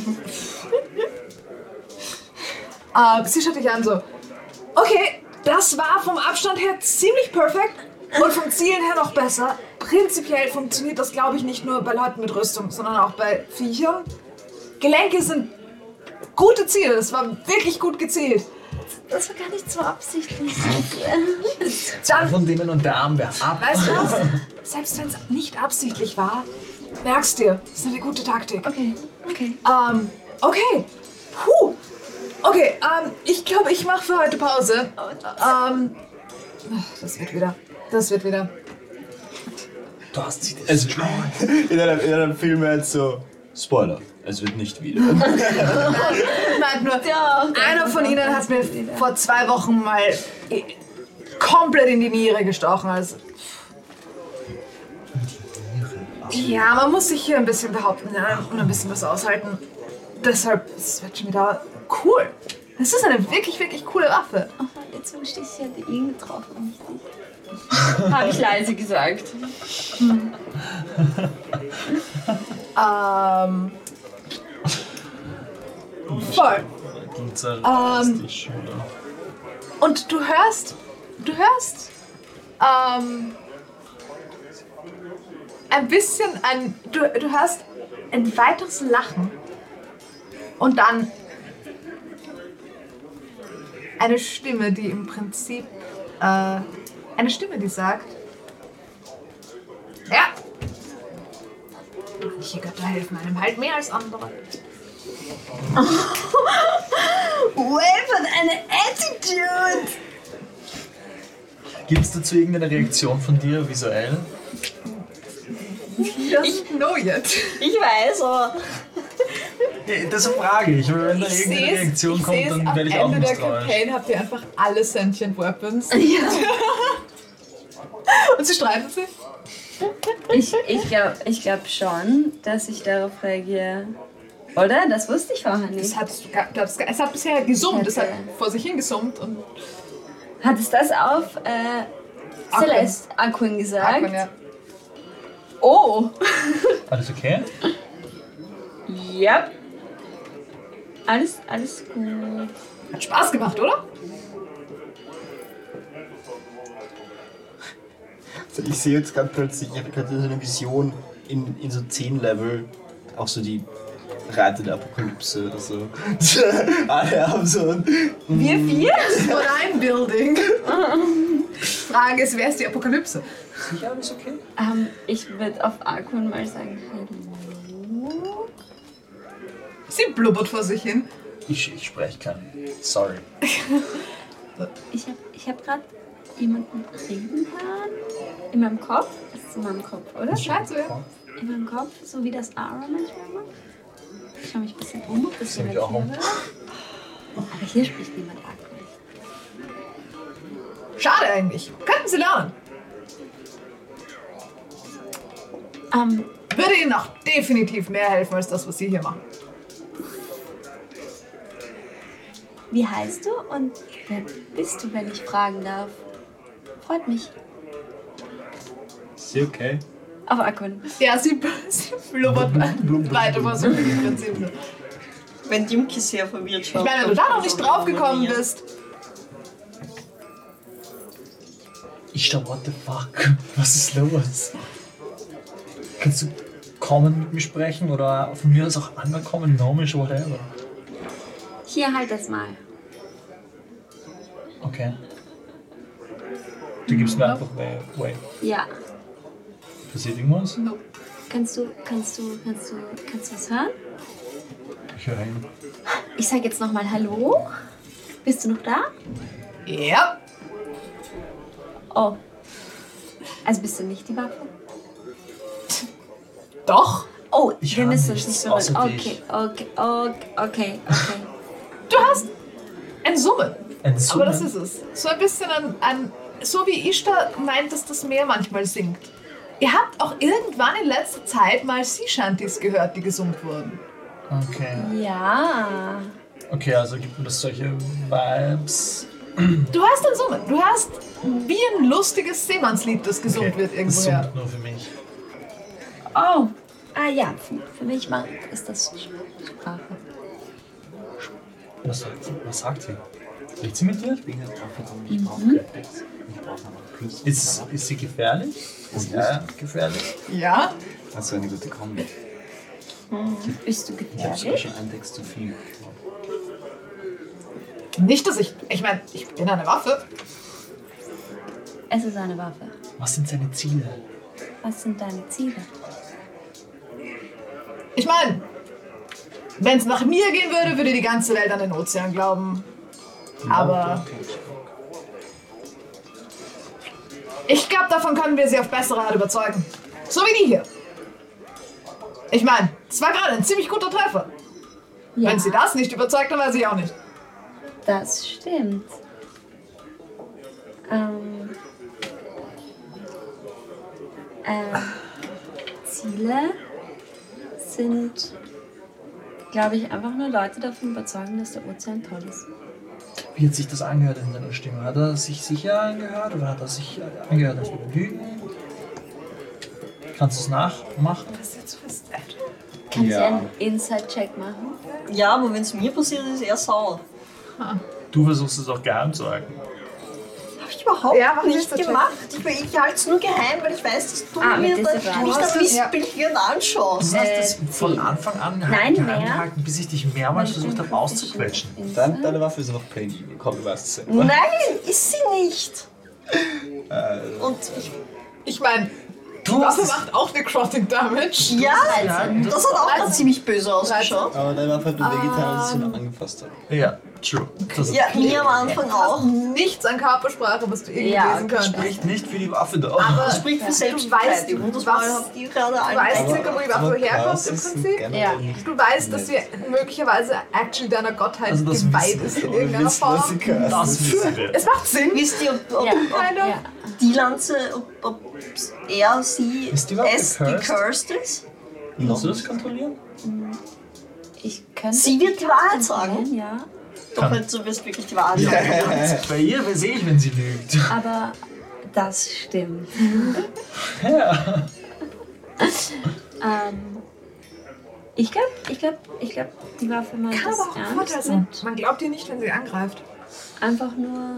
Uh, sie schaut dich an so, okay, das war vom Abstand her ziemlich perfekt und vom Zielen her noch besser. Prinzipiell funktioniert das, glaube ich, nicht nur bei Leuten mit Rüstung, sondern auch bei Viechern. Gelenke sind gute Ziele, das war wirklich gut gezielt. Das war gar nicht so absichtlich. Dann, Von denen und der Arm wäre ab. weißt du was? Selbst wenn es nicht absichtlich war, merkst dir, das ist eine gute Taktik. Okay, okay. Ähm, okay. Puh. Okay, ähm, ich glaube, ich mache für heute Pause. Ähm, ach, das wird wieder. Das wird wieder. Du hast sie das Also, in, einem, in einem Film jetzt so, Spoiler, es wird nicht wieder. Nein, nur, Ja, einer von ihnen hat mir vor zwei Wochen mal i- komplett in die Niere gestochen. Also. Ja, man muss sich hier ein bisschen behaupten, ja, und ein bisschen was aushalten. Deshalb, es wird schon wieder cool. Das ist eine wirklich, wirklich coole Waffe. Oh, jetzt wünschte ich, sie hätte ihn getroffen. Habe ich leise gesagt. Ähm. Voll. Ähm, Und du hörst, du hörst, ähm, ein bisschen ein, du, du hörst ein weiteres Lachen und dann eine Stimme, die im Prinzip, äh, eine Stimme, die sagt, ja, manche Götter helfen einem halt mehr als andere. Wave hat eine Attitude! Gibt es dazu irgendeine Reaktion von dir visuell? Doesn't know yet. Ich weiß, aber Das frage ich, aber wenn da Ich irgendeine seh's- Reaktion ich kommt, seh's, dann werde ich auch am Ende der misstrauisch. Campaign habt ihr einfach alle Sentient Weapons. Ja. Und sie streifen sie. Ich, ich glaube ich glaub schon, dass ich darauf reagiere. Oder? Das wusste ich vorher nicht. Es hat, das, es hat bisher gesummt, es hat vor sich hingesummt und Hat es das auf äh, Aquin. Celeste Aquin gesagt? Aquin, ja. Oh! Alles okay? Yep. Alles, alles gut. Hat Spaß gemacht, oder? Ich sehe jetzt gerade plötzlich, ich habe gerade so eine Vision in, in so zehn Level, auch so die Reiter der Apokalypse oder so. Alle haben so ein... Wir vier? Oder ein Building. Frage ist, wer ist die Apokalypse? Ja, alles okay. Ähm, ich würde auf Aquin mal sagen, hallo. Sie blubbert vor sich hin. Ich, ich spreche keinen. Sorry. Ich habe ich hab gerade jemanden reden hören. In meinem Kopf. Das ist in meinem Kopf, oder? Das scheint so, ja. In meinem Kopf, so wie das Ara manchmal macht. Ich schaue mich ein bisschen um, ob das Soll ich jemand auch um? hier hört. Aber hier spricht niemand Aquin. Schade eigentlich. Könnten sie lernen. Ähm, Würde ihnen auch definitiv mehr helfen als das, was sie hier machen. wie heißt du und wer bist du, wenn ich fragen darf? Freut mich. Ist sie okay? Auf Aquin. Ja, sie, sie blubbert weiter vor sich hin im Prinzip. wenn Jumki sehr verwirrt schaut. Ich meine, wenn du da noch nicht draufgekommen bist. Ich da, what the fuck? Was ist los? Kannst du kommen mit mir sprechen oder von mir aus auch ankommen, nomisch, whatever? Hier, halt das mal. Okay. Du gibst mir einfach way. way. Ja. Passiert irgendwas? Kannst du, kannst du, kannst du, kannst du was hören? Ich höre hin. Ich sag jetzt nochmal Hallo. Bist du noch da? Ja. Oh. Also bist du nicht die Waffe? Doch. Oh, Ich wir höre müssen uns nichts nicht berühren. außer Okay, dich. okay, okay, okay, okay. Du hast ein Summen. Ein Aber Summen? das ist es. So ein bisschen ein, ein so wie Ishtar meint, dass das Meer manchmal singt. ihr habt auch irgendwann in letzter Zeit mal Sea Shanties gehört, die gesungen wurden. Okay. Ja. Okay, also gibt mir das solche Vibes. Du hörst dann Summen. Du hörst wie ein lustiges Seemannslied, das gesungen Okay, wird das irgendwoher. summt nur für mich. Oh. Ah ja, für, für mich macht, ist das Sprache. Was sagt sie? Was sagt sie? Spricht sie mit dir? Ich bin jetzt drauf gekommen, ich brauche kein Text. Ich brauche einfach Plus. Ist, ist sie gefährlich? Ist er gefährlich? Ja? Das ist eine gute Kombi. Bist du Ich habe sogar gefährlich? schon einen Text zu viel. Nicht, dass ich... Ich meine, ich bin eine Waffe. Es ist eine Waffe. Was sind seine Ziele? Was sind deine Ziele? Ich meine, wenn es nach mir gehen würde, würde die ganze Welt an den Ozean glauben. Aber ich glaube, davon können wir sie auf bessere Art überzeugen. So wie die hier. Ich meine, es war gerade ein ziemlich guter Treffer. Ja, Wenn sie das nicht überzeugt, dann weiß ich auch nicht. das stimmt. Ähm, ähm, Ziele sind, glaube ich, einfach nur Leute davon überzeugen, dass der Ozean toll ist. Wie hat sich das angehört in seiner Stimme? Hat er sich sicher angehört oder hat er sich angehört, als würde er lügen? Kannst du es nachmachen? Kannst Ja. du einen Inside-Check machen? Ja, aber wenn es mir passiert, ist er sauer. Du versuchst es auch geheim zu halten. Hab ich überhaupt Ja, mach nicht Insta-Check. gemacht. Ich, ich halte es nur geheim, weil ich weiß, dass du Ah, mir mit da Disadvantage. nicht Du hast ein es- ja. Missbild anschaust. Du hast Äh, es von zehn. Anfang an Nein, geheim mehr. gehalten, bis ich dich mehrmals versucht habe auszuquetschen. Dein, deine Waffe ist einfach plain evil. Komm, du weißt es selber. Nein, ist sie nicht. Äh, Und ich, Ich meine, die Du hast Waffe es- macht auch Necrotic Damage. ja, Ja, das hat auch gerade ziemlich böse ausgeschaut. aber deine Waffe hat nur wehgetan, als ich sie noch angefasst habe. Ja, true. Das Ja, mir am Anfang auch. Nichts an Körpersprache, was du irgendwie Ja, lesen könntest. spricht nicht für die Waffe da. Aber Das spricht für du weißt, Selbstverteidigung. Das was, Mal habt ihr gerade du alle weißt ein- circa, wo die Waffe Aber herkommt Chaos im ist Prinzip. generell Ja. nicht Du weißt, dass nett. sie möglicherweise actually deiner Gottheit Also das geweiht wissen ist in Wir irgendeiner wissen, was Form. sie kann. Das wissen wir. Es macht Sinn. Wisst ihr, ob, ob, Ja, ob Keine- ja. die Lanze, ob, ob er, sie, Ist die überhaupt es gecursed? gecursed ist? Kannst du das kontrollieren? Ich könnte Sie wird die Wahrheit kontrollieren, sagen. Ja, Doch, wenn du wirst wirklich die Wahrheit sagen. Bei ihr sehe ich, wenn sie lügt. aber das stimmt. Ja. Ähm, ich glaube, ich glaube, ich glaube, die Waffe meint Kann das aber auch ein Vorteil ernst sein. mit Man glaubt ihr nicht, wenn sie angreift. einfach nur.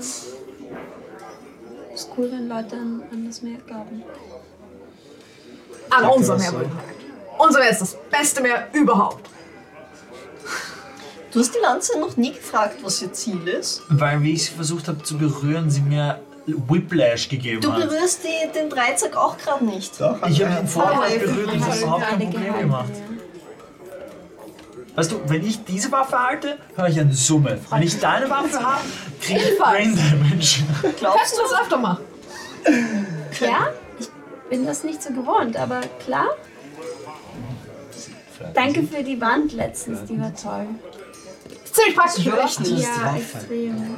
Ist cool, wenn Leute an, an das Meer glauben. Aber Sagt unser er Meer das so? wohl. Unser Meer ist das beste Meer überhaupt. Du hast die Lanze noch nie gefragt, was ihr Ziel ist. Weil, wie ich sie versucht habe zu berühren, sie mir Whiplash gegeben Du hat. berührst die, den Dreizack auch gerade nicht. Doch, Ich habe ihn vorher Aber berührt und das Halt überhaupt kein gerade Problem gehalten, gemacht. ja. Weißt du, wenn ich diese Waffe halte, höre ich eine Summe. Wenn ich deine Waffe habe, kriege ich Brain Damage. Glaubst Kannst du das öfter machen? Ja, ich bin das nicht so gewohnt, aber klar. Danke für die Wand letztens, die war toll. Ist ziemlich praktisch, oder? Das ist die Ja, Waffe. extrem.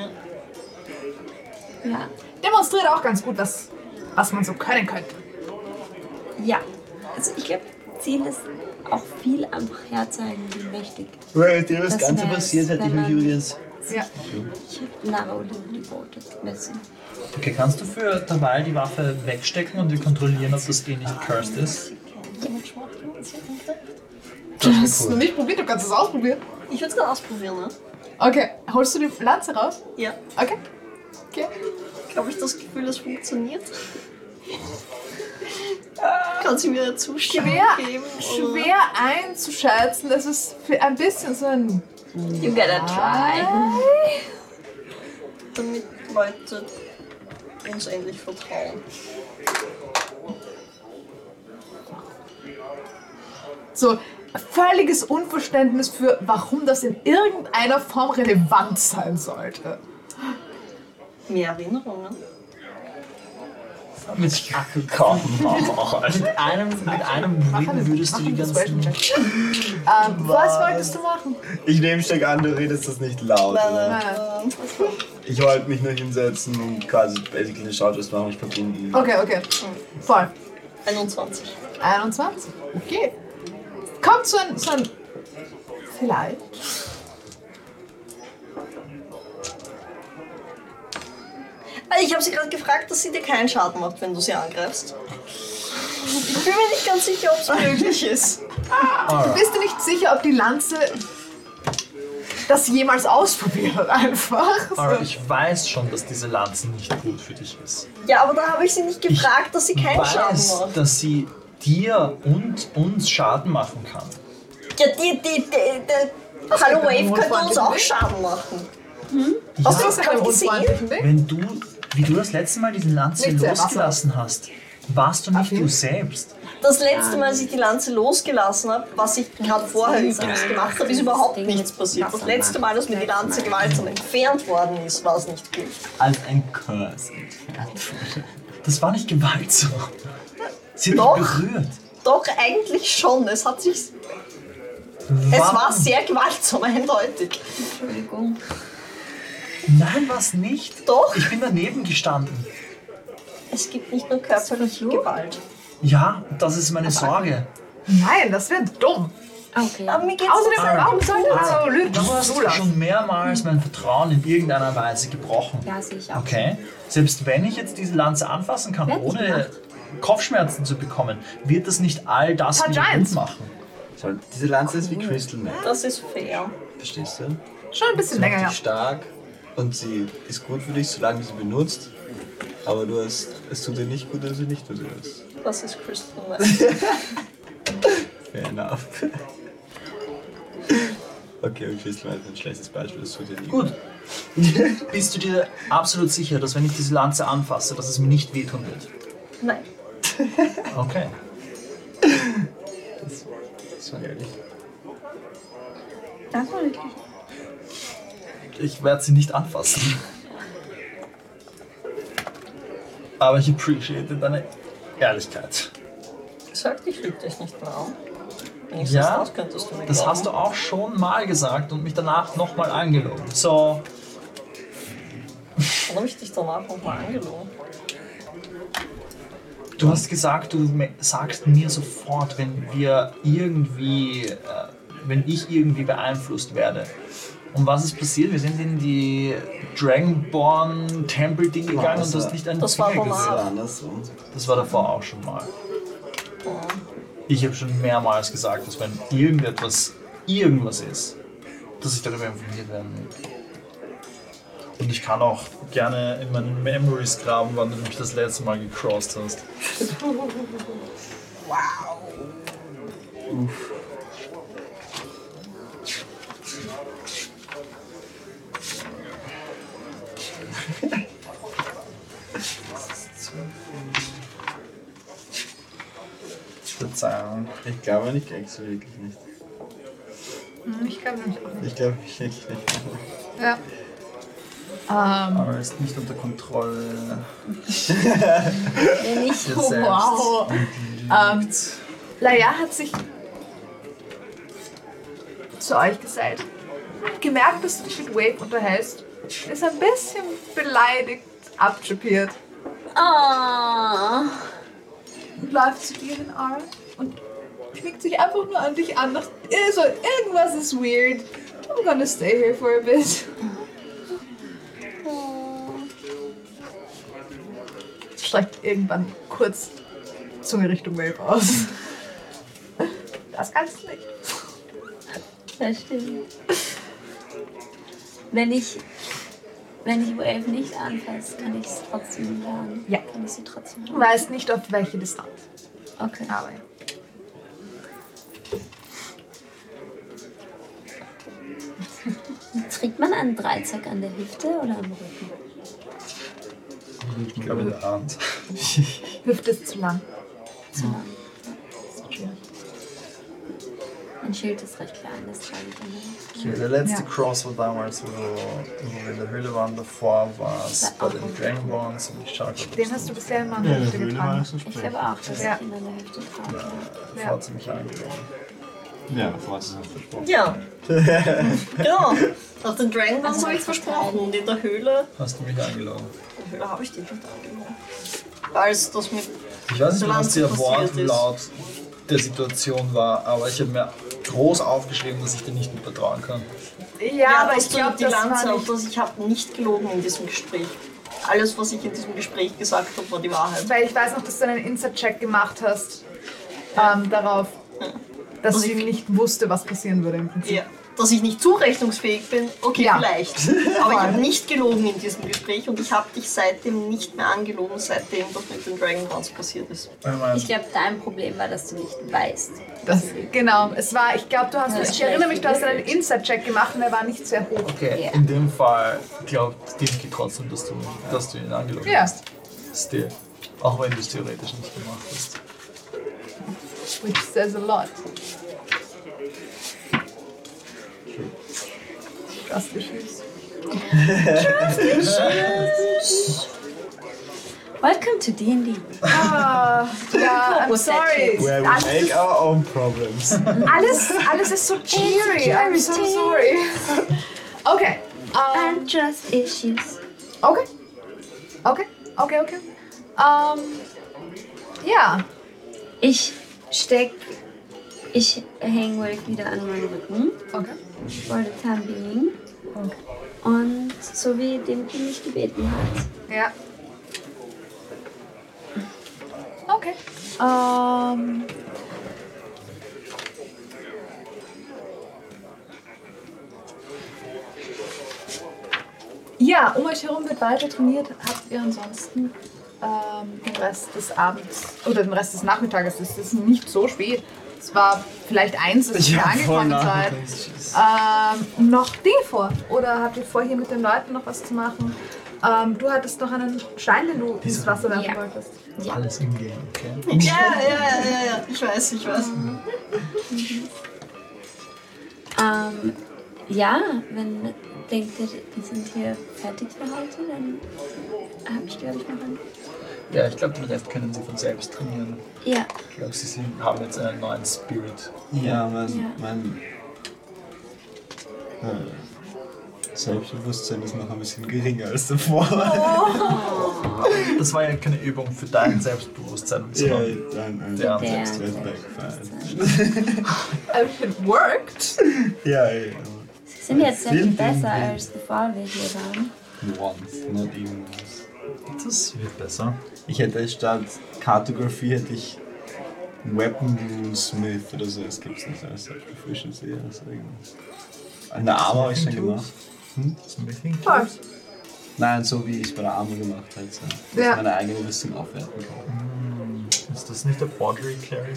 Ja, Demonstriert auch ganz gut, was, was man so können könnte. ja. Also ich glaube, Ziel ist auch viel einfach herzeigen, wie mächtig. Weil dir das Das Ganze wär's, passiert, hätte ich wenn mich man- übrigens. Ja. Ich habe narrowly devoted wissen. Okay, kannst du für dabei die Waffe wegstecken und wir kontrollieren, ob das eh nicht cursed ist? Du hast es noch nicht probiert, du kannst es ausprobieren. Ich würde es gerne ausprobieren, ne? Okay, holst du die Lanze raus? Ja. Okay. Okay. Ich habe ich das Gefühl, es funktioniert. Kann sie mir Zustimmung Schwer, geben? oder- schwer einzuschätzen. Das ist für ein bisschen so ein. You gotta try. Damit Leute uns endlich vertrauen. So völliges Unverständnis für, warum das in irgendeiner Form relevant sein sollte. Mehr Erinnerungen? Mit Komm, mit einem, mit einem Win würdest du die ganzen... Ähm, was wolltest du machen? Ich nehme stark an, du redest das nicht laut. Nein, Oder? nein, Nein. nein. Ich wollte mich nur hinsetzen und quasi basically eine Shortlist machen, mich verbinden. Okay, okay. Voll. einundzwanzig. einundzwanzig. Okay. Kommt so ein, so ein vielleicht. Ich habe sie gerade gefragt, dass sie dir keinen Schaden macht, wenn du sie angreifst. Ich bin mir nicht ganz sicher, ob es möglich ist. Du bist dir nicht sicher, ob die Lanze das jemals ausprobiert hat, einfach. Aber ich weiß schon, dass diese Lanze nicht gut für dich ist. Ja, aber da habe ich sie nicht gefragt, Ich dass sie keinen Schaden weiß, macht. dass sie dir und uns Schaden machen kann. Ja, die, die, die, die Hallo Wave könnte uns auch Schaden machen. Hast du das Ja, gerade einem gesehen? unfreundlichen Weg? Wenn du, wie du das letzte Mal diese Lanze Nicht sehr losgelassen hast, warst du nicht Okay. du selbst. Das letzte Mal, als ich die Lanze losgelassen habe, was ich gerade vorher übrigens gemacht habe, ist überhaupt nichts passiert. Das letzte Mal, dass mir die Lanze gewaltsam entfernt worden ist, war es nicht gut. Als ein Curse entfernt wurde. Das war nicht gewaltsam. Sie hat Doch. dich berührt. Doch, eigentlich schon. Es hat sich. Es war Warum? sehr gewaltsam, eindeutig. Entschuldigung. Nein, was nicht. Doch. Ich bin daneben gestanden. Es gibt nicht nur körperliche Gewalt. Ja, das ist meine Sorge. Nein, das wäre dumm. Okay. Aber mir geht's Außerdem, Ah. warum sollte das so lügen? Du hast schon mehrmals mein Vertrauen in irgendeiner Weise gebrochen. Ja, sehe ich auch. Okay? Selbst wenn ich jetzt diese Lanze anfassen kann, Werd ich ohne gemacht. Kopfschmerzen zu bekommen, wird das nicht all das Paar wieder Giants. gut machen. Schau, diese Lanze ist wie Crystal Man. Das ist fair. Verstehst du? Schon ein bisschen Sie länger, macht ja. dich stark und sie ist gut für dich, solange du sie benutzt. Aber du hast, es tut dir nicht gut, wenn du sie nicht benutzt. Das ist Crystal Man. Fair enough. Okay, und Crystal Man ist ein schlechtes Beispiel, das tut dir nicht Gut. Bist du dir absolut sicher, dass wenn ich diese Lanze anfasse, dass es mir nicht wehtun wird? Nein. Okay. Das war ehrlich. Das war wirklich. Ich werde sie nicht anfassen. Aber ich appreciate deine Ehrlichkeit. Sagt, ich lüge dich nicht mehr an. Wenigstens Ja, das könntest du mir das glauben. hast du auch schon mal gesagt und mich danach nochmal angelogen. So, Dann habe ich dich danach nochmal angelogen. du hast gesagt, du me- sagst mir sofort, wenn wir irgendwie, äh, wenn ich irgendwie beeinflusst werde. Und was ist passiert? Wir sind in die Dragonborn Temple Ding gegangen und du hast nicht einen Das war Finger danach. gesehen. Das war andersrum. Das war davor auch schon mal. Ich habe schon mehrmals gesagt, dass wenn irgendetwas, irgendwas ist, dass ich darüber informiert werden will. Und ich kann auch gerne in meinen Memories graben, wann du mich das letzte Mal gecrossed hast. Verzeihung. Ich glaube, ich krieg's sie wirklich nicht. Hm, Ich glaube nämlich auch nicht. Ich glaube, ich krieg's nicht. Ja. Ähm, Aber ist nicht unter Kontrolle. Wenn ich. Jetzt oh, selbst. wow. Ähm, Laia hat sich zu euch gesellt. Hat gemerkt, dass du dich mit Wave unterhältst. Ist ein bisschen beleidigt abtrapiert. Ah. Und läuft zu dir hin, Ara. Und schmiegt sich einfach nur an dich an. Nach, so, irgendwas ist weird. I'm gonna stay here for a bit. Streckt irgendwann kurz Zunge Richtung Wave aus. Das kannst du nicht. Das stimmt. Wenn ich. Wenn ich Wave nicht anfasse, kann ich es trotzdem hören. Ja. Kann ich sie trotzdem Du hören. weißt nicht, auf welche Distanz. Okay. Aber ja. Trägt man einen Dreizack an der Hüfte oder am Rücken? Ich glaube in der Hand. Hüfte ist zu lang. So. Das ist schwierig. Mein Schild ist recht klein, das trage ich an der Hüfte. Okay, der letzte Ja. Cross war damals, wo, wo wir in der Höhle waren. Davor war es bei den Dragonborns und ich schaue gerade. Den hast du bisher immer an der Hüfte getragen. Ich glaube auch, dass Ja. ich ihn an der Hüfte trage. Ja. Vor ziemlich angelogen. Ja, vorher ist es versprochen. Ja. Genau. Nach den Dragonborns Also habe ich versprochen. Und in der Höhle, Hast du mich angelogen? in der Höhle habe ich dich nicht angelogen. Als das mit Ich weiß nicht mehr, was der Lanze passiert ist. Wortlaut der Situation war, aber ich habe mir groß aufgeschrieben, dass ich dir nicht mehr vertrauen kann. Ja, aber ich hast du glaube, die das Lanze war auf, nicht... dass ich habe nicht gelogen in diesem Gespräch. Alles, was ich in diesem Gespräch gesagt habe, war die Wahrheit. Weil ich weiß noch, dass du einen Insert-Check gemacht hast ähm, darauf, dass Dass sie ich- nicht wusste, was passieren würde im Prinzip. Ja. Dass ich nicht zurechnungsfähig bin, okay, Ja. vielleicht. Aber ich habe nicht gelogen in diesem Gespräch und ich habe dich seitdem nicht mehr angelogen, seitdem das mit den Dragonborns passiert ist. Ich meine, Ich glaube, dein Problem war, dass du nicht weißt. Das, genau, es war, ich glaube, du hast, Ja, ich erinnere mich, du hast schlecht einen Insert-Check gemacht und er war nicht sehr hoch. okay, Ja. in dem Fall glaubt Dinky trotzdem, dass du, dass du ihn angelogen Ja. hast. Still. Auch wenn du es theoretisch nicht gemacht hast. Which says a lot. Trust issues. Welcome to D and D. Ah, ja, I'm Was that sorry. kid? Where we Alles make ist, our own problems. alles, alles ist so cheery. I'm so sorry. Okay. Um, And just issues. okay. Okay. Okay, okay. Um, ja. Ich steck. Ich hänge Wolf wieder an meinen Rücken. Okay. For the time being. Und so wie Dimki mich gebeten hat. Ja. Okay. Ähm. Ja, um euch herum wird weiter trainiert. Habt ihr ansonsten ähm, den Rest des Abends oder den Rest des Nachmittages? Es ist nicht so spät. Es war vielleicht eins, als ihr angekommen seid. Ähm, noch Dinge vor? Oder habt ihr vor, hier mit den Leuten noch was zu machen? Ähm, du hattest noch einen Stein, den du ins Wasser werfen Ja. wolltest. Alles im Game, okay? Ja, ja, ja, ja, ja, ich weiß, ich weiß. Ähm, ja, wenn denkt ihr, wir sind hier fertig für heute, dann habe ich glaube ich noch einen. Ja, ich glaube, den Rest können sie von selbst trainieren. Ja. Ich glaube, sie sind, haben jetzt einen neuen Spirit. Ja, mein, Ja. mein äh, Selbstbewusstsein ist noch ein bisschen geringer als davor. Das war ja keine Übung für dein Selbstbewusstsein, Ja, sondern dann ein Der- Der- Selbstbackfallen. It worked. Ja, ja. Sie sind jetzt sehr viel Sind besser, die- als bevor wir hier waren. Once, not even once. das wird besser. Ich hätte statt Cartography hätte ich Weapon Smith oder so. Es gibt es nicht als Self-Proficiency oder so irgendwas. An der Armor habe ich schon gemacht. Smithing Toll. Nein, so wie ich es bei der Armor gemacht habe. So. Dass Ja. ich meine eigene Rüstung aufwerten kann. Ist das nicht der Forgery Cleric?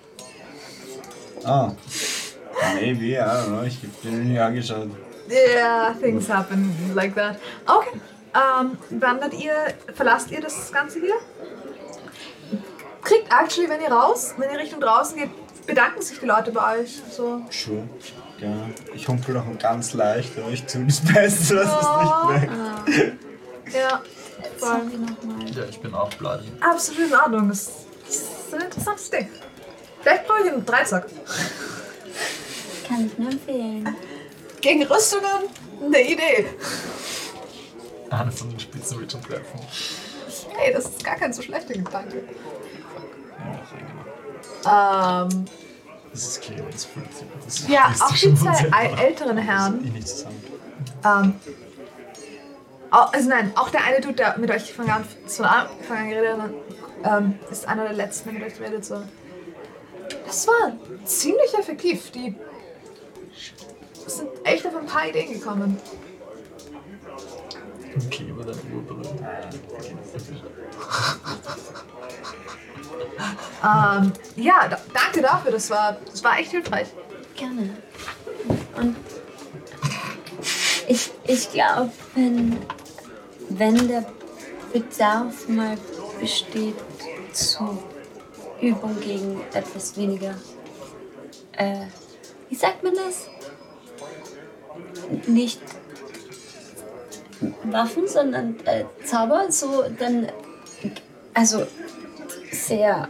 Ah. Maybe, I don't know. Ich habe den nie angeschaut. Yeah, things happen like that. Okay. Ähm, wandert ihr, verlasst ihr das Ganze hier? Kriegt actually, wenn ihr raus, wenn ihr Richtung draußen geht, bedanken sich die Leute bei euch. So. Sure. Ja. Ich humpel noch ganz leicht, aber ich tue das Beste, dass es nicht weg. Ja, voll. Sagen wir nochmal. Ja, ich bin auch bloody. Absolut in Ordnung. Das ist ein interessantes Ding. Vielleicht brauche ich einen Dreizack. Kann ich nur empfehlen. Gegen Rüstungen eine Idee. Eine von den Spitzen wird schon treffen. Hey, das ist gar kein so schlechter Gedanke. Ja, Ähm, Das ist Clemens fünfzig. Das ja, ist auch die schon zwei selber. äl- älteren Herren. ich nicht zusammen. Ähm, au- also nein, auch der eine Dude, der mit euch von Anfang an geredet hat, ähm, ist einer der letzten, der mit euch redet. So. Das war ziemlich effektiv. Die sind echt auf ein paar Ideen gekommen. Ich klebe dein Urbrüll. Ähm, ja, da, danke dafür, das war, das war echt hilfreich. Gerne. Und ich, ich glaube, wenn, wenn der Bedarf mal besteht zur Übung gegen etwas weniger, äh, wie sagt man das? Nicht Waffen, sondern äh, Zauber, so dann, also sehr,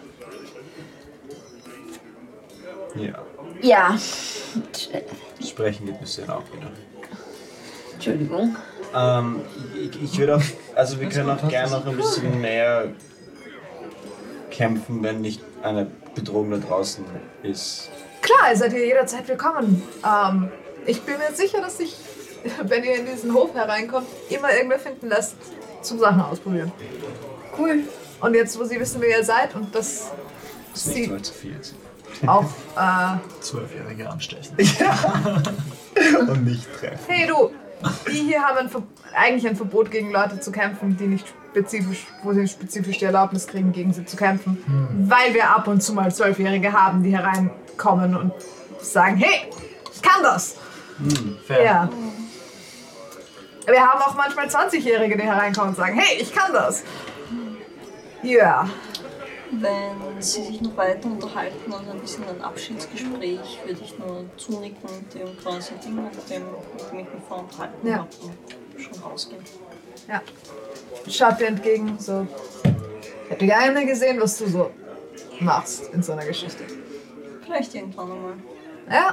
Ja. ja, Sprechen geht bisher auch wieder. Entschuldigung. Ähm, ich, ich würde auch, also wir können auch gerne noch ein bisschen mehr kämpfen, wenn nicht eine Bedrohung da draußen ist? Klar, ihr seid hier jederzeit willkommen. Ähm, ich bin mir sicher, dass sich, wenn ihr in diesen Hof hereinkommt, immer irgendwer finden lässt, zum Sachen ausprobieren. Cool. Und jetzt, wo sie wissen, wer ihr seid und dass Das ist sie nicht allzu viel. auch, äh, Zwölfjährige anstechen. Und nicht treffen. hey du, die hier haben ein Ver eigentlich ein Verbot gegen Leute zu kämpfen, die nicht spezifisch, wo sie spezifisch die Erlaubnis kriegen, gegen sie zu kämpfen. Hm. Weil wir ab und zu mal Zwölfjährige haben, die hereinkommen und sagen, hey, ich kann das. Hm. Fair. Ja. Wir haben auch manchmal zwanzigjährige, die hereinkommen und sagen, hey, ich kann das. Ja. Wenn Sie sich noch weiter unterhalten und ein bisschen ein Abschiedsgespräch, würde ich nur zunicken, dem quasi Ding und dem, mit dem ich mich vorher unterhalten Ja. habe und schon rausgehen. Ja. Schaut dir entgegen, so. Hätte gerne gesehen, was du so machst in so einer Geschichte. Vielleicht irgendwann einmal. Ja.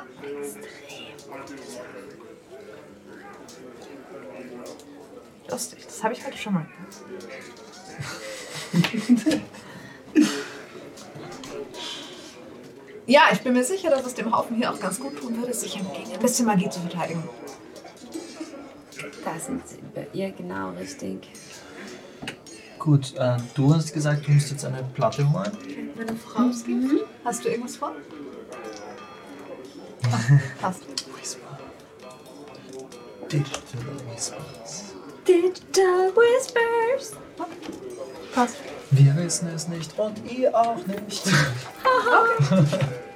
Lustig, das habe ich heute schon mal. Ja, ich bin mir sicher, dass es dem Haufen hier auch ganz gut tun würde, sich gegen ein bisschen Magie zu verteidigen. Da sind sie bei ihr genau richtig. Gut, äh, du hast gesagt, du musst jetzt eine Platte holen. Wenn du rausgehst, mhm. Hast du irgendwas vor? Ach, passt. Whisper. Digital Whispers. Digital Whispers. Passt. Wir wissen es nicht und ihr auch nicht. Okay.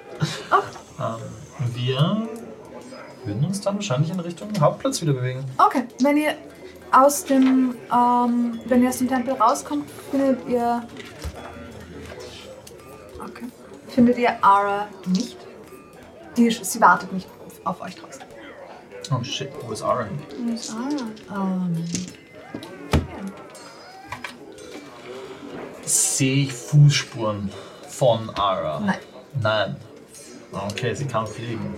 ähm, wir würden uns dann wahrscheinlich in Richtung Hauptplatz wieder bewegen. Okay, wenn ihr aus dem, ähm, wenn ihr aus dem Tempel rauskommt, findet ihr, okay, findet ihr Ara nicht. Die, sie wartet nicht auf euch draußen. Oh shit, wo ist Ara? Wo ist Ara? Ähm, Sehe ich Fußspuren von Ara? nein. Nein. Okay, sie kann fliegen.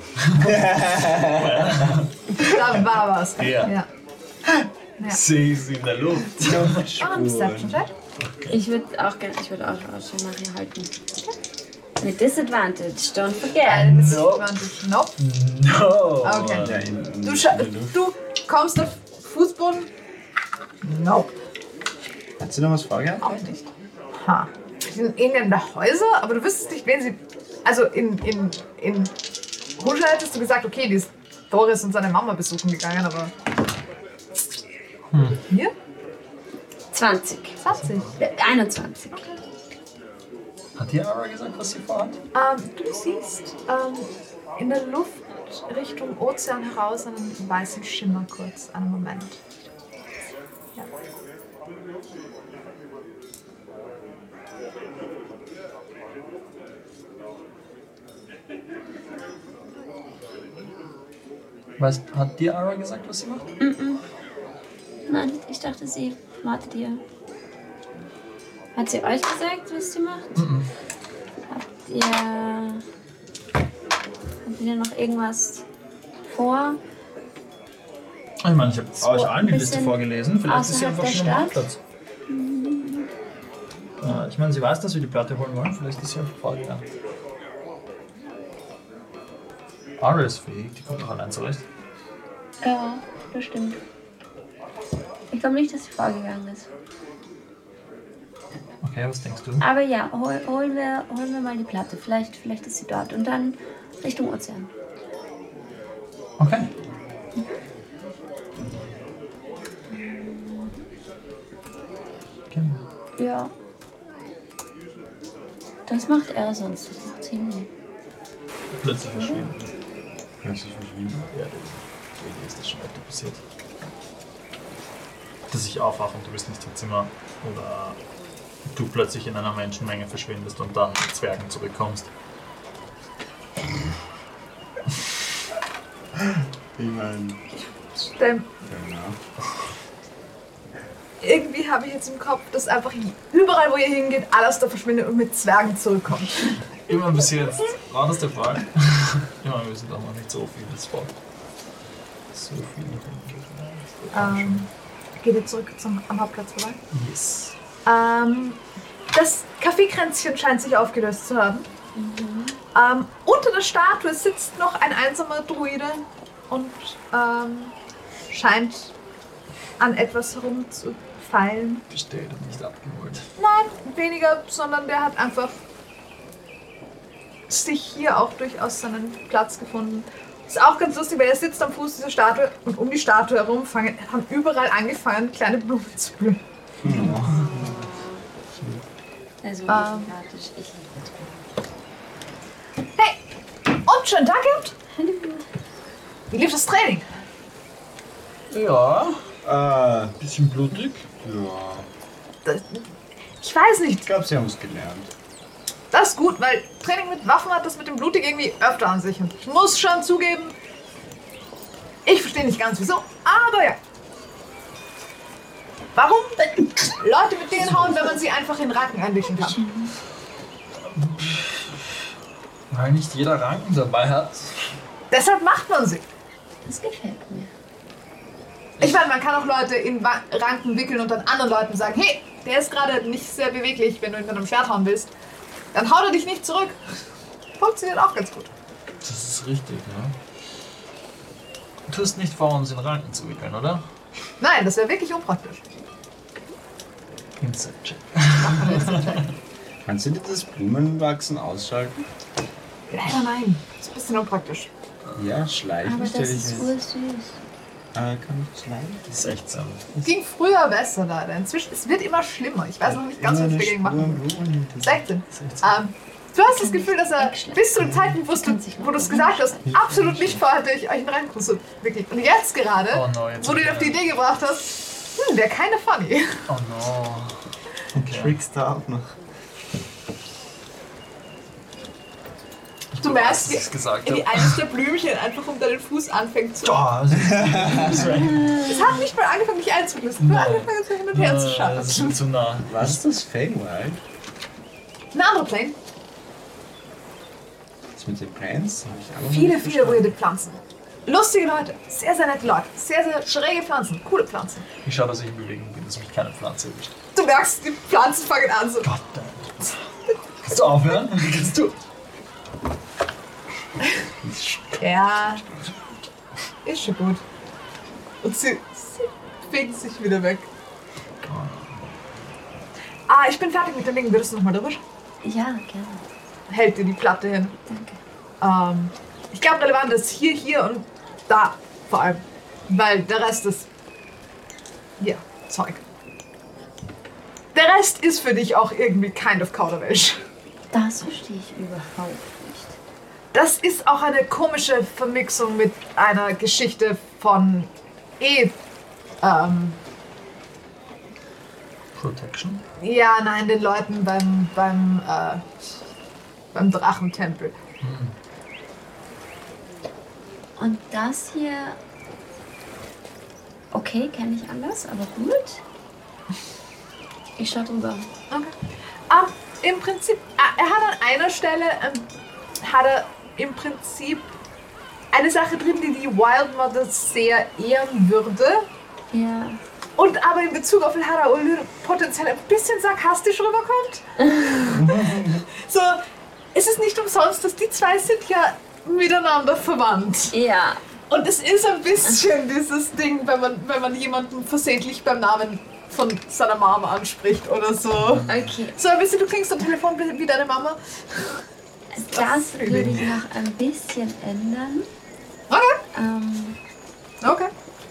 Da war was. Ja. Ja. Ja. Sehe ich sie in der Luft. Ah, ein Deception-Check. Ich würde auch gerne, ich würde auch Ausschau nachher halten. Mit Disadvantage, don't forget. No. Nope. No. Okay. Ja, in, in, Du, scha- in der Luft. du kommst auf Fußboden? Nope. Hat sie noch was vorgehabt? Auch nicht. Ha. Die sind in der Häuser, aber du wüsstest nicht, wen sie. Also in, in, in Husha hättest du gesagt, okay, die ist Doris und seine Mama besuchen gegangen, aber. Hm. Hier? zwanzig. zwanzig. Äh, einundzwanzig. Hat die Ara gesagt, was sie vorhat? Ähm, du siehst ähm, in der Luft Richtung Ozean heraus einen weißen Schimmer kurz. Einen Moment. Ja. Weißt, hat die Ara gesagt, was sie macht? Nein, ich dachte, sie wartet hier. Hat sie euch gesagt, was sie macht? Mhm. Habt ihr. Habt ihr noch irgendwas vor? Ich meine, ich habe So euch allen die ein Liste bisschen vorgelesen. Vielleicht ist sie außerhalb einfach der schon am Stadt? Hauptplatz. Äh, ich meine, sie weiß, dass wir die Platte holen wollen. Vielleicht ist sie einfach vorgegangen. Ara ist fähig, die kommt auch allein zurecht. Ja, das stimmt. Ich glaube nicht, dass sie vorgegangen ist. Okay, was denkst du? Aber ja, hol, holen, wir, holen wir mal die Platte. Vielleicht, vielleicht ist sie dort. Und dann Richtung Ozean. Okay. Genau. Ja. Das macht er sonst. Das macht sie nie. Plötzlich verschwinden. Plötzlich verschwinden. Ja, irgendwie ist das schon öfter passiert. Dass ich aufwache und du bist nicht im Zimmer oder du plötzlich in einer Menschenmenge verschwindest und dann mit Zwergen zurückkommst. Ich meine. Denn Genau. irgendwie habe ich jetzt im Kopf, dass einfach überall, wo ihr hingeht, alles da verschwindet und mit Zwergen zurückkommt. Immer bis jetzt war das der Fall. Immer, wir sind auch noch nicht so viel Spot. So viel. Ähm, geht ihr zurück zum, am Hauptplatz vorbei? Yes. Ähm, Das Kaffeekränzchen scheint sich aufgelöst zu haben. Mhm. Ähm, unter der Statue sitzt noch ein einsamer Druide und ähm, scheint an etwas herumzufeilen. Bestellt und nicht abgeholt. Nein, weniger, sondern der hat einfach sich hier auch durchaus seinen Platz gefunden. Ist auch ganz lustig, weil er sitzt am Fuß dieser Statue und um die Statue herum fangen, haben überall angefangen, kleine Blumen zu blühen. Mhm. Also, Ähm. sympathisch. Ich Hey! Und schönen Tag gehabt? Wie lief das Training? Ja, äh, bisschen blutig. Ja. Das, ich weiß nicht. Ich glaube, sie haben es gelernt. Das ist gut, weil Training mit Waffen hat das mit dem Blutig irgendwie öfter an sich. Und ich muss schon zugeben, ich verstehe nicht ganz wieso, aber ja. Warum Leute mit denen hauen, wenn man sie einfach in Ranken einwickeln kann? Weil nicht jeder Ranken dabei hat. Deshalb macht man sie. Das gefällt mir. Ich meine, man kann auch Leute in Wa- Ranken wickeln und dann anderen Leuten sagen, hey, der ist gerade nicht sehr beweglich, wenn du ihn mit einem Schwert hauen willst. Dann haut er dich nicht zurück. Funktioniert auch ganz gut. Das ist richtig, ja. Du tust nicht vor, uns in Ranken zu wickeln, oder? Nein, das wäre wirklich unpraktisch. Inside-Check. Kannst du dir das Blumenwachsen ausschalten? Leider nein. Das ist ein bisschen unpraktisch. Ja, schleichen Aber stelle das ich ist mir. ursüß. Äh, kann ich schleichen? Das ist echt so. Es ging früher besser leider. Inzwischen, es wird immer schlimmer. Ich weiß noch nicht ganz, was ich dagegen machen will. sechzehn. Ähm, du hast das Gefühl, dass er bis zu dem Zeitpunkt, wo du wo du es gesagt hast, absolut nicht vorhatte, euch einen Ranken zu wickeln. Und jetzt gerade, Oh no, jetzt wo du ihn auf die Idee gebracht hast, hm, der keine funny. Oh no. Okay. Trickster auch noch. Du merkst, Was ich gesagt wie, wie habe. eines der Blümchen einfach um deinen Fuß anfängt zu... Oh, das ist Es hat nicht mal angefangen, dich einzuknisten. Nur Nein. angefangen, so hin und her zu das schauen. ist schon zu nah. Was ist das Feywild? Ein anderer Plane. Das mit den Plants? Hab ich auch noch Viele, nicht viele verstanden. weirde Pflanzen. Lustige Leute. Sehr, sehr nette Leute. Sehr, sehr schräge Pflanzen. Coole Pflanzen. Ich schaue, dass ich in Bewegung bin, dass mich keine Pflanze erwischt. Du merkst, die Pflanzen fangen an so... Gott, kannst du aufhören? Wie kannst du? Ja, ist schon gut. Und sie, sie bewegen sich wieder weg. Ah, ich bin fertig mit dem Ding. Würdest du nochmal drüber schauen? Ja, gerne. Hält dir die Platte hin. Danke. Ähm, ich glaube, relevant ist hier, hier und da vor allem. Weil der Rest ist... Ja, Zeug. Der Rest ist für dich auch irgendwie kind of Kauderwelsch. Das verstehe ich überhaupt nicht. Das ist auch eine komische Vermixung mit einer Geschichte von eh, ähm, Protection? ja, nein, den Leuten beim, beim, äh, beim Drachentempel. Und das hier... Okay, kenne ich anders, aber gut. Ich schau drüber. Okay. Ähm, im Prinzip, äh, er hat an einer Stelle, ähm, hat er im Prinzip eine Sache drin, die die Wild Mother sehr ehren würde. Ja. Und aber in Bezug auf Elhara Olyr potenziell ein bisschen sarkastisch rüberkommt. So, es ist nicht umsonst, dass die zwei sind ja miteinander verwandt. Ja. Und es ist ein bisschen dieses Ding, wenn man, wenn man jemanden versehentlich beim Namen von seiner Mama anspricht oder so. Okay. So ein bisschen, du klingst am Telefon wie deine Mama. Das würde ich noch ein bisschen ändern. Okay. Ähm, Okay.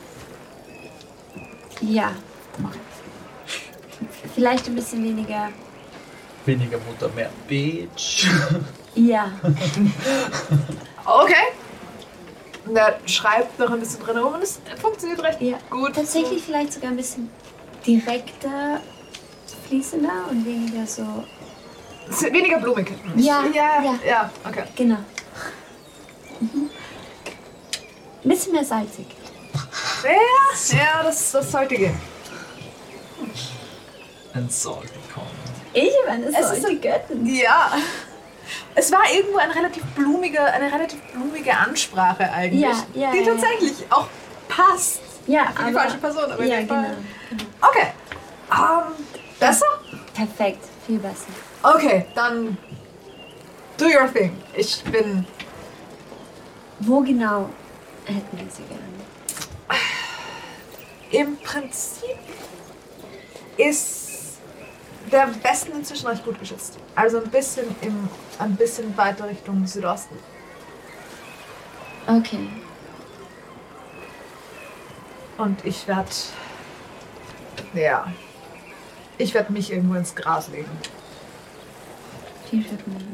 ja. Vielleicht ein bisschen weniger. Weniger Mutter, mehr Bitch. Ja. Okay. Und er schreibt noch ein bisschen drin rum und es funktioniert recht Ja. gut. Tatsächlich vielleicht sogar ein bisschen direkter, fließender und weniger so. So, weniger blumig. Ja, Ja, ja. ja, okay. Genau. Mhm. Ein bisschen mehr salzig. Ja, ja, das, das sollte gehen. Ein Salty Comment. Ich meine, es Es ist ist so die Göttin. Ja. Es war irgendwo ein relativ blumiger, eine relativ blumige Ansprache eigentlich. Ja, ja, die ja, tatsächlich auch passt. Ja, Für die aber... falsche Person, aber in ja, dem genau. Fall. Okay. Ähm, besser? Perfekt. Viel besser. Okay, dann do your thing. Ich bin... Wo genau hätten wir sie gerne? Im Prinzip ist der Westen inzwischen recht gut geschützt. Also ein bisschen, im, ein bisschen weiter Richtung Südosten. Okay. Und ich werde... Ja. Ich werde mich irgendwo ins Gras legen. T-Shirt nehmen.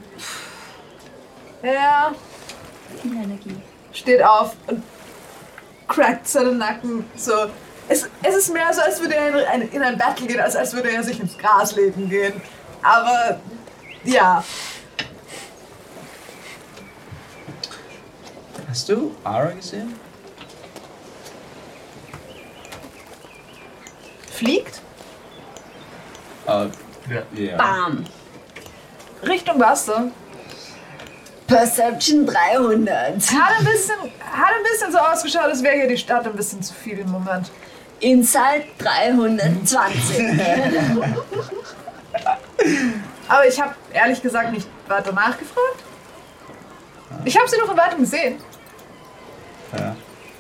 Ja. Viel Energie. Steht auf und crackt seinen Nacken. So. Es, es ist mehr so, als würde er in ein, in ein Battle gehen, als als würde er sich ins Gras legen gehen. Aber ja. Hast du Ara gesehen? Fliegt Uh, ja. Bam! Richtung Wasser. Perception dreihundert. Hat ein bisschen, hat ein bisschen so ausgeschaut, als wäre hier die Stadt ein bisschen zu viel im Moment. Inside dreihundertzwanzig. Aber ich habe ehrlich gesagt nicht weiter nachgefragt. Ich habe sie noch in Weitem gesehen. Ja.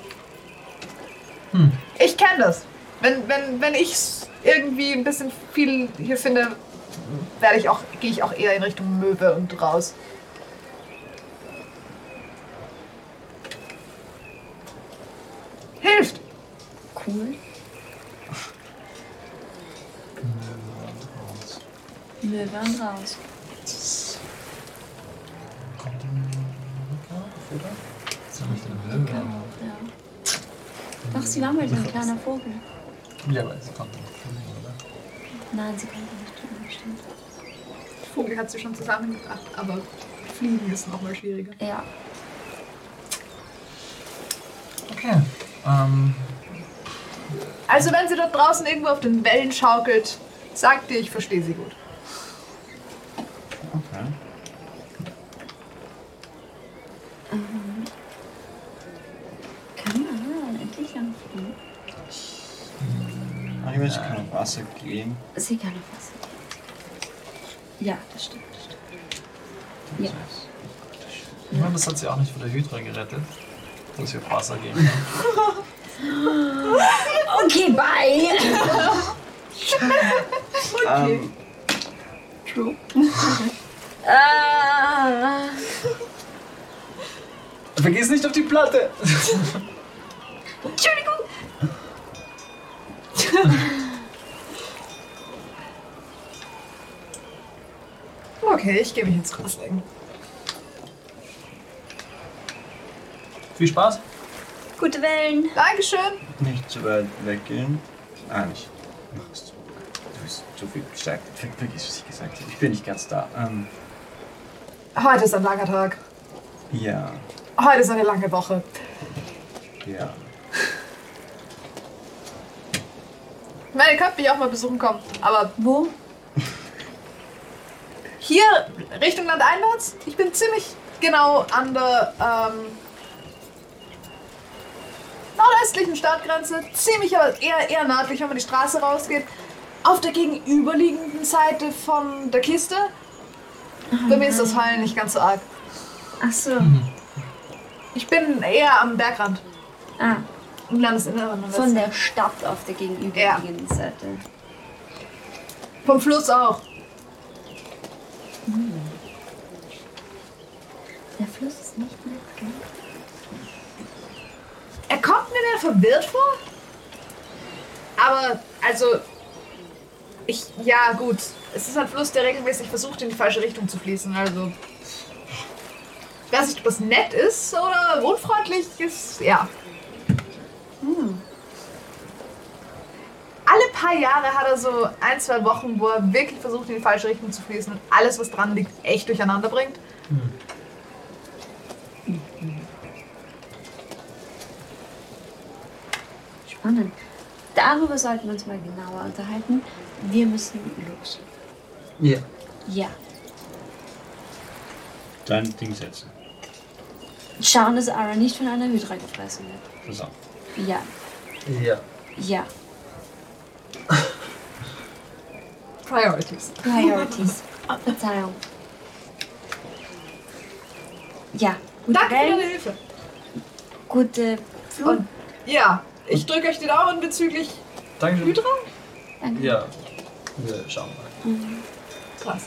Hm. Ich kenne das. Wenn, wenn, wenn ich irgendwie ein bisschen viel hier finde, werde ich auch, gehe ich auch eher in Richtung Möwe und raus. Hilft! Cool. Möwe und raus. Kommt die Möwe auf, oder? Ist ja nicht eine Möwe, aber... Ja. Doch, sie war mal so ein kleiner Vogel. Ja, aber sie konnte nicht fliegen, oder? Nein, sie konnte nicht fliegen, stimmt. Vogel hat sie schon zusammengebracht, aber fliegen ist noch mal schwieriger. Ja. Okay. Ähm, Also wenn sie dort draußen irgendwo auf den Wellen schaukelt, sagt ihr, ich verstehe sie gut. Okay. Ähm, kann man endlich lang fliegen? Ich weiß, ich kann auf Wasser gehen. Sie kann auf Wasser gehen. Ja, das stimmt, das stimmt. Ja. ich meine, das hat sie auch nicht von der Hydra gerettet, dass sie auf Wasser gehen kann. Okay, bye! Okay. Ähm, True. Ah. Vergiss nicht auf die Platte! Entschuldigung! Okay, ich gehe mich ins Gras legen. Viel Spaß! Gute Wellen! Dankeschön. nicht zu weit weggehen. Ah, nicht. Machst du. Du bist zu viel gestärkt. Ver- Vergiss, was ich gesagt habe. Ich bin nicht ganz da. Ähm, Heute ist ein langer Tag. ja, Heute ist eine lange Woche. ja. Ich meine, ihr könnt mich auch mal besuchen kommen. Aber Wo? hier Richtung landeinwärts, ich bin ziemlich genau an der ähm, nordöstlichen Stadtgrenze. Ziemlich, aber eher, eher nördlich, wenn man die Straße rausgeht. Auf der gegenüberliegenden Seite von der Kiste. Bei mir ist das Heulen nicht ganz so arg. Ach so. Ich bin eher am Bergrand. Ah, Im Landesinneren. von der Stadt auf der gegenüberliegenden Seite. Vom Fluss auch. Der Fluss ist nicht nett, gell? Er kommt mir mehr verwirrt vor. Aber, also, ich, ja gut, es ist ein Fluss, der regelmäßig versucht, in die falsche Richtung zu fließen, also... Ich weiß nicht, ob das nett ist oder unfreundlich ist, ja. Hm. Alle paar Jahre hat er so ein, zwei Wochen, wo er wirklich versucht, in die falsche Richtung zu fließen und alles, was dran liegt, echt durcheinander bringt. Spannend. Darüber sollten wir uns mal genauer unterhalten. Wir müssen los. Ja. Ja. Dein Ding setzen. Schauen, dass Ara nicht von einer Hydra gefressen wird. Pass auf. Ja. Ja. Ja. Priorities. Priorities. Oh, Verzeihung. Ja, gute Danke für deine Wellen, Hilfe. gute Flug. Und ja, ich drücke euch die Daumen bezüglich Dankeschön. Hydra. Danke. Ja, wir schauen mal. Passt.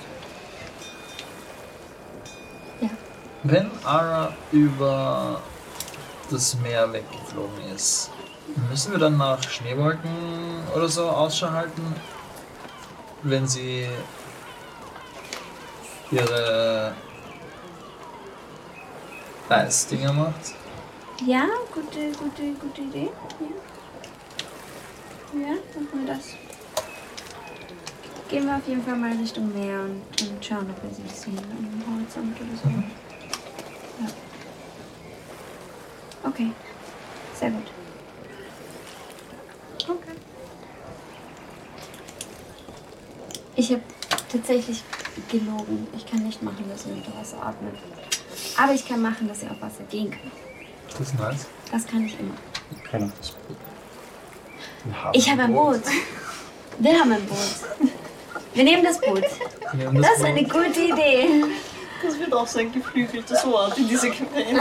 Wenn Ara über das Meer weggeflogen ist, müssen wir dann nach Schneewolken oder so Ausschau halten, wenn sie ihre Eisdinger macht? Ja, gute, gute, gute Idee. Ja, ja, machen wir das. Gehen wir auf jeden Fall mal Richtung Meer und, und schauen, ob wir sie sehen am Horizont oder so. Ja. Okay, sehr gut. Okay. Ich habe tatsächlich gelogen. Ich kann nicht machen, dass ihr unter Wasser atmet. Aber ich kann machen, dass ihr auf Wasser gehen könnt. Das ist nice. Das kann ich immer. Ich kann auf das Boot. Ich habe ein Boot. Wir haben ein Boot. Wir nehmen das Boot. Wir nehmen Das ist eine gute Idee. Das wird auch so ein geflügeltes Wort in diese Kampagne.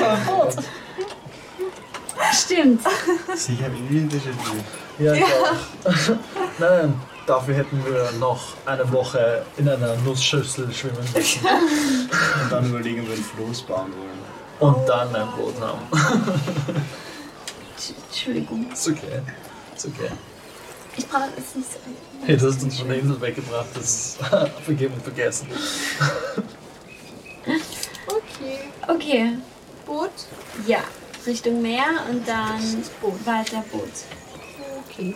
Stimmt. Sicher wie Déjà-vu. Ja, ja. Nein, dafür hätten wir noch eine Woche in einer Nussschüssel schwimmen müssen Und dann überlegen, ob wir ein Floß bauen wollen. und dann ein Boot haben. Entschuldigung. Ist okay. Ist okay. Ich brauche es nicht so. Hey, du hast uns von der Insel weggebracht, das ist vergeben und vergessen. Okay. Okay. Boot. Ja. Richtung Meer und dann Boot. weiter Boot. Okay.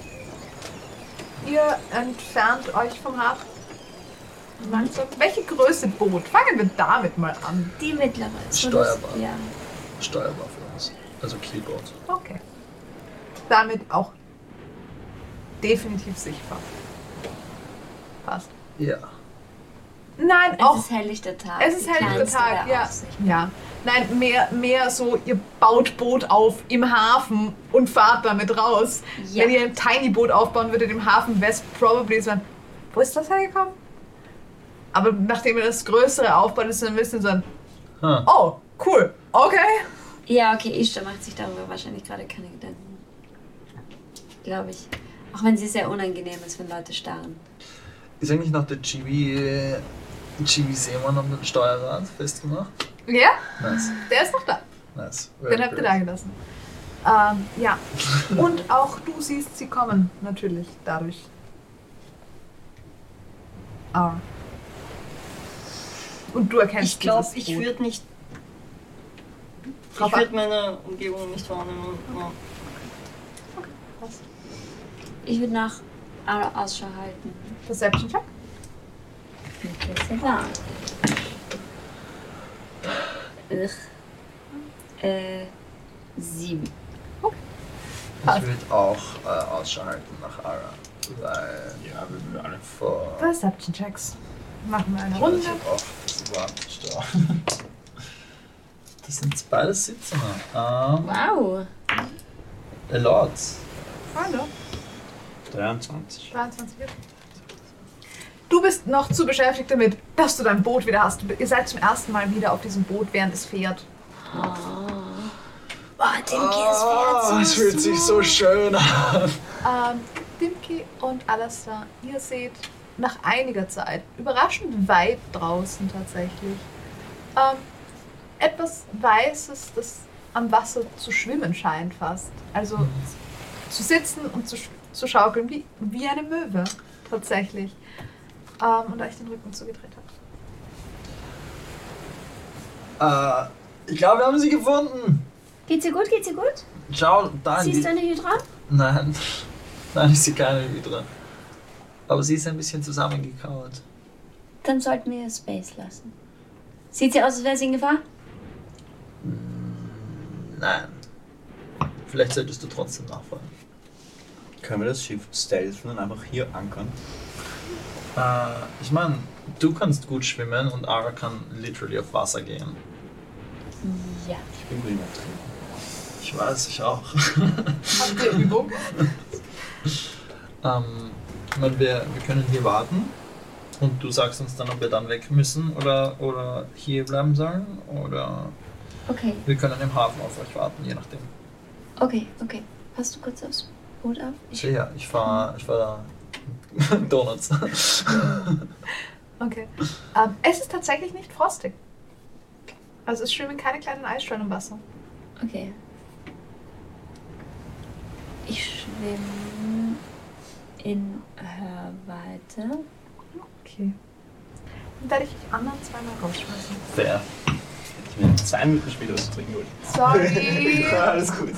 Ihr entfernt euch vom Hafen. Langsam. Welche Größe Boot? Fangen wir damit mal an. Die mittlere. So Steuerbar. das- Ja. Steuerbar für uns. Also Kielboot. Okay. Damit auch definitiv sichtbar. Passt. Ja. Nein, Es auch. ist helllichter Tag. Es ist die helllichter kleinste Tag, der ja. Aussicht. Ja. Nein, mehr, mehr so, ihr baut Boot auf im Hafen und fahrt damit raus. Ja. Wenn ihr ein Tiny Boot aufbauen würdet im Hafen, wäre es probably so ein, wo ist das hergekommen? Aber nachdem ihr das Größere aufbaut, ist es ein bisschen so ein, Huh. oh, cool, okay. Ja, okay, Ishtar macht sich darüber wahrscheinlich gerade keine Gedanken. Glaube ich. Auch wenn sie sehr unangenehm ist, wenn Leute starren. Ist eigentlich noch der Chibi, Chibi Seemann am Steuerrad festgemacht? Ja, Nice. der ist noch da. Nice. Den habt ihr da gelassen. Ähm, ja. Und auch du siehst sie kommen, natürlich, dadurch. Ah. Und du erkennst Ich glaube, dieses ich Boot. würde nicht. Ich Drauf würde meine Umgebung nicht wahrnehmen. Ja. Ich würde nach Ara Ausschau halten. Perception Check. Interesse wahr. Ugh. Äh, sieben. Ich würde auch äh, Ausschau halten nach Ara. Weil Ja, wir würden alle. vor. Perception Checks. Machen wir eine Ich Runde. hab auch das Wartestau. Das sind beides siebzehner. Ähm, Wow. a lot. Hallo. dreiundzwanzig. dreiundzwanzig. Du bist noch zu beschäftigt damit, dass du dein Boot wieder hast. Ihr seid zum ersten Mal wieder auf diesem Boot, während es fährt. Oh, Dimki, es Oh, fährt es so fühlt sich so schön an. Ähm, Dimki und Alastair, ihr seht nach einiger Zeit, überraschend weit draußen tatsächlich, ähm, etwas Weißes, das am Wasser zu schwimmen scheint fast. Also zu sitzen und zu, sch- zu schaukeln, wie, wie eine Möwe tatsächlich. Ähm, und euch den Rücken zugedreht hat. Äh, ich glaube, wir haben sie gefunden. Geht's dir gut? Geht's dir gut? Schau, da in Siehst die... du eine Hydra? Nein, nein, ich sehe keine Hydra. Aber sie ist ein bisschen zusammengekauert. Dann sollten wir ihr Space lassen. Sieht sie aus, als wäre sie in Gefahr? Nein. Vielleicht solltest du trotzdem nachfragen. Können wir das Schiff stealthen und einfach hier ankern? Äh, ich meine, du kannst gut schwimmen und Ara kann literally auf Wasser gehen. Ja. Ich bin gut im Ertrinken. Ich weiß, ich auch. Habt ihr Übung? ähm, Ich meine, wir, wir können hier warten und du sagst uns dann, ob wir dann weg müssen oder, oder hier bleiben sollen oder Okay, wir können im Hafen auf euch warten, je nachdem. okay, okay. Passt du kurz aufs Boot auf? Ich, Sicher, ich fahr, ich fahr Donuts. Okay. Ähm, es ist tatsächlich nicht frostig. Also es schwimmen keine kleinen Eisstellen im Wasser. okay. Ich schwimme in Hörweite. Okay. Dann werde ich die anderen zweimal rausschmeißen. Fair. Ich will zwei Minuten später was zu trinken holen. Sorry. Ja, alles gut.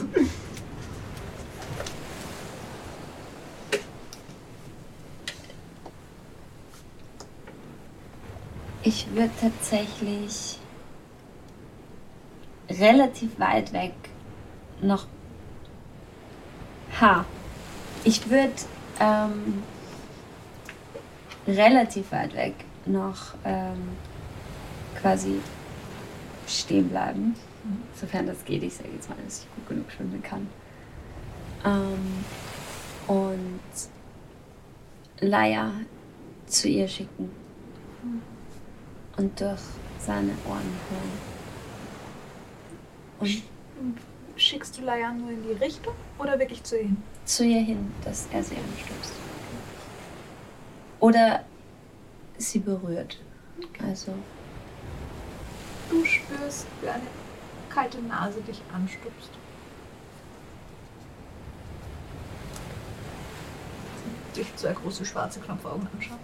Ich würde tatsächlich relativ weit weg noch. Ha. Ich würde ähm, relativ weit weg noch ähm, quasi stehen bleiben. Sofern das geht. Ich sage jetzt mal, dass ich gut genug schwimmen kann. Ähm, und Laia zu ihr schicken. Und durch seine Ohren hören. Und Schickst du Layan nur in die Richtung oder wirklich zu ihr hin? zu ihr hin, dass er sie anstößt. Oder sie berührt. Also, Du spürst, wie eine kalte Nase dich anstupst. Dich zwei große schwarze Knopfaugen anschaut.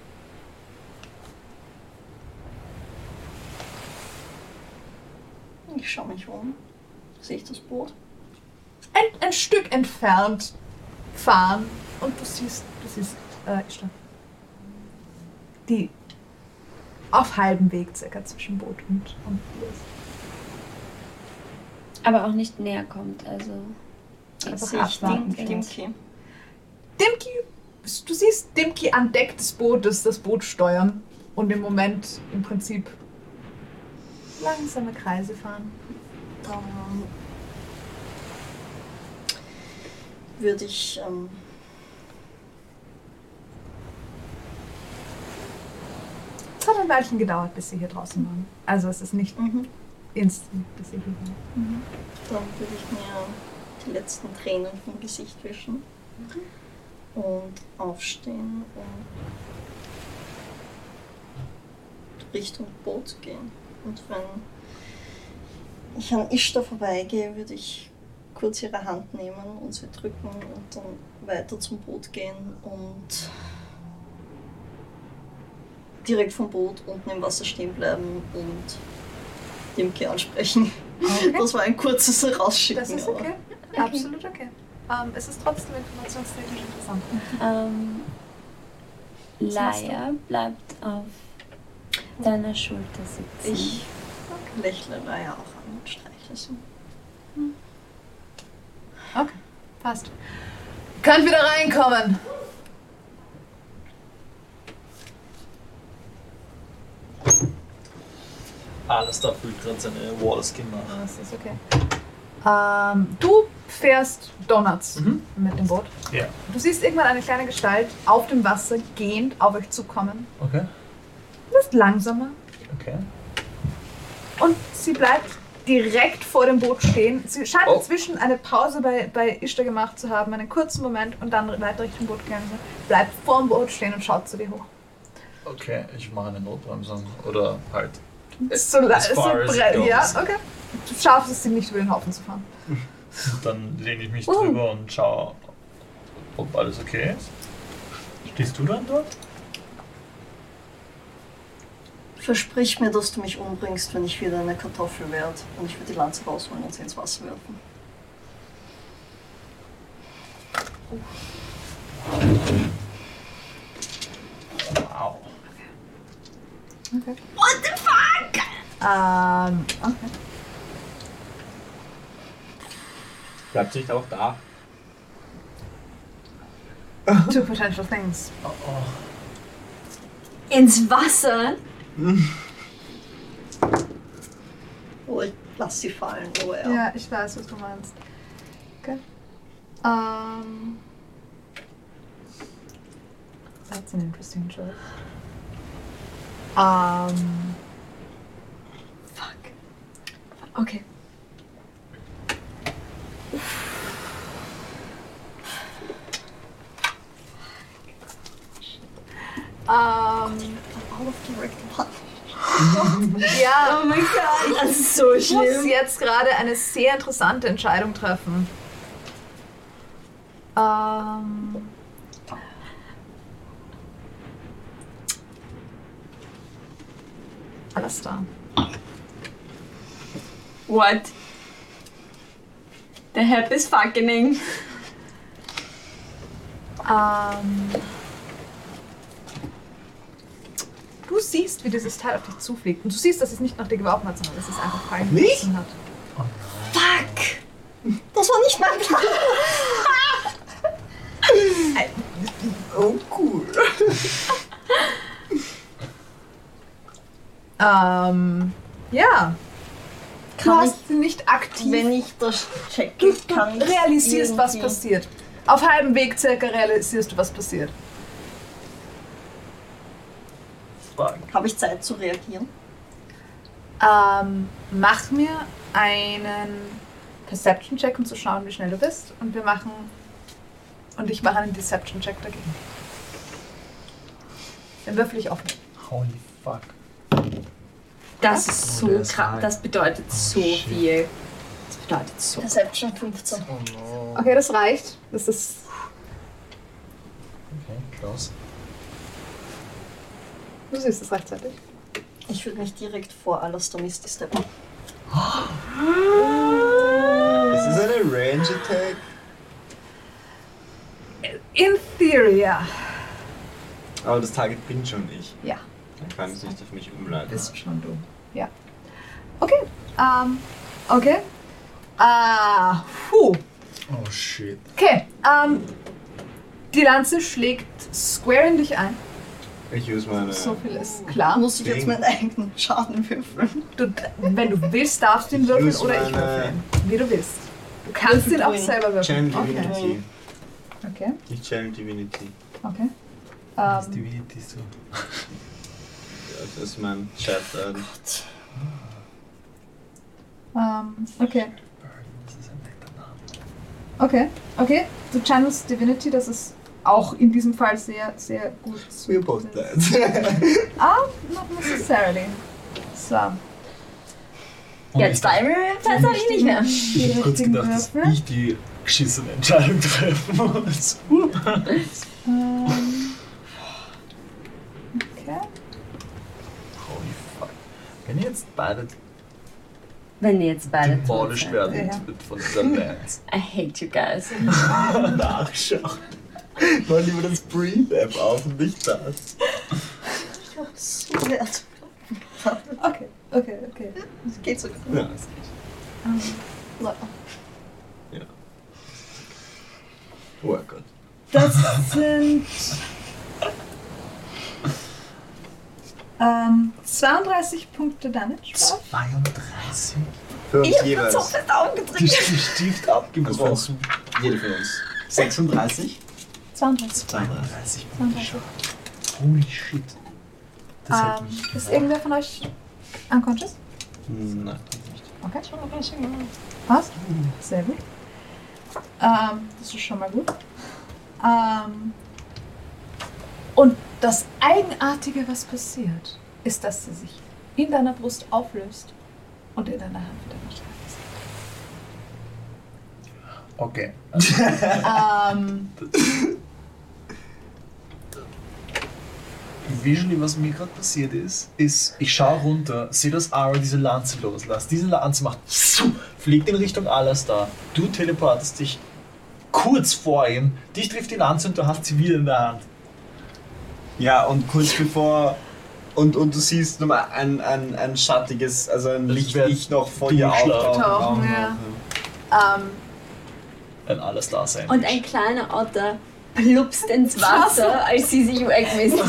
Ich schaue mich um. Sehe ich das Boot? Ein, ein Stück entfernt fahren und du siehst, du siehst, äh, Ishtar. Die auf halbem Weg circa zwischen Boot und, und dir ist. aber auch nicht näher kommt. Also, Einfach Sehe ich abwarten. Dim- Dimki. Dimki, du siehst Dimki an Deck des Bootes das Boot steuern und im Moment im Prinzip langsame Kreise fahren. Dann würde ich ähm, Es hat ein Weilchen gedauert, bis sie hier draußen waren. Also es ist nicht mhm. instant, bis sie hier waren. Dann würde ich mir die letzten Tränen vom Gesicht wischen und aufstehen und Richtung Boot gehen. Und wenn ich an Ishtar vorbeigehe, würde ich kurz ihre Hand nehmen und sie drücken und dann weiter zum Boot gehen und direkt vom Boot unten im Wasser stehen bleiben und Dimki ansprechen. Okay. Das war ein kurzes Rausschicken. Das ist aber- okay. Absolut okay. Ähm, es ist trotzdem informationstechnisch interessant. ähm, machst du? Laia bleibt auf deiner Schulter sitzen. Ich lächle Laia auch an und streichle sie. Okay, passt. Könnt wieder reinkommen. Alles da fühlt gerade seine Waterskin nach. Das ist okay. Ähm, du fährst Donuts Mhm. mit dem Boot. Ja. Du siehst irgendwann eine kleine Gestalt auf dem Wasser gehend auf euch zukommen. Okay. Du bist langsamer Okay. und sie bleibt direkt vor dem Boot stehen. Sie scheint Oh. inzwischen eine Pause bei, bei Ishtar gemacht zu haben, einen kurzen Moment und dann weiter Richtung Boot gegangen sind. Bleibt vor dem Boot stehen und schaut zu dir hoch. Okay, ich mache eine Notbremsung. Oder halt. So, la- As so far as it bre- ja, goes. okay. Du schaffst es, sie nicht über den Haufen zu fahren. Dann lehne ich mich Uh. drüber und schaue, ob alles okay ist. Stehst du dann dort? Versprich mir, dass du mich umbringst, wenn ich wieder eine Kartoffel werde. Und ich würde die Lanze rausholen und sie ins Wasser werfen. Wow. Okay. What the fuck? Ähm, okay. Bleibt sie nicht auch da? Two potential things. Oh, oh. Ins Wasser? Oh, ich lass sie fallen. Oh ja. Ja, ich weiß, was du meinst. Okay. Ähm. That's an interesting choice. Ähm. Fuck. Okay. Ähm. Out of direct path. Ja. Oh mein Gott, das ist so Ich muss schlimm. jetzt gerade eine sehr interessante Entscheidung treffen. Ähm. Alles da. What? The help is fucking. Ähm. Du siehst, wie dieses Teil auf dich zufliegt. Und du siehst, dass es nicht nach dir geworfen hat, sondern dass es einfach fallen Nicht? gelassen hat. Fuck! Das war nicht mein Plan. Oh, cool. Ähm. Ja. Du Kann hast sie nicht aktiv. Wenn ich das checke, Du, kann du ich realisierst, was irgendwie- passiert. Auf halbem Weg circa realisierst du, was passiert. Fuck. Habe ich Zeit zu reagieren? Ähm, mach mir einen Perception-Check, um zu schauen, wie schnell du bist. Und wir machen. Und ich mache einen Deception-Check dagegen. Dann würfel ich offen. Holy fuck. Das ist so Oh, der ist krass. high. Das bedeutet Oh, so shit. viel. Das bedeutet so. Perception fünfzehn. Oh no. Okay, das reicht. Das ist. Okay, close. Du siehst es rechtzeitig. Ich würde mich direkt vor Alastair Misty steppen. Ist das eine Range Attack? In theory, ja. Aber das Target bin schon ich. Ja, Dann kann es nicht auf mich umleiten. bist schon du. Ja. Okay. Ähm. Okay. Ah. Puh. Oh shit. Okay. Ähm. Die Lanze schlägt square in dich ein. Ich use meine. So viel ist klar. Muss ich jetzt meinen eigenen Schaden würfeln? Du, wenn du willst, darfst du ihn Ich würfeln use oder ich meine- würfel ihn. Wie du willst. Du kannst ihn auch Würfel selber würfeln. Channel Okay. Divinity. Okay. Nicht Channel Divinity. Okay. Das Ähm, Divinity so. Das ist mein Chat. Äh, ähm, okay. Das ist ein netter Name. Okay. Okay. Du channelst Divinity, das ist auch in diesem Fall sehr, sehr gut. we're both dead. Ah, not necessarily. So. Ja, zwei Mirror-Impacts habe ich nicht mehr. Ich hab kurz richtigen gedacht, dass Würfel. ich die geschissene Entscheidung treffen muss. Ähm, okay. Holy fuck. Wenn ihr jetzt beide Wenn ihr jetzt beide tot demolished seid. werden Ja. wird von dieser Lance. I hate you guys. Nachschauen. Mach lieber das Breathe-App auf und nicht das. Ich hab so wert. Okay, okay, okay. Das geht so. Ja, das geht. Ähm, Oh Gott. Das sind ähm, zweiunddreißig Punkte Damage. zweiunddreißig? Für uns Ich hab jeweils. so fest Die aufgedrückt. ist Stift Also für abgebrochen. uns. Jede von uns. sechsunddreißig? zweiunddreißig. zweiunddreißig. zweiunddreißig. Holy shit. Das hätte Ähm, mich ist irgendwer von euch unconscious? Hm, nein, nicht. Okay. Passt. Sehr gut. Ähm, das ist schon mal gut. Ähm, und das Eigenartige, was passiert, ist, dass sie sich in deiner Brust auflöst und in deiner Hand wieder nicht Okay. ist. Ähm, Visually, was mir gerade passiert ist, ist, ich schaue runter, sehe, dass Ara diese Lanze loslässt. Diese Lanze macht, fliegt in Richtung Alastair. Du teleportest dich kurz vor ihm, dich trifft die Lanze und du hast sie wieder in der Hand. Ja, und kurz bevor. Und, und du siehst nochmal ein, ein, ein schattiges, also ein Licht, werd Licht noch vor dir durchschlagen. auftauchen. Tauchen, ja. ähm, Ein Alastair sein. Und ein kleiner Otter plupst ins Wasser, als sie sich wegmisst.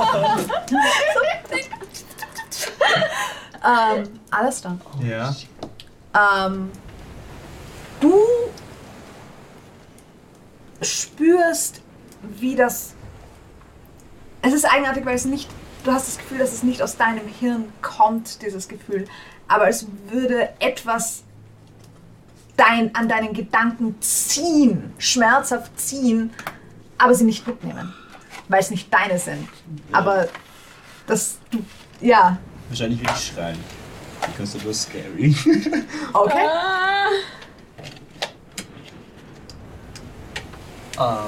ähm, alles dann. Ja. Ähm, du spürst, wie das Es ist eigenartig, weil es nicht, du hast das Gefühl, dass es nicht aus deinem Hirn kommt, dieses Gefühl, aber als würde etwas dein, an deinen Gedanken ziehen, schmerzhaft ziehen, aber sie nicht mitnehmen, weil es nicht deine sind. Aber das, du, ja. Wahrscheinlich will ich schreien. Because it was scary. Okay. Ah. Ähm,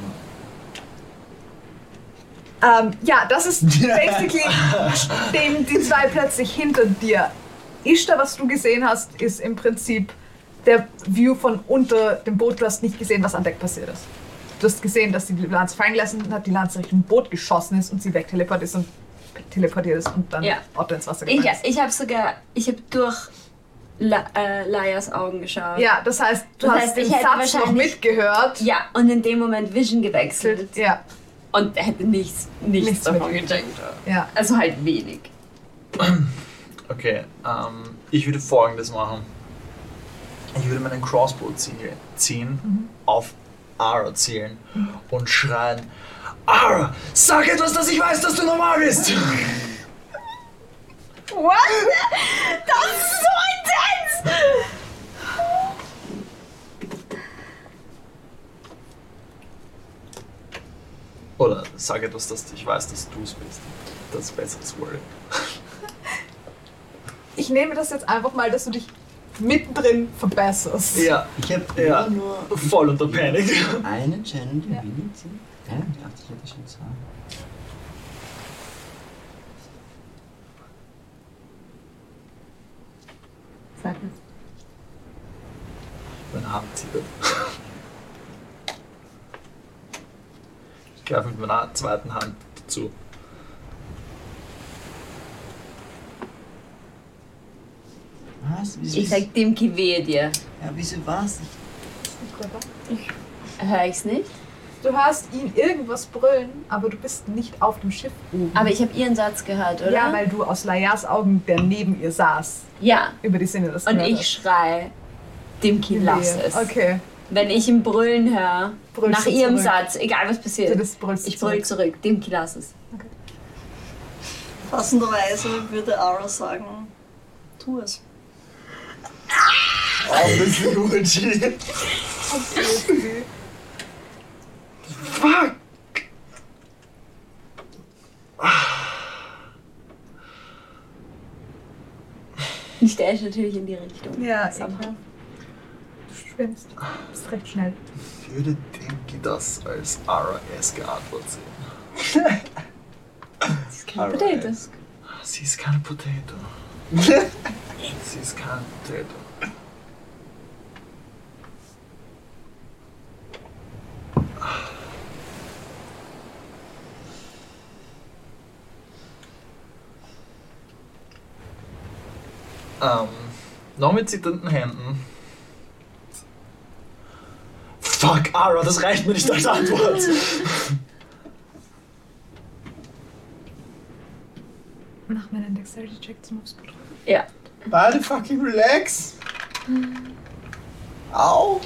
Ähm, ja, das ist basically, stehen die zwei plötzlich hinter dir. Ishtar, was du gesehen hast, ist im Prinzip der View von unter dem Boot. Du hast nicht gesehen, was an Deck passiert ist. Du hast gesehen, dass sie die Lanze fallen gelassen hat, die Lanze Richtung Boot geschossen ist und sie wegteleportiert ist und teleportiert ist und dann Ja. Otto ins Wasser Ich, gefallen ist. ich habe sogar, ich habe durch La, äh, Laias Augen geschaut. Ja, das heißt, du Das hast heißt, den ich hätte Satz noch wahrscheinlich- mitgehört. Ja, und in dem Moment Vision gewechselt. Ja, Und er hätte nichts, nichts, Nichts davon mitgekriegt. gecheckt. ja. Also halt wenig. okay, ähm, ich würde Folgendes machen. Ich würde meinen Crossbow ziehen, ziehen Mhm. auf Ara zielen und schreien: Ara, sag etwas, dass ich weiß, dass du normal bist! What? Das ist so intens! Oder sag etwas, dass ich weiß, dass du es bist. Das ist besseres Wording. Ich nehme das jetzt einfach mal, dass du dich mittendrin verbesserst. Ja, Ich habe Ja. immer nur voll unter Panik. einen Channel Divinity. Ja, ich dachte, ich hätte schon zwei. Sag es. Meine Hand zittert. Ich greife mit meiner zweiten Hand dazu. Was? Wieso? Ich sag dem wehe dir. Ja, wieso war's nicht? Hör ich's nicht? Du hörst ihn irgendwas brüllen, aber du bist nicht auf dem Schiff oben. Aber ich habe ihren Satz gehört, oder? Ja, weil du aus Laias Augen, der neben ihr saß, Ja. über die Sinne des Und ich schrei, Dimki, lass es. Okay. Wenn ich ihn brüllen höre, Brüllst nach du ihrem zurück. Satz, egal was passiert, Du das brüllst ich brüll zurück. Dimki, lass es. Passenderweise würde Ara sagen, tu es. Obviously, Luigi. Fuck! Ich dash natürlich in die Richtung. Ja, Somehow. egal. Du schwimmst. Du bist recht schnell. Ich würde Dimki das als Ara-eske Antwort sehen. Alright. Potatoes. Sie ist kein Potato. Sie ist kein Potato. Ähm, noch mit zitternden Händen. Fuck, Ara, das reicht mir nicht als Antwort. Mach mir einen Dexterity-Check zum Movespeed. Ja. Beide fucking relax. Au.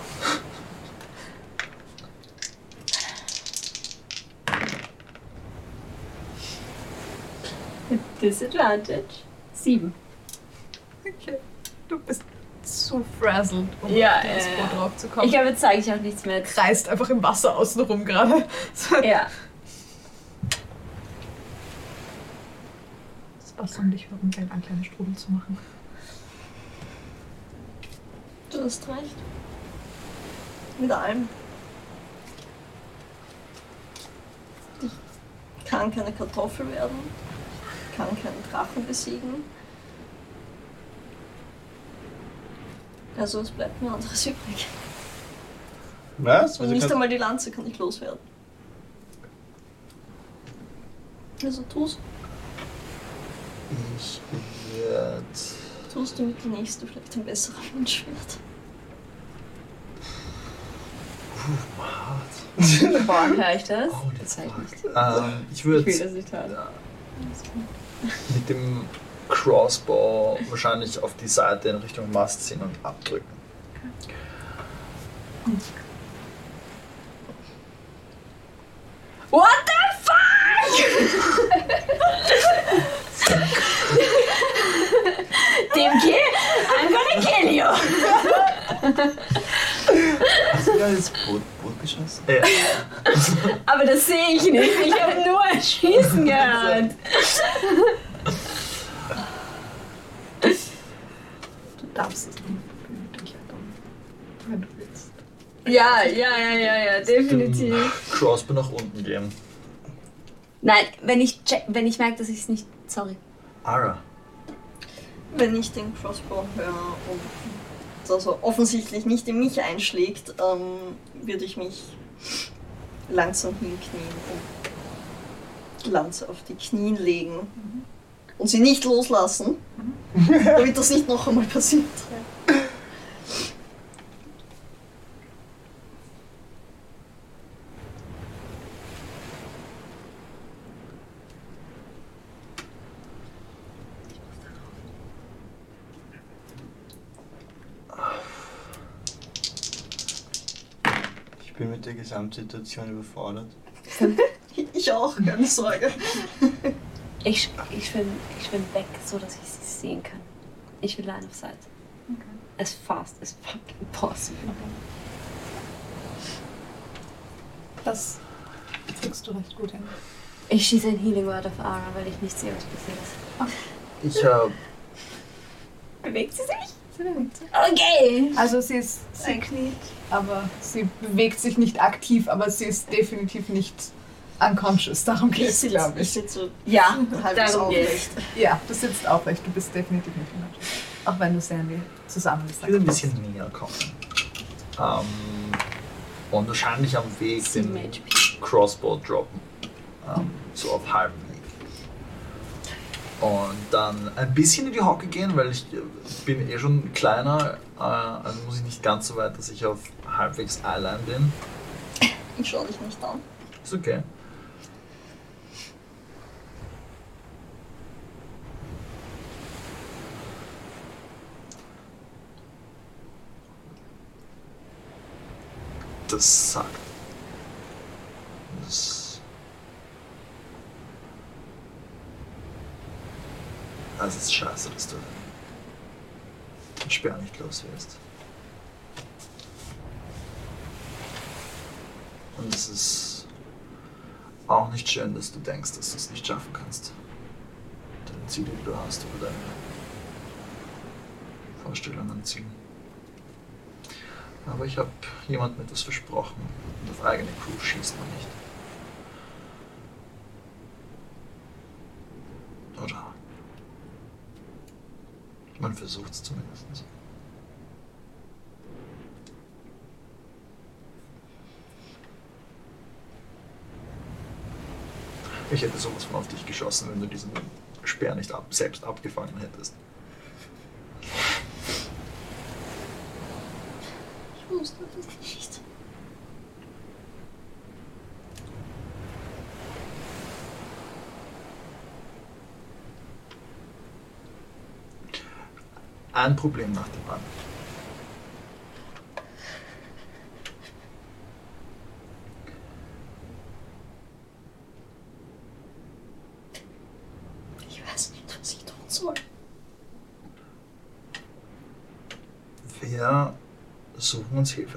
Disadvantage. Sieben. Okay. Du bist zu frazzled, um Ja, auf dieses ja, Boot ja. draufzukommen. Ich glaube, jetzt zeige ich auch nichts mehr. kreist einfach im Wasser außenrum gerade. Ja. Das war so, um dich herum einen kleinen Strudel zu machen. Du hast recht. Mit allem. Ich kann keine Kartoffel werden. Ich kann keinen Drachen besiegen. Also es bleibt mir anderes übrig. Was? Und nicht einmal die Lanze kann ich loswerden. Also tu's. Ich werde. Tust du mit der nächste vielleicht ein besserer Mensch wird. Boah, höre ich das? Oh, Das höre ich nicht. Ähm, ich Ich würde will das nicht hören. mit dem Crossbow wahrscheinlich auf die Seite in Richtung Mast ziehen und abdrücken. What the fuck? Dem Kill, I'm gonna kill you. Hast du gerade das Boot, Boot geschossen? Ja. Aber das sehe ich nicht. Ich habe nur ein Schießen gehört. Du darfst es nicht. Wenn du willst. Ja, ja, ja, ja, ja, definitiv. Crossbow nach unten gehen. Nein, wenn ich check, wenn ich merke, dass ich es nicht. Sorry. Ara. Wenn ich den Crossbow höre und also offensichtlich nicht in mich einschlägt, ähm, würde ich mich langsam hinknien und Lanze auf die Knien legen und sie nicht loslassen, damit das nicht noch einmal passiert. Ich bin mit der Gesamtsituation überfordert. Ich auch, keine Sorge. Ich, ich, schwimm, ich schwimm weg, so dass ich sie sehen kann. Ich will line of sight. Okay. As fast as fucking possible. Das kriegst du recht gut hin. Ich schieße ein Healing Word auf Ara, weil ich nicht sehe, was passiert ist. Ich hab. Bewegt sie sich? Sie bewegt sich. Okay! Also sie ist, sie kniet, aber sie bewegt sich nicht aktiv, aber sie ist definitiv nicht unconscious. Darum geht es, glaube Ich ich. sitze Ja, halbwegs darum aufrecht. geht's. Ja, du sitzt aufrecht, du bist definitiv nicht unconscious. Auch wenn du Sandy zusammen Ich will ein bisschen näher kommen. Ähm, und wahrscheinlich am Weg sieben den H P. Crossbow droppen. Ähm, so auf halbem Weg. Und dann ein bisschen in die Hocke gehen, weil ich bin eh schon kleiner, äh, also muss ich nicht ganz so weit, dass ich auf halbwegs Eyeline bin. Ich schaue dich nicht an. Ist okay. Das sagt. Das. Also es ist scheiße, dass du den Speer nicht los wirst. Und es ist auch nicht schön, dass du denkst, dass du es nicht schaffen kannst. Deine Ziele, die du hast, oder deine Vorstellungen an Zielen. Aber ich habe jemandem etwas versprochen und auf eigene Crew schießt man nicht. Oder? Man versucht es zumindest. Ich hätte sowas von auf dich geschossen, wenn du diesen Speer nicht ab, selbst abgefangen hättest. Ich wusste das nicht. Ein Problem nach dem anderen. Ich weiß nicht, was ich tun soll. Wir suchen uns Hilfe.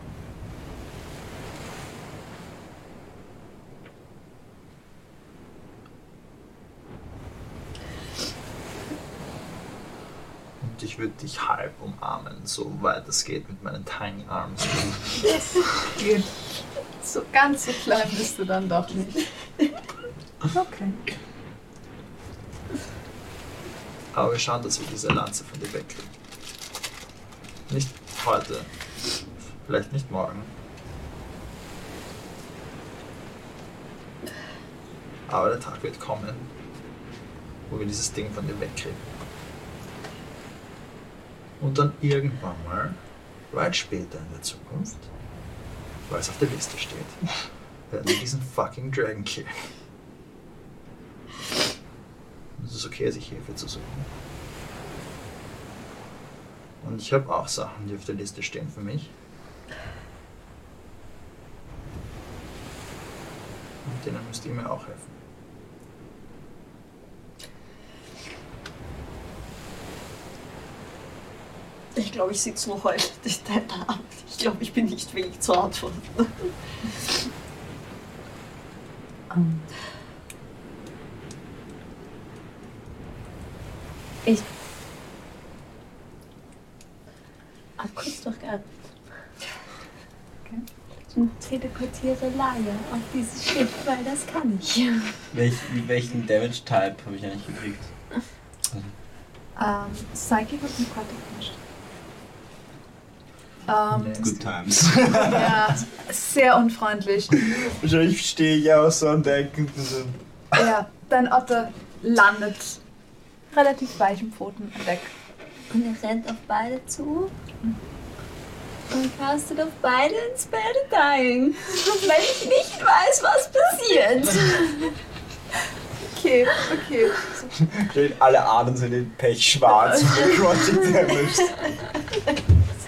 Und ich würde dich halb umarmen, so weit es geht mit meinen Tiny Arms. Geht. So ganz so klein bist du dann doch nicht. Okay. Aber wir schauen, dass wir diese Lanze von dir wegkriegen. Nicht heute, vielleicht nicht morgen. Aber der Tag wird kommen, wo wir dieses Ding von dir wegkriegen. Und dann irgendwann mal, weit später in der Zukunft, weil es auf der Liste steht, werden wir diesen fucking Dragon killen. Und es ist okay, sich Hilfe zu suchen. Und ich habe auch Sachen, die auf der Liste stehen für mich. Und denen müsst ihr mir auch helfen. Ich glaube, ich sitze noch heute da. Ich glaube, ich bin nicht fähig zu antworten. Um. Ich hab kurz durchgeatmet. Okay. Und teleportiere Laia auf dieses Schiff, weil das kann ich. Welch, welchen Damage-Type habe ich eigentlich gekriegt? Ähm, Psychic und Necrotic nicht. Ähm, Good times. ja, sehr unfreundlich. Wahrscheinlich stehe ich auch so und denke so. Ja, dein Otter landet relativ weichen Pfoten am Deck. Und er rennt auf beide zu und castet auf beide ins Spell Dying, weil ich nicht weiß, was passiert. Okay, okay. Stehen alle Adern sind in pechschwarz. Necrotic Damage.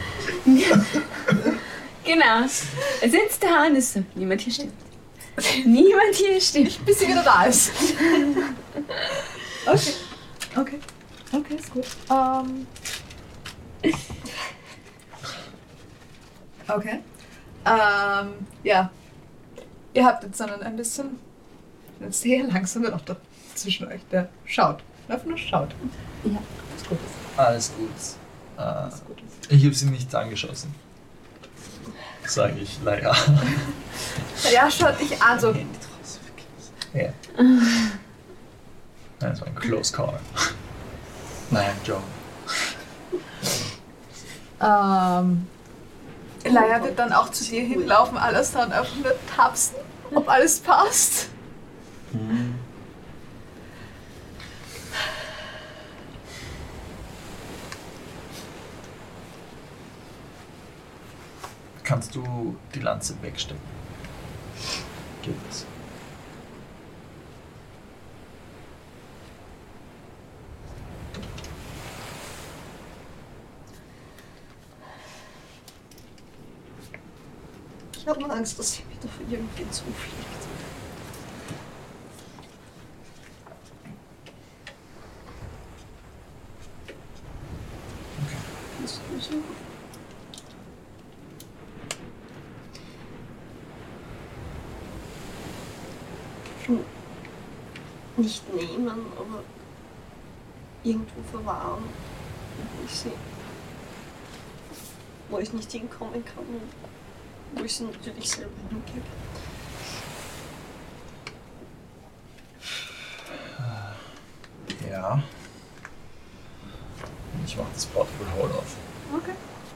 Genau. Er sitzt da und ist so, niemand hier stimmt. Niemand hier stimmt. Bis sie wieder da ist. Okay. Okay. Okay, ist gut. Ähm. Okay. Ähm, ja. Ihr habt jetzt dann ein bisschen einen sehr langsamen Otter zwischen euch, der schaut. Einfach nur schaut. Ja. Ist gut. Alles gut. Äh, Alles gut. ich habe sie nicht angeschossen. Sage ich leider. Ja, schaut dich an, so. Ja. Das war ein Close Call. Nein, Joe. Ähm, Laia wird dann auch zu dir hinlaufen, alles dann einfach nur tapsen, ob alles passt. Hm. Kannst du die Lanze wegstecken? Geht das? Ich habe Angst, dass sie wieder für irgendwen zufliegt. Kannst du so? Schon nicht nehmen, aber irgendwo verwahren, wo ich sie, wo ich nicht hinkommen kann und wo ich sie natürlich selber hingebe. Ja. Ich mache das Portable Hole auf. Okay.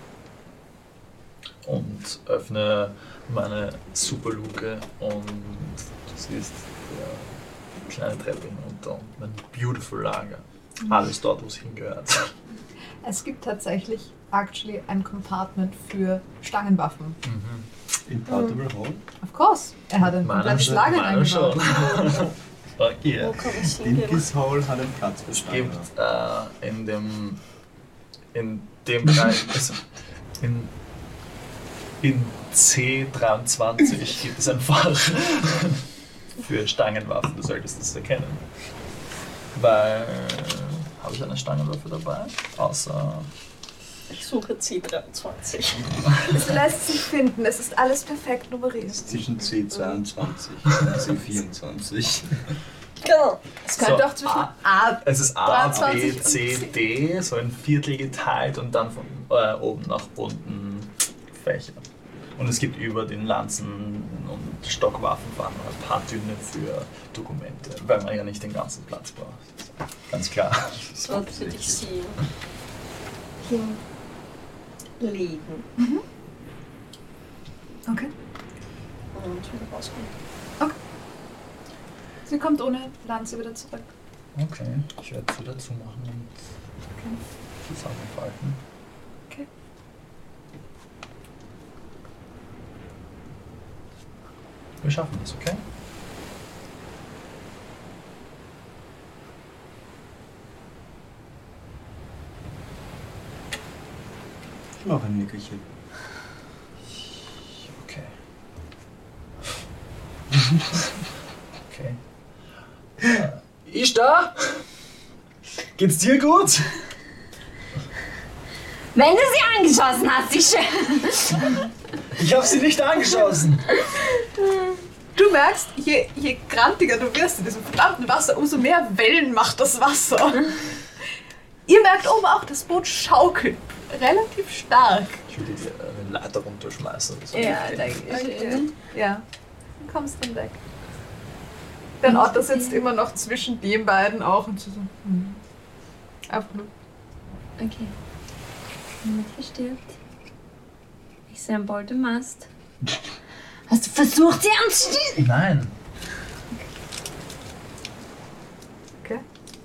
Und öffne meine Superluke und du siehst eine kleine Treppe hinunter und mein Beautiful Lager. Alles dort, wo es hingehört. Es gibt tatsächlich actually ein Compartment für Stangenwaffen. Mhm. In Portable Hole? Of course. Er hat ein Meiner komplettes schon- Lager meiner eingebaut. schon. Fuck yeah. Wo kann ich hingeben? Dinkys Hole hat einen Platz für Es Steine. gibt äh, in dem in dem Bereich, also in, in C dreiundzwanzig gibt es ein Fach für Stangenwaffen, du solltest das erkennen. Weil, habe ich eine Stangenwaffe dabei? Außer... Ich suche C dreiundzwanzig. Es lässt sich finden, es ist alles perfekt nummeriert. Zwischen C zweiundzwanzig und C vierundzwanzig. Genau. Es könnte So, auch zwischen A- A. Es ist A, B, dreiundzwanzig und C, C. D, so ein Viertel geteilt und dann von äh, oben nach unten Fächer. Und es gibt über den Lanzen- und Stockwaffenfahnen ein paar Dünne für Dokumente, weil man ja nicht den ganzen Platz braucht. Ganz klar. Dort würde ich sie hinlegen Okay. und wieder rauskommen. Sie kommt ohne Lanze wieder zurück. Okay, ich werde es wieder zumachen und zusammenfalten. Okay. Wir schaffen das, okay? Ich mache ein Nickerchen. Okay. Okay. Äh, Ishtar? Geht's dir gut? Wenn du sie angeschossen hast, die Schön. Ich habe sie nicht angeschossen. Du merkst, je, je grantiger du wirst in diesem verdammten Wasser, umso mehr Wellen macht das Wasser. Ihr merkt oben auch, das Boot schaukelt relativ stark. Ich würde dir eine Leiter runterschmeißen. So. Ja, danke schön. Ja, du kommst dann weg. Dein Otto sitzt immer noch zwischen den beiden auch und so. Hm. Einfach nur. Okay. Niemand verstirbt. Ich sehe ein Boltemast. Hast du versucht, sie anzuschießen? Nein. Okay.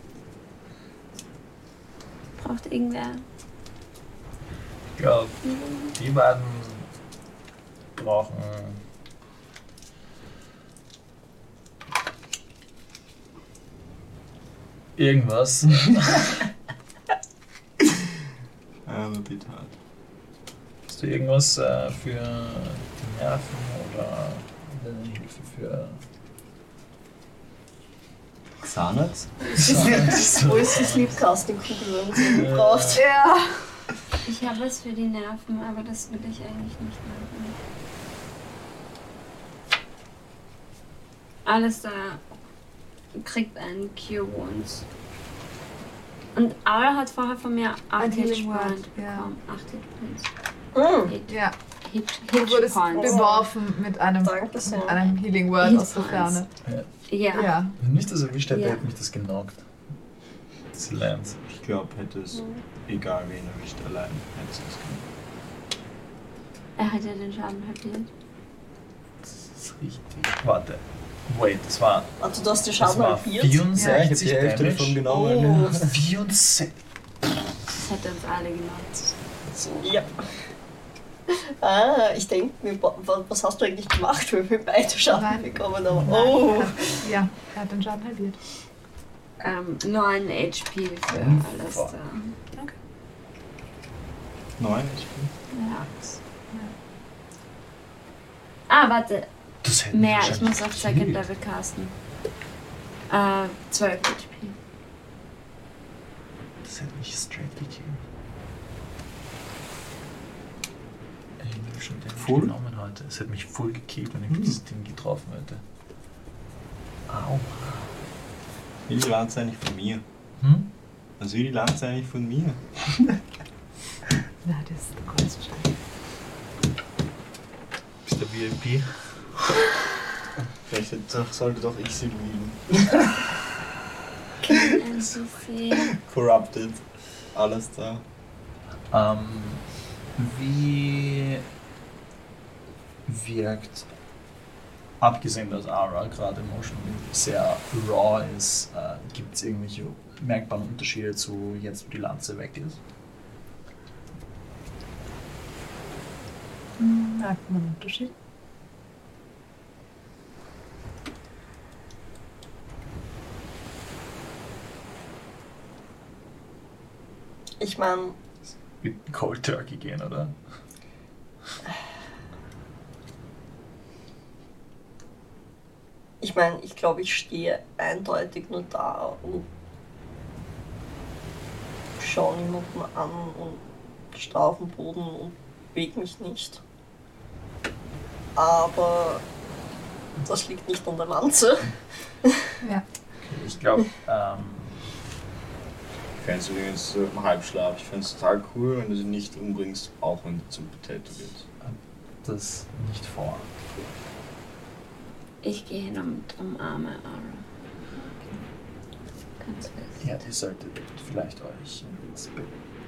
Braucht irgendwer. Ich glaube, die beiden brauchen irgendwas. Aber bitte halt. Hast du irgendwas äh, für die Nerven oder eine Hilfe für Xanax? Wo ist die Sleepcasting-Kugel, wenn sie die braucht? Ja. Ich habe was für die Nerven, aber das will ich eigentlich nicht machen. Alles da kriegt einen Cure Wounds. Und Aura hat vorher von mir Ein acht Healing Hitpoints Word, ja. bekommen. acht Hitpoints. Mm. Hit, Ja. Hit, Du wurdest Hitpoints. beworfen mit einem, Danke sehr. mit einem Healing Word aus der Hitpoints. Ferne. Ja. Ja. Wenn mich das erwischt hätte, Ja. hätte mich das genockt. Das Lance. Ich glaube, hätte es, egal wen erwischt, allein hätte es das gemacht. Er hat ja den Schaden halbiert. Das ist richtig. Warte. Wait, das war, Also du hast den das Schaden war halbiert? vierundsechzig Ja, ich hab die Hälfte Damage. davon genommen. Oh, vierundsechzig. Das hätte uns alle gemacht. Ja. Ah, ich denke mir, wa- wa- was hast du eigentlich gemacht, weil wir beide Schaden Nein. bekommen haben? Nein, Oh! er hat- Ja, er hat den Schaden halbiert. Ähm, neun H P für Oh, alles fuck. da. Neun, ich bin. Ja. Ah, warte. Das hätte mich Mehr, ich wahrscheinlich muss auf Second gekillt. Level casten. Äh, zwölf H P. Das hätte mich straight gekillt. Ich habe schon den Full? genommen heute. Es hätte mich voll gekillt, wenn ich Hm. dieses Ding getroffen hätte. Au. Wie die Lanze eigentlich von mir? Hm? Also wie die Lanze eigentlich von mir? Na, das ist der Kreuzstein. Bist der V I P? Vielleicht hätte- sollte doch ich sie lieben. N C C. Corrupted. Alles da. Ähm, wie wirkt, abgesehen, dass Aura gerade Motion sehr raw ist, äh, gibt es irgendwelche merkbaren Unterschiede zu jetzt, wo die Lanze weg ist? Merkt man einen Unterschied? Ich meine, Mit Cold Turkey gehen, oder? ich meine, ich glaube, ich stehe eindeutig nur da und schaue niemanden an und starr auf dem Boden und bewege mich nicht. Aber das liegt nicht an der Lanze. Ja. Ich glaube, ähm, Ich fände es übrigens so im Halbschlaf. Ich fände es total cool, wenn du sie nicht umbringst, auch wenn du zum Potato wird. das nicht vor. Ich gehe hin und umarme Aura. Ganz fest. Ja, ihr solltet vielleicht euch ins Bett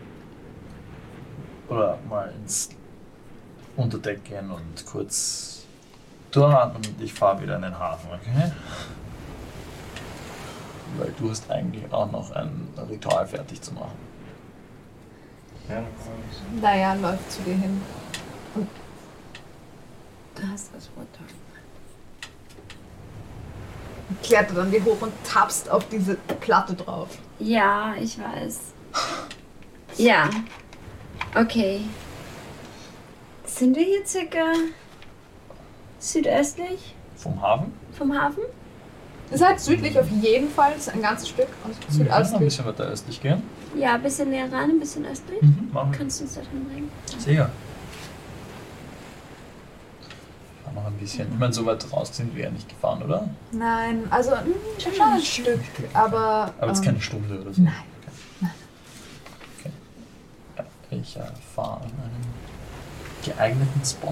oder mal ins Unterdeck gehen und kurz durchatmen und ich fahre wieder in den Hafen, okay? Weil du hast eigentlich auch noch ein Ritual fertig zu machen. Ja, dann kann ich. Naja, läuft zu dir hin. Du hast das Wort. Klettert dann die hoch und tappst auf diese Platte drauf. Ja, ich weiß. Ja. Okay. Sind wir hier circa südöstlich Vom Hafen? vom Hafen? Ihr seid südlich auf jeden Fall, das ist ein ganzes Stück. Und Wir können noch ein südöstlich. bisschen weiter östlich gehen. Ja, ein bisschen näher ran, ein bisschen östlich. Mhm, machen wir. Kannst du uns dorthin bringen? Sehr. Fahren noch ein bisschen. Ich meine, so weit raus sind wir ja nicht gefahren, oder? Nein, also mh, schon ein Stück, aber. Aber jetzt ähm, keine Stunde oder so. Nein. Okay. Okay. Ja, ich äh, fahre an einen geeigneten Spot.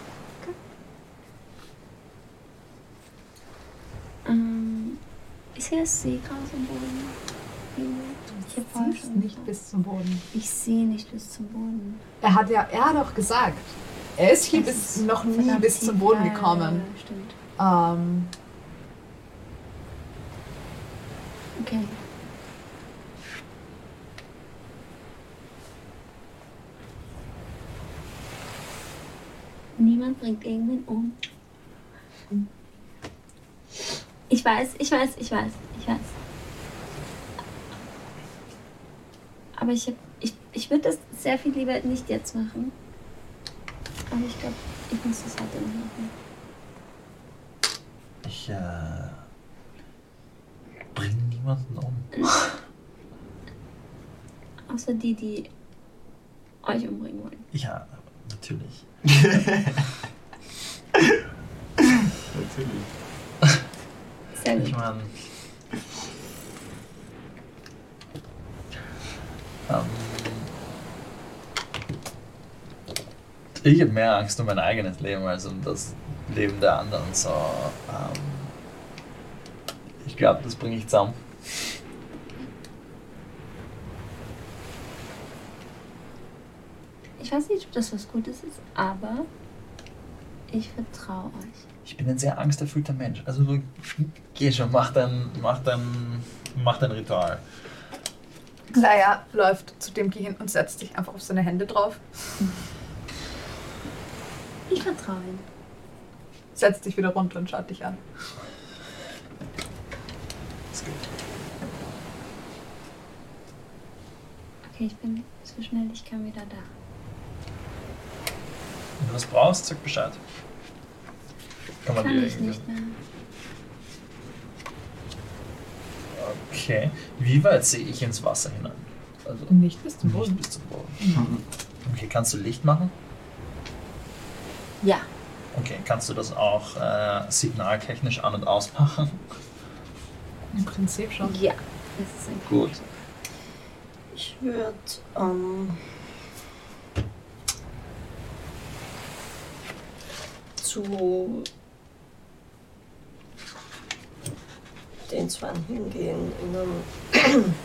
Ähm, ist hier das Seegras am Boden? Ich hab vorher siehst schon nicht gesagt. bis zum Boden. Ich sehe nicht bis zum Boden. Er hat ja, er hat auch gesagt, er ist hier Das bis, ist noch nie verdammt bis zum tief. Boden Ja, gekommen. Ja, ja, stimmt. Ähm, Okay. Niemand bringt irgendwen um. Ich weiß, ich weiß, ich weiß, ich weiß. Aber ich, hab- ich, ich würde das sehr viel lieber nicht jetzt machen. Aber ich glaube, ich muss das heute noch machen. Ich äh, bringe niemanden um. Außer die, die euch umbringen wollen. Ja, natürlich. Natürlich. Sehr Ich gut. meine. Ähm, ich habe mehr Angst um mein eigenes Leben als um das Leben der anderen. So, ähm, ich glaube, das bringe ich zusammen. Ich weiß nicht, ob das was Gutes ist, aber ich vertraue euch. Ich bin ein sehr angsterfüllter Mensch. Also du, geh schon, mach dein, mach dein, mach dein Ritual. Leia läuft zu Dimki hin und setzt sich einfach auf seine Hände drauf. Ich vertraue ihm. Setzt sich wieder runter und schaut dich an. Ist gut. Okay, ich bin so schnell, ich kann wieder da. Wenn du was brauchst, sag Bescheid. Kann man Kann dir ich irgendwie- nicht mehr. Okay. Wie weit sehe ich ins Wasser hinein? Also Nicht bis zum nicht Boden. bis zum Boden. Okay, kannst du Licht machen? Ja. Okay, kannst du das auch äh, signaltechnisch an- und ausmachen? Im Prinzip schon. Ja. Das ist ein Gut. Ich würde ähm, zu den zwei hingehen, ihnen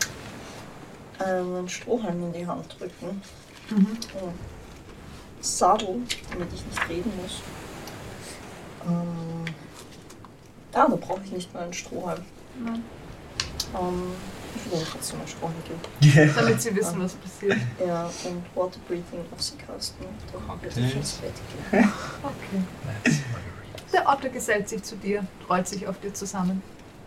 einen Strohhalm in die Hand drücken. Mhm. Und Sattel, damit ich nicht reden muss. Ähm, ja, da brauche ich nicht mal einen Strohhalm. Nein. Ähm, ich will ihnen trotzdem einen Strohhalm geben. Damit sie wissen, was passiert. Ja, und Water Breathing auf sie casten. Dann wird ich ins Bett gehen. Okay. Der Otter gesellt sich zu dir, rollt sich auf dir zusammen.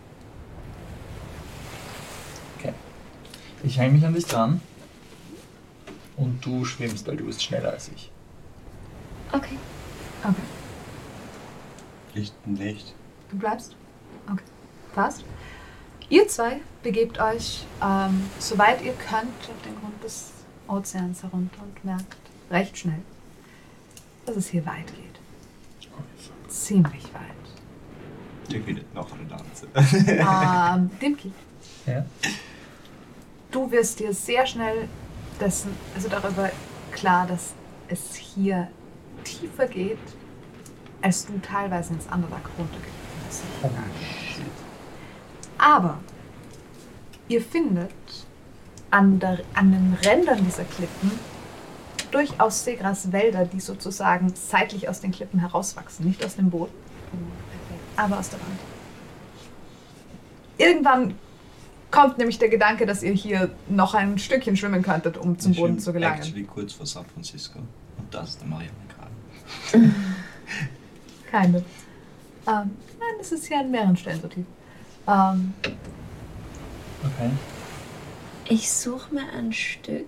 Ich hänge mich an dich dran und du schwimmst, weil du bist schneller als ich. Okay. Okay. Licht und Licht. Du bleibst? Okay. Passt. Ihr zwei begebt euch, ähm, soweit ihr könnt, auf den Grund des Ozeans herunter und merkt recht schnell, dass es hier weit geht. Ziemlich weit. Ich will noch eine Lanze. Ähm, Dimki, Ja? du wirst dir sehr schnell dessen, also darüber klar, dass es hier tiefer geht, als du teilweise ins Underdark runtergegangen bist. Oh, shit. Aber ihr findet an, der, an den Rändern dieser Klippen durchaus Seegraswälder, die sozusagen seitlich aus den Klippen herauswachsen. Nicht aus dem Boden, aber aus der Wand. Irgendwann kommt nämlich der Gedanke, dass ihr hier noch ein Stückchen schwimmen könntet, um zum Ich Boden schwimme zu gelangen. Actually kurz vor San Francisco. Und das ist der Marianne gerade. Keine. Ähm, nein, das ist hier an mehreren Stellen so tief. Ähm, Okay. Ich suche mir ein Stück,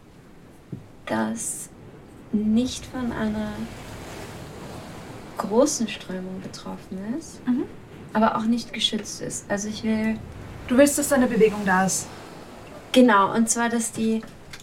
das nicht von einer großen Strömung betroffen ist, Mhm. aber auch nicht geschützt ist. Also ich will... Du willst, dass deine Bewegung da ist. Genau, und zwar, dass die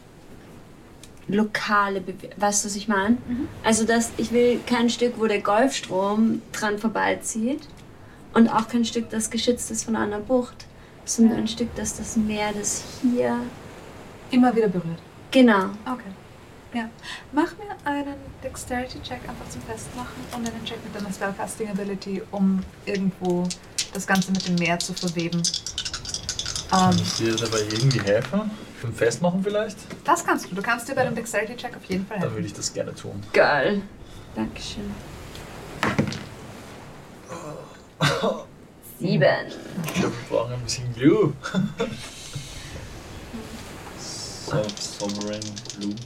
lokale Bewegung... Weißt du, was ich meine? Mhm. Also dass ich will kein Stück, wo der Golfstrom dran vorbeizieht und auch kein Stück, das geschützt ist von einer Bucht, sondern ein Stück, das das Meer, das hier... Immer wieder berührt. Genau. Okay. Ja. Mach mir einen Dexterity-Check einfach zum Festmachen und einen Check mit deiner Spellcasting Ability, um irgendwo das Ganze mit dem Meer zu verweben. Kann Ähm, ich dir dabei irgendwie helfen? Für ein Festmachen vielleicht? das kannst du. Du kannst dir bei dem Dexterity-Check auf jeden Fall Dann helfen. würde ich das gerne tun. Geil. Dankeschön. Sieben. Ich glaube, wir brauchen ein bisschen Glue. So, Sovereign Blue.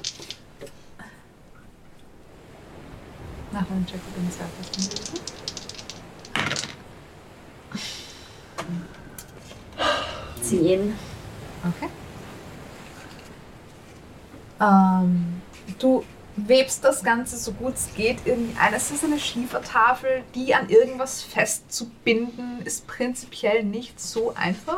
Mach einen Check mit deiner Spellcasting Ability. Zehn. Okay. Ähm, du webst das Ganze so gut es geht irgendwie ein. Es ist eine Schiefertafel, die an irgendwas festzubinden, ist prinzipiell nicht so einfach.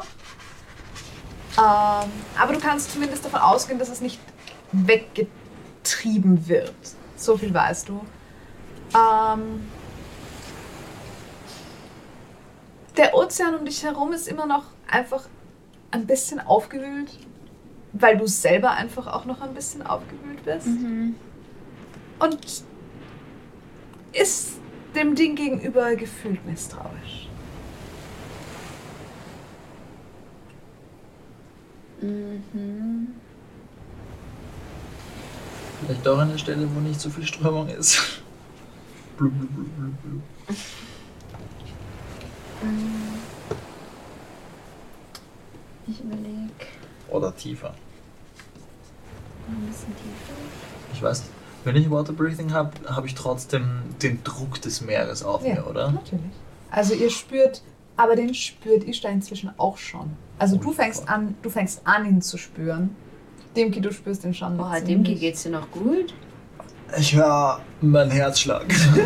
Ähm, aber du kannst zumindest davon ausgehen, dass es nicht weggetrieben wird. So viel weißt du. Ähm, der Ozean um dich herum ist immer noch einfach ein bisschen aufgewühlt, weil du selber einfach auch noch ein bisschen aufgewühlt bist. Mhm. Und ist dem Ding gegenüber gefühlt misstrauisch. Mhm. Vielleicht auch an der Stelle, wo nicht so viel Strömung ist. Blub, blub, blub, blub, blub. Ich überlege. Oder tiefer. Ein bisschen tiefer. Ich weiß nicht. Wenn ich Water Breathing habe, habe ich trotzdem den Druck des Meeres auf Ja. mir, oder? Natürlich. Also ihr spürt, aber den spürt Ishtar inzwischen auch schon. Also du fängst an, du fängst an, ihn zu spüren. Demki, du spürst ihn schon. Boah, ziemlich. Demki geht's dir noch gut? Ich höre meinen Herzschlag.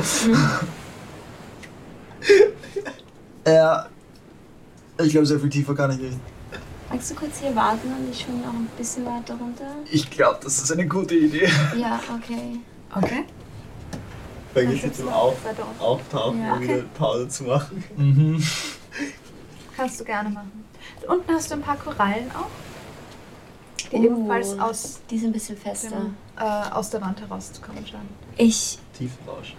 Ja. Ich glaube, sehr viel tiefer kann ich nicht. Magst du kurz hier warten und ich schwimme noch ein bisschen weiter runter? Ich glaube, das ist eine gute Idee. Ja, okay. Okay. Vergiss jetzt im Auf Weiter unten. Auftauchen, Ja. um wieder Pause zu machen. Mhm. Kannst du gerne machen. Unten hast du ein paar Korallen auch, die Oh. ebenfalls aus, Die sind ein bisschen fester. dem, äh, aus der Wand herauskommen scheinen. Ich, Tiefenrausch.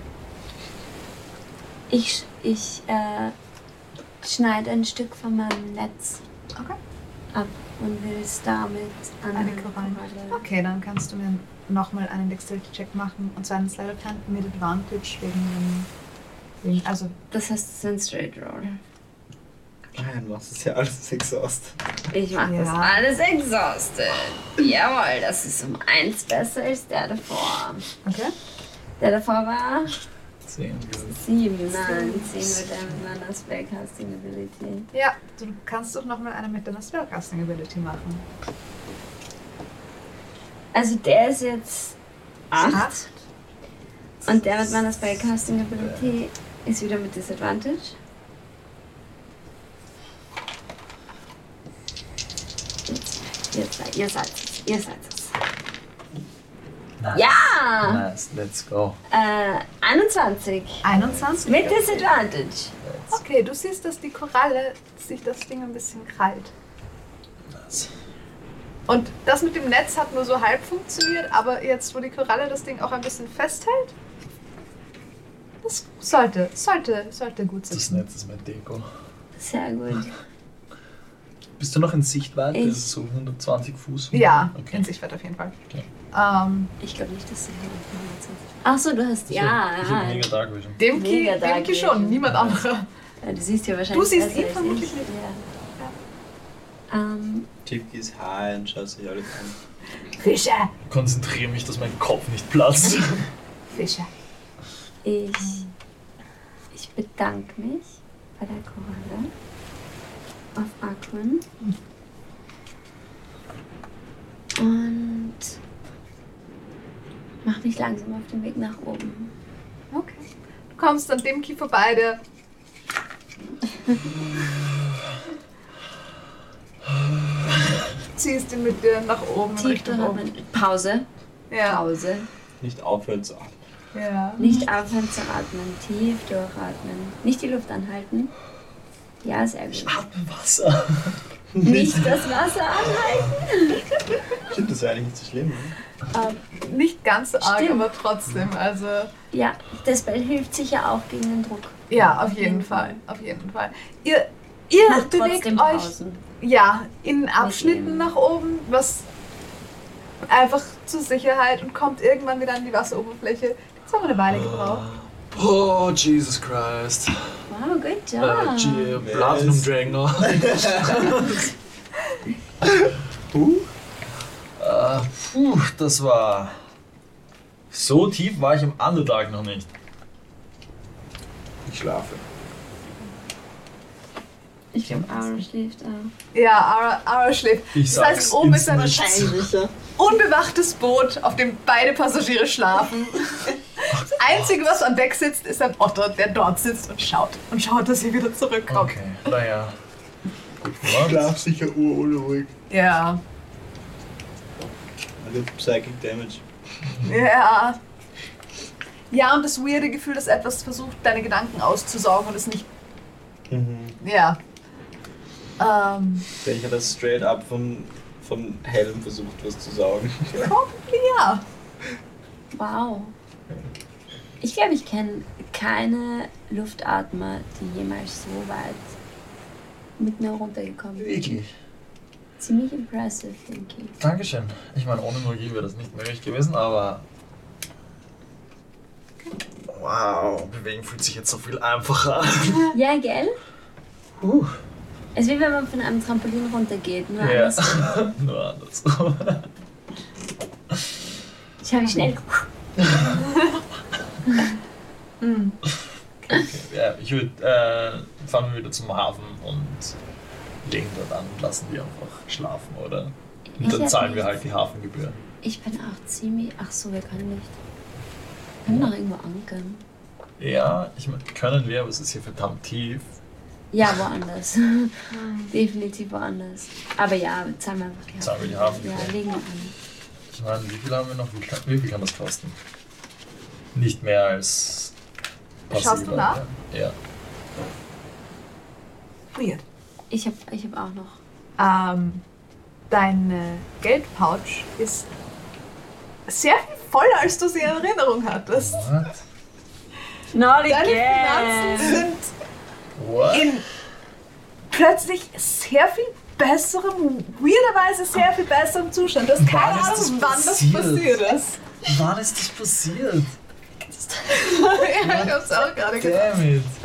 ich, ich, äh, schneide ein Stück von meinem Netz Okay. ab und will es damit an Eine eine Korallen. Koralle. Okay, dann kannst du mir nochmal einen Dexterity-Check machen. Und zwar einen Slide of Hand mit Advantage wegen dem... Wegen, also, Das heißt, es ist ein Straight Roll. Nein, was ist ja alles exhaust. Ich mach das Ja. alles exhausted. Jawohl, das ist um eins besser als der davor. okay. Der davor war Zehn. sieben, nein, zehn mit der- mit meiner Spellcasting Ability. Ja, du kannst doch nochmal eine mit deiner Spellcasting Ability machen. Also der ist jetzt acht. Acht. Und der mit meiner Spellcasting Ability ist wieder mit Disadvantage. Ihr seid, ihr seid es, ihr seid es. Nice. Ja! Nice, let's go. Äh, einundzwanzig. einundzwanzig? Mit Disadvantage. Let's Okay, du siehst, dass die Koralle sich das Ding ein bisschen krallt. nice. Und das mit dem Netz hat nur so halb funktioniert, aber jetzt, wo die Koralle das Ding auch ein bisschen festhält, das sollte, sollte, sollte gut Das sein. Netz ist mein Deko. Sehr gut. Bist du noch in Sichtweite? Ich- Das ist so hundertzwanzig Fuß? Ja, Okay. in Sichtweite auf jeden Fall. Okay. Ähm, Ich glaube nicht, dass du hundertzwanzig. Achso, du hast. Ich Ja, hab, ich hab ja. mega Dark Vision. Demki, Mega Dark Demki Vision. schon, niemand anderer. Ja, du siehst ja wahrscheinlich. Du siehst besser ihn als vermutlich ich. nicht. Ja. Ähm, Tipki ist high und schaut sich alles an. Fische! Konzentriere mich, dass mein Kopf nicht platzt. Fische. ich. Ich bedanke mich bei der Koralle auf Aquin. Und mach mich langsam auf den Weg nach oben. Okay. Du kommst an Demki vorbei, der Ziehst ihn mit dir nach oben in Tief Richtung oben. durchatmen. Pause. Ja. Pause. Nicht aufhören zu atmen. Ja. Nicht aufhören zu atmen. Tief durchatmen. Nicht die Luft anhalten. Ja, sehr gut. Atmen Wasser. Nicht das Wasser anhalten. Stimmt, das ist eigentlich nicht so schlimm. Ne? Ähm, nicht ganz so arg, Stimmt. aber trotzdem. Also Ja, das Bell hilft sicher auch gegen den Druck. ja, auf jeden Fall. Auf jeden Fall. Ihr, ihr Macht bewegt trotzdem euch Pausen. ja in Abschnitten ihm. nach oben, was einfach zur Sicherheit und kommt irgendwann wieder an die Wasseroberfläche. Das hat eine Weile gebraucht. Oh, Jesus Christ. Wow, good Äh, job. G- Platinum Dragon. Uh? Äh, puh, das war... So tief war ich am Underdark noch nicht. Ich schlafe. Ich glaube, Aaron schläft auch. Ja, Ara, Ara schläft. Ich Das heißt, sag's oben ist ein ins Nichts. Wahrscheinlicher. unbewachtes Boot, auf dem beide Passagiere schlafen. Das Einzige, was an Deck sitzt, ist ein Otter, der dort sitzt und schaut. Und schaut, dass ihr wieder zurückkommt. Okay, naja. Gut Ich gemacht. schlaf sicher urunruhig. Ja. Also Psychic Damage. Ja. Ja, und das weirde Gefühl, dass etwas versucht, deine Gedanken auszusaugen und es nicht. Mhm. Ja. Ähm. Ich habe das straight up von, von Helm versucht, was zu saugen. Probably ja. Wow. Ich glaube, ich kenne keine Luftatmer, die jemals so weit mit mir runtergekommen sind. Wirklich. Ziemlich impressive, denke ich. Dankeschön. Ich meine, ohne Magie wäre das nicht möglich gewesen, aber... Wow, Bewegen fühlt sich jetzt so viel einfacher an. Ja, gell? Uh. Es ist wie wenn man von einem Trampolin runtergeht. Nur Ja, anders. nur anders. Ich habe schnell. Okay, ja, ich würde äh, fahren wir wieder zum Hafen und legen dort an und lassen die einfach schlafen, oder? Ich Und dann hätte zahlen wir nicht- halt die Hafengebühr. Ich bin auch ziemlich. Ach so, wir können nicht. Wir können noch irgendwo ankern. Ja, ich meine, können wir, aber es ist hier verdammt tief. Ja, woanders. Definitiv woanders. Aber ja, zahlen wir einfach die Zahlen wir die Ja, Hafengebühr. legen wir an. Ich meine, wie viel haben wir noch? Wie, kann- wie viel kann das kosten? Nicht mehr als Schaust du nach? Ja. Weird. Ich habe ich hab auch noch. Ähm, deine Geldpouch ist sehr viel voller, als du sie in Erinnerung hattest. What? Not Deine Finanzen sind What? in plötzlich sehr viel besserem, weirderweise sehr viel besserem Zustand. Du hast keine Wann ist Ahnung, das wann das passiert? passiert ist. Wann ist das passiert? Ja, ich hab's auch gerade gedacht. Damn it.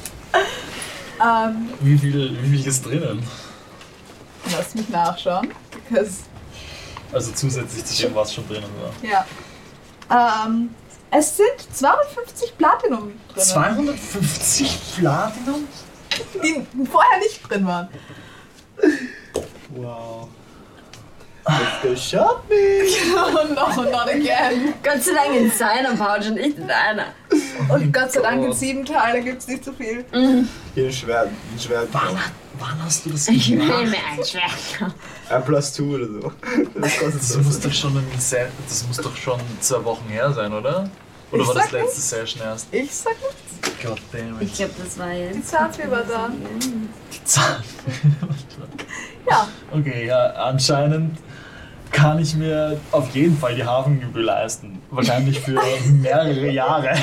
Ähm, Wie viel, wie viel ist drinnen? lass mich nachschauen. Because, Also zusätzlich zu dem, was schon drinnen war. ja. Ähm, es sind zweihundertfünfzig Platinum drin, zweihundertfünfzig Platinum? die vorher nicht drin waren. Wow. Let's go shopping! Oh no, not again. Gott sei Dank in seiner Pouch und nicht in deiner. Und Gott sei Dank in Gott. sieben Teile gibt's nicht so viel. Hier ein Schwert. Ein Schwert. Wann, wann hast du das Ich will gemacht? mir ein Schwert. Ein plus two oder so. Das kostet Das so. muss doch schon ein Se- das muss doch schon zwei Wochen her sein, oder? Oder Ich war das sag letzte Session erst? Ich sag nichts. God damn Ich it. glaube, das war jetzt. Die Zahnfieber da. Die Zahlen. Ja. Okay, ja, anscheinend kann ich mir auf jeden Fall die Hafengebühr leisten. Wahrscheinlich für mehrere Jahre.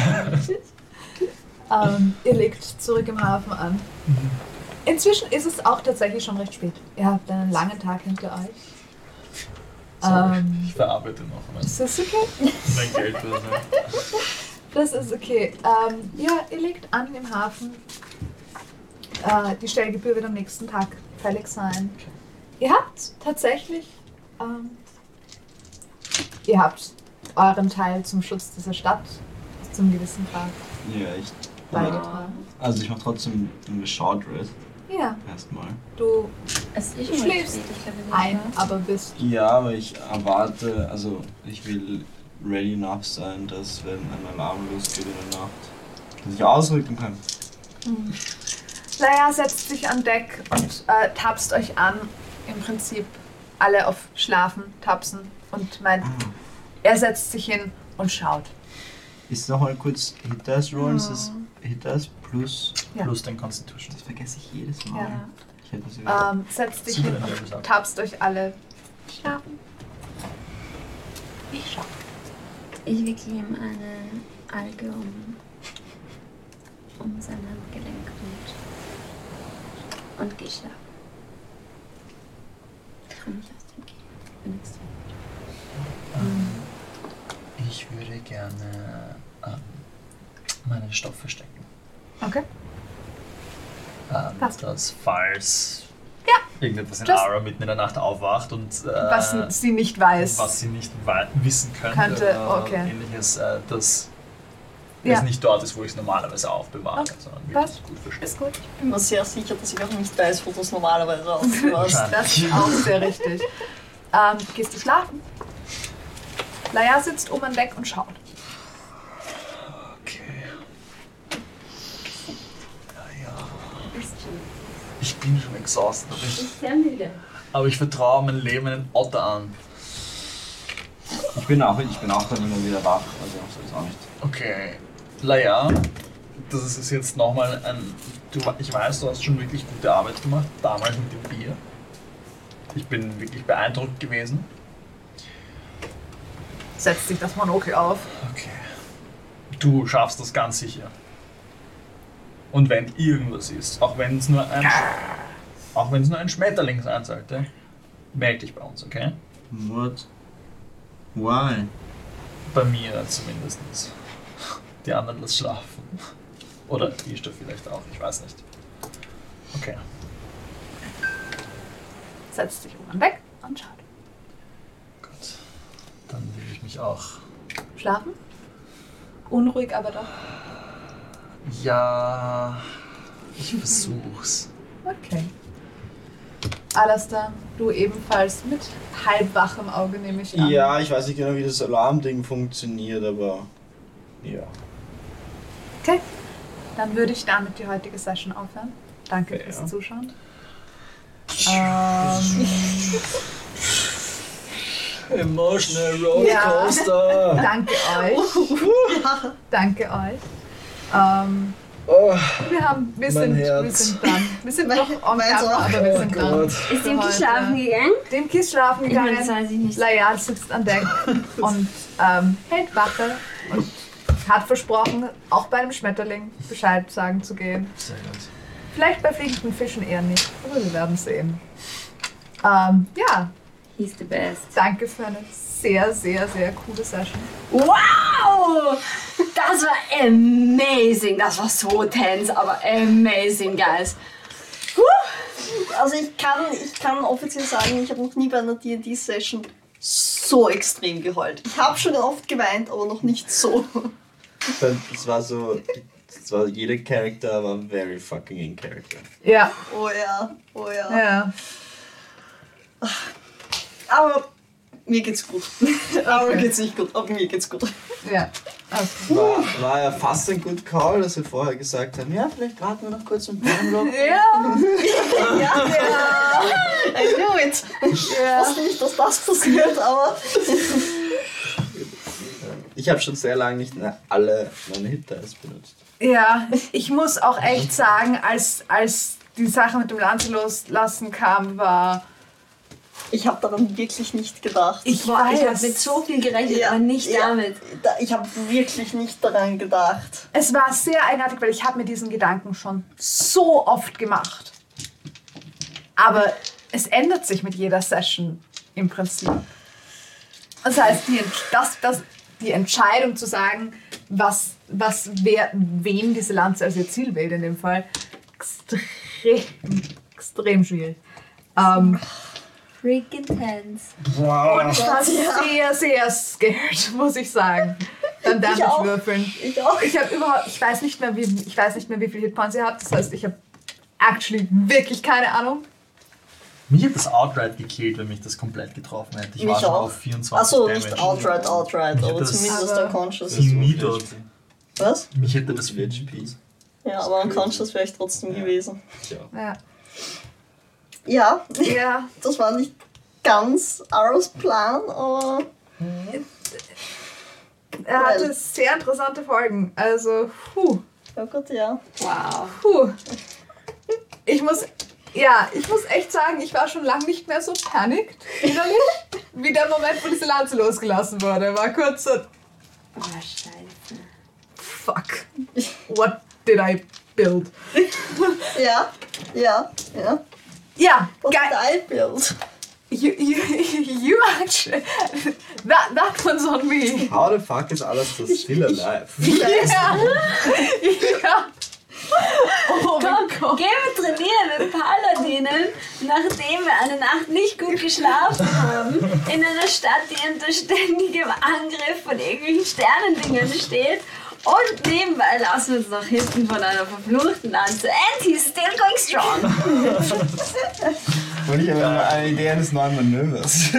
Ähm, ihr legt zurück im Hafen an. Inzwischen ist es auch tatsächlich schon recht spät. Ihr habt einen langen Tag hinter euch. Sorry, Ähm, ich verarbeite noch mein, ist das okay? mein Geld. Das ist okay. Ähm, ja, ihr legt an im Hafen. Äh, die Stellgebühr wird am nächsten Tag fällig sein. Ihr habt tatsächlich, ähm, ihr habt euren Teil zum Schutz dieser Stadt zum gewissen Grad Ja, ich. beigetragen. Also ich mach trotzdem eine Short Rest. Ja, Erstmal. du Es ist Du schon schläfst spät, ich glaube, wir sind ein, da. aber bist Ja, aber ich erwarte, also ich will ready enough sein, dass wenn ein Alarm losgeht in der Nacht, dass ich ausrücken kann. Leia setzt sich an Deck und äh, tapst euch an. Im Prinzip alle auf Schlafen tapsen und meint, er setzt sich hin und schaut. Ist noch mal kurz Hit Dice Rollen, ist das Hit Dice plus, Ja. Plus den Constitution. das vergesse ich jedes Mal. Ja. Ich hätte das wieder. Ähm, setzt sich Sieben hin haben wir und gesagt. tapst euch alle schlafen. Ich schaue. Ich wickle ihm eine Alge um, um sein Handgelenk und, und gehe schlafen. Kann mich ausdrücken. Bin extrem. Ich würde gerne ähm, meinen Stoff verstecken. Okay. Ähm, Passt. dass falls Ja. irgendetwas in Just- Ara mitten in der Nacht aufwacht und äh, Was sie nicht weiß. was sie nicht wei- wissen könnte, Könnte, oder okay. ähnliches, äh, dass Ja. es nicht dort ist, wo ich es normalerweise aufbewahre, Okay. sondern Passt. wirklich gut versteckt. Ist gut. Ich bin mir sehr sicher, dass ich auch nicht weiß, wo das normalerweise aufgewasst. Das ist auch sehr richtig. Ähm, gehst du schlafen? Leia sitzt oben an Deck und schaut. Okay. Ja, ja. Ich bin schon exhausted, aber ich, Sehr müde. aber ich vertraue mein Leben einen Otter an. Ich bin auch, ich bin auch dann immer wieder wach, also so ist auch nicht. Okay. Leia, das ist jetzt nochmal ein. Du, ich weiß, du hast schon wirklich gute Arbeit gemacht, damals mit dem Bier. Ich bin wirklich beeindruckt gewesen. Setzt sich das Monokel auf. Okay. Du schaffst das ganz sicher. Und wenn irgendwas ist, auch wenn es nur ein, auch wenn es nur ein Schmetterling sein sollte, melde dich bei uns, okay? What? Why? Bei mir zumindest. Die anderen lass schlafen. Oder Ishtar vielleicht auch, ich weiß nicht. Okay. Setzt sich oben an Deck und schaut. Gut. Dann will ich mich auch. Schlafen? Unruhig, aber doch. Ja. Ich versuch's. Okay. Alastair, du ebenfalls mit halbwachem Auge, nehme ich an. Ja, ich weiß nicht genau, wie das Alarmding funktioniert, aber ja. Okay. Dann würde ich damit die heutige Session aufhören. Danke Ja. fürs Zuschauen. Ähm, Emotional Rollercoaster. danke euch. Danke euch. Ähm, Oh, wir haben, wir Mein sind, wir Herz. sind dran. Wir sind noch on meins camera, auch. aber wir sind Oh dran. Gott. Ist Für Dimki heute. schlafen gegangen? Dimki ist schlafen Ich meine, das gegangen. weiß ich nicht. Laia sitzt an Deck und ähm, hält Wache und hat versprochen, auch bei einem Schmetterling Bescheid sagen zu gehen. Sehr gut. Vielleicht bei fliegenden Fischen eher nicht, aber wir werden sehen. Ähm, ja, He's the best. danke für eine sehr, sehr, sehr coole Session. Wow! Das war amazing. Das war so tense, aber amazing, guys. Also ich kann, ich kann offiziell sagen, ich habe noch nie bei einer D und D-Session so extrem geheult. Ich habe schon oft geweint, aber noch nicht so. Es war so, es war, jeder Charakter war very fucking in character. Ja, Oh ja, oh ja. ja. Aber mir geht's gut. Aber mir geht's nicht gut, aber mir geht's gut. ja. Okay. War, war ja fast ein good call, dass wir vorher gesagt haben, ja, vielleicht warten wir noch kurz mit Bärenlock. Ja, Ja, ja. I knew it. Ich ja. wusste nicht, dass das passiert, aber Ich habe schon sehr lange nicht mehr alle meine Hit-Dice benutzt. Ja, ich muss auch echt sagen, als, als die Sache mit dem Lanze loslassen kam, war... ich habe daran wirklich nicht gedacht. Ich Boah, ich habe weiß. mit so viel gerechnet, Ja, aber nicht ja. damit. Da- Ich habe wirklich nicht daran gedacht. Es war sehr eigenartig, weil ich habe mir diesen Gedanken schon so oft gemacht. Aber es ändert sich mit jeder Session im Prinzip. Das heißt, die, Ent- das, das, die Entscheidung zu sagen, was, was wer, wen diese Lanze als ihr Ziel wählt in dem Fall, extrem, extrem schwierig. Ähm, Freaking tense. Wow. ich war sehr, sehr scared, muss ich sagen. Dann darf Ich ich auch. würfeln. Ich auch. Ich habe überhaupt, ich weiß nicht mehr, wie, ich weiß nicht mehr, wie viele Hitpoints ihr habt. Das heißt, ich habe actually wirklich keine Ahnung. Mich hat das outright gekillt, wenn mich das komplett getroffen hätte. Ich Mich war schon auch. auf vierundzwanzig Achso, Damage. nicht outright, outright, Mich hat aber das- zumindest Aber- unconscious. Finito. Was? Mich hätte das H P. finito. Ja, aber unconscious wäre ich trotzdem Ja. gewesen. Tja. Ja. Ja, Ja. das war nicht ganz Aros Plan, aber Er hatte sehr interessante Folgen. Also, puh. oh Gott, ja. Wow. Puh. Ich muss, ja, ich muss echt sagen, ich war schon lange nicht mehr so panicked innerlich, wie der Moment, wo diese Lanze losgelassen wurde. War kurz so, Oh, scheiße. fuck, what did I build? Ja, ja, ja. Ja, Was geil. dein Bild? You, you, you actually, that, that one's on me. How the fuck ist alles das still alive? Ja. Ja. Oh mein Gott. Gehen wir trainieren mit Paladinen, nachdem wir eine Nacht nicht gut geschlafen haben, in einer Stadt, die unter ständigem Angriff von irgendwelchen Sternendingen steht. Und nebenbei lassen wir uns noch hinten von einer verfluchten Lanze. And he's still going strong. Und ich habe eine Idee eines neuen Manövers.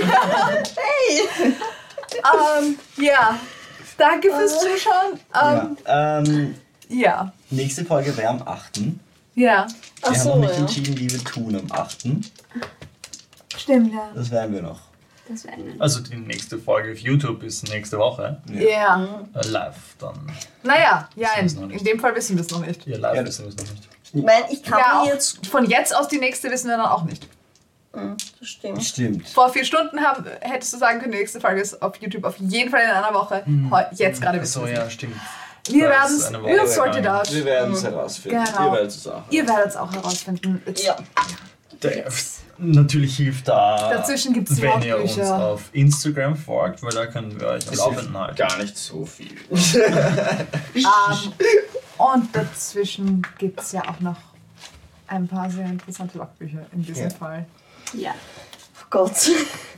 Ähm, ja, danke fürs Zuschauen. Ähm, ja. Ähm, ja. nächste Folge wäre am achten. Ja. Ach Wir so, haben noch nicht ja. entschieden, wie wir tun am achten. Stimmt, ja. Das werden wir noch. Das wäre eine. Also die nächste Folge auf YouTube ist nächste Woche. Ja. Äh, live dann. Naja, ja, Das in, ist noch nicht. in dem Fall wissen wir es noch nicht. Ja, live Ja. wissen wir es noch nicht. Ich meine, ich kann Ja, mir auch jetzt. von jetzt aus die nächste wissen wir dann auch nicht. Hm, das stimmt. Stimmt. Vor vier Stunden haben, hättest du sagen können, die nächste Folge ist auf YouTube auf jeden Fall in einer Woche. Heu- Jetzt gerade wissen So, wir es ja, nicht. stimmt. Wir Da werden ist es, eine Woche we'll sort it gegangen. out. Wir werden es herausfinden. Genau. Ihr werdet es auch. Ihr werdet es auch herausfinden. It's- Ja. Der, natürlich hilft da, Dazwischen gibt's die wenn ihr uns Wortbücher. auf Instagram folgt, weil da können wir euch am Laufenden halten. Gar nicht so viel. Ähm, und dazwischen gibt es ja auch noch ein paar sehr interessante Logbücher in diesem Ja. Fall. Ja. Oh Gott.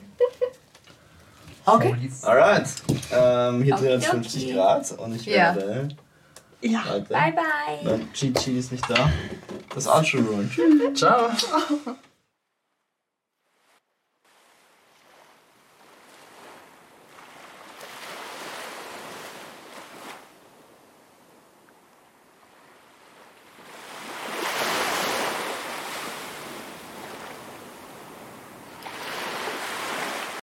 Okay. Alright. Ähm, hier drin hat es Okay. fünfzig Grad und ich Ja. werde. Ja. Warte. Bye bye. Mein Cheat Sheet ist nicht da. Das Outro ruhen. Ciao!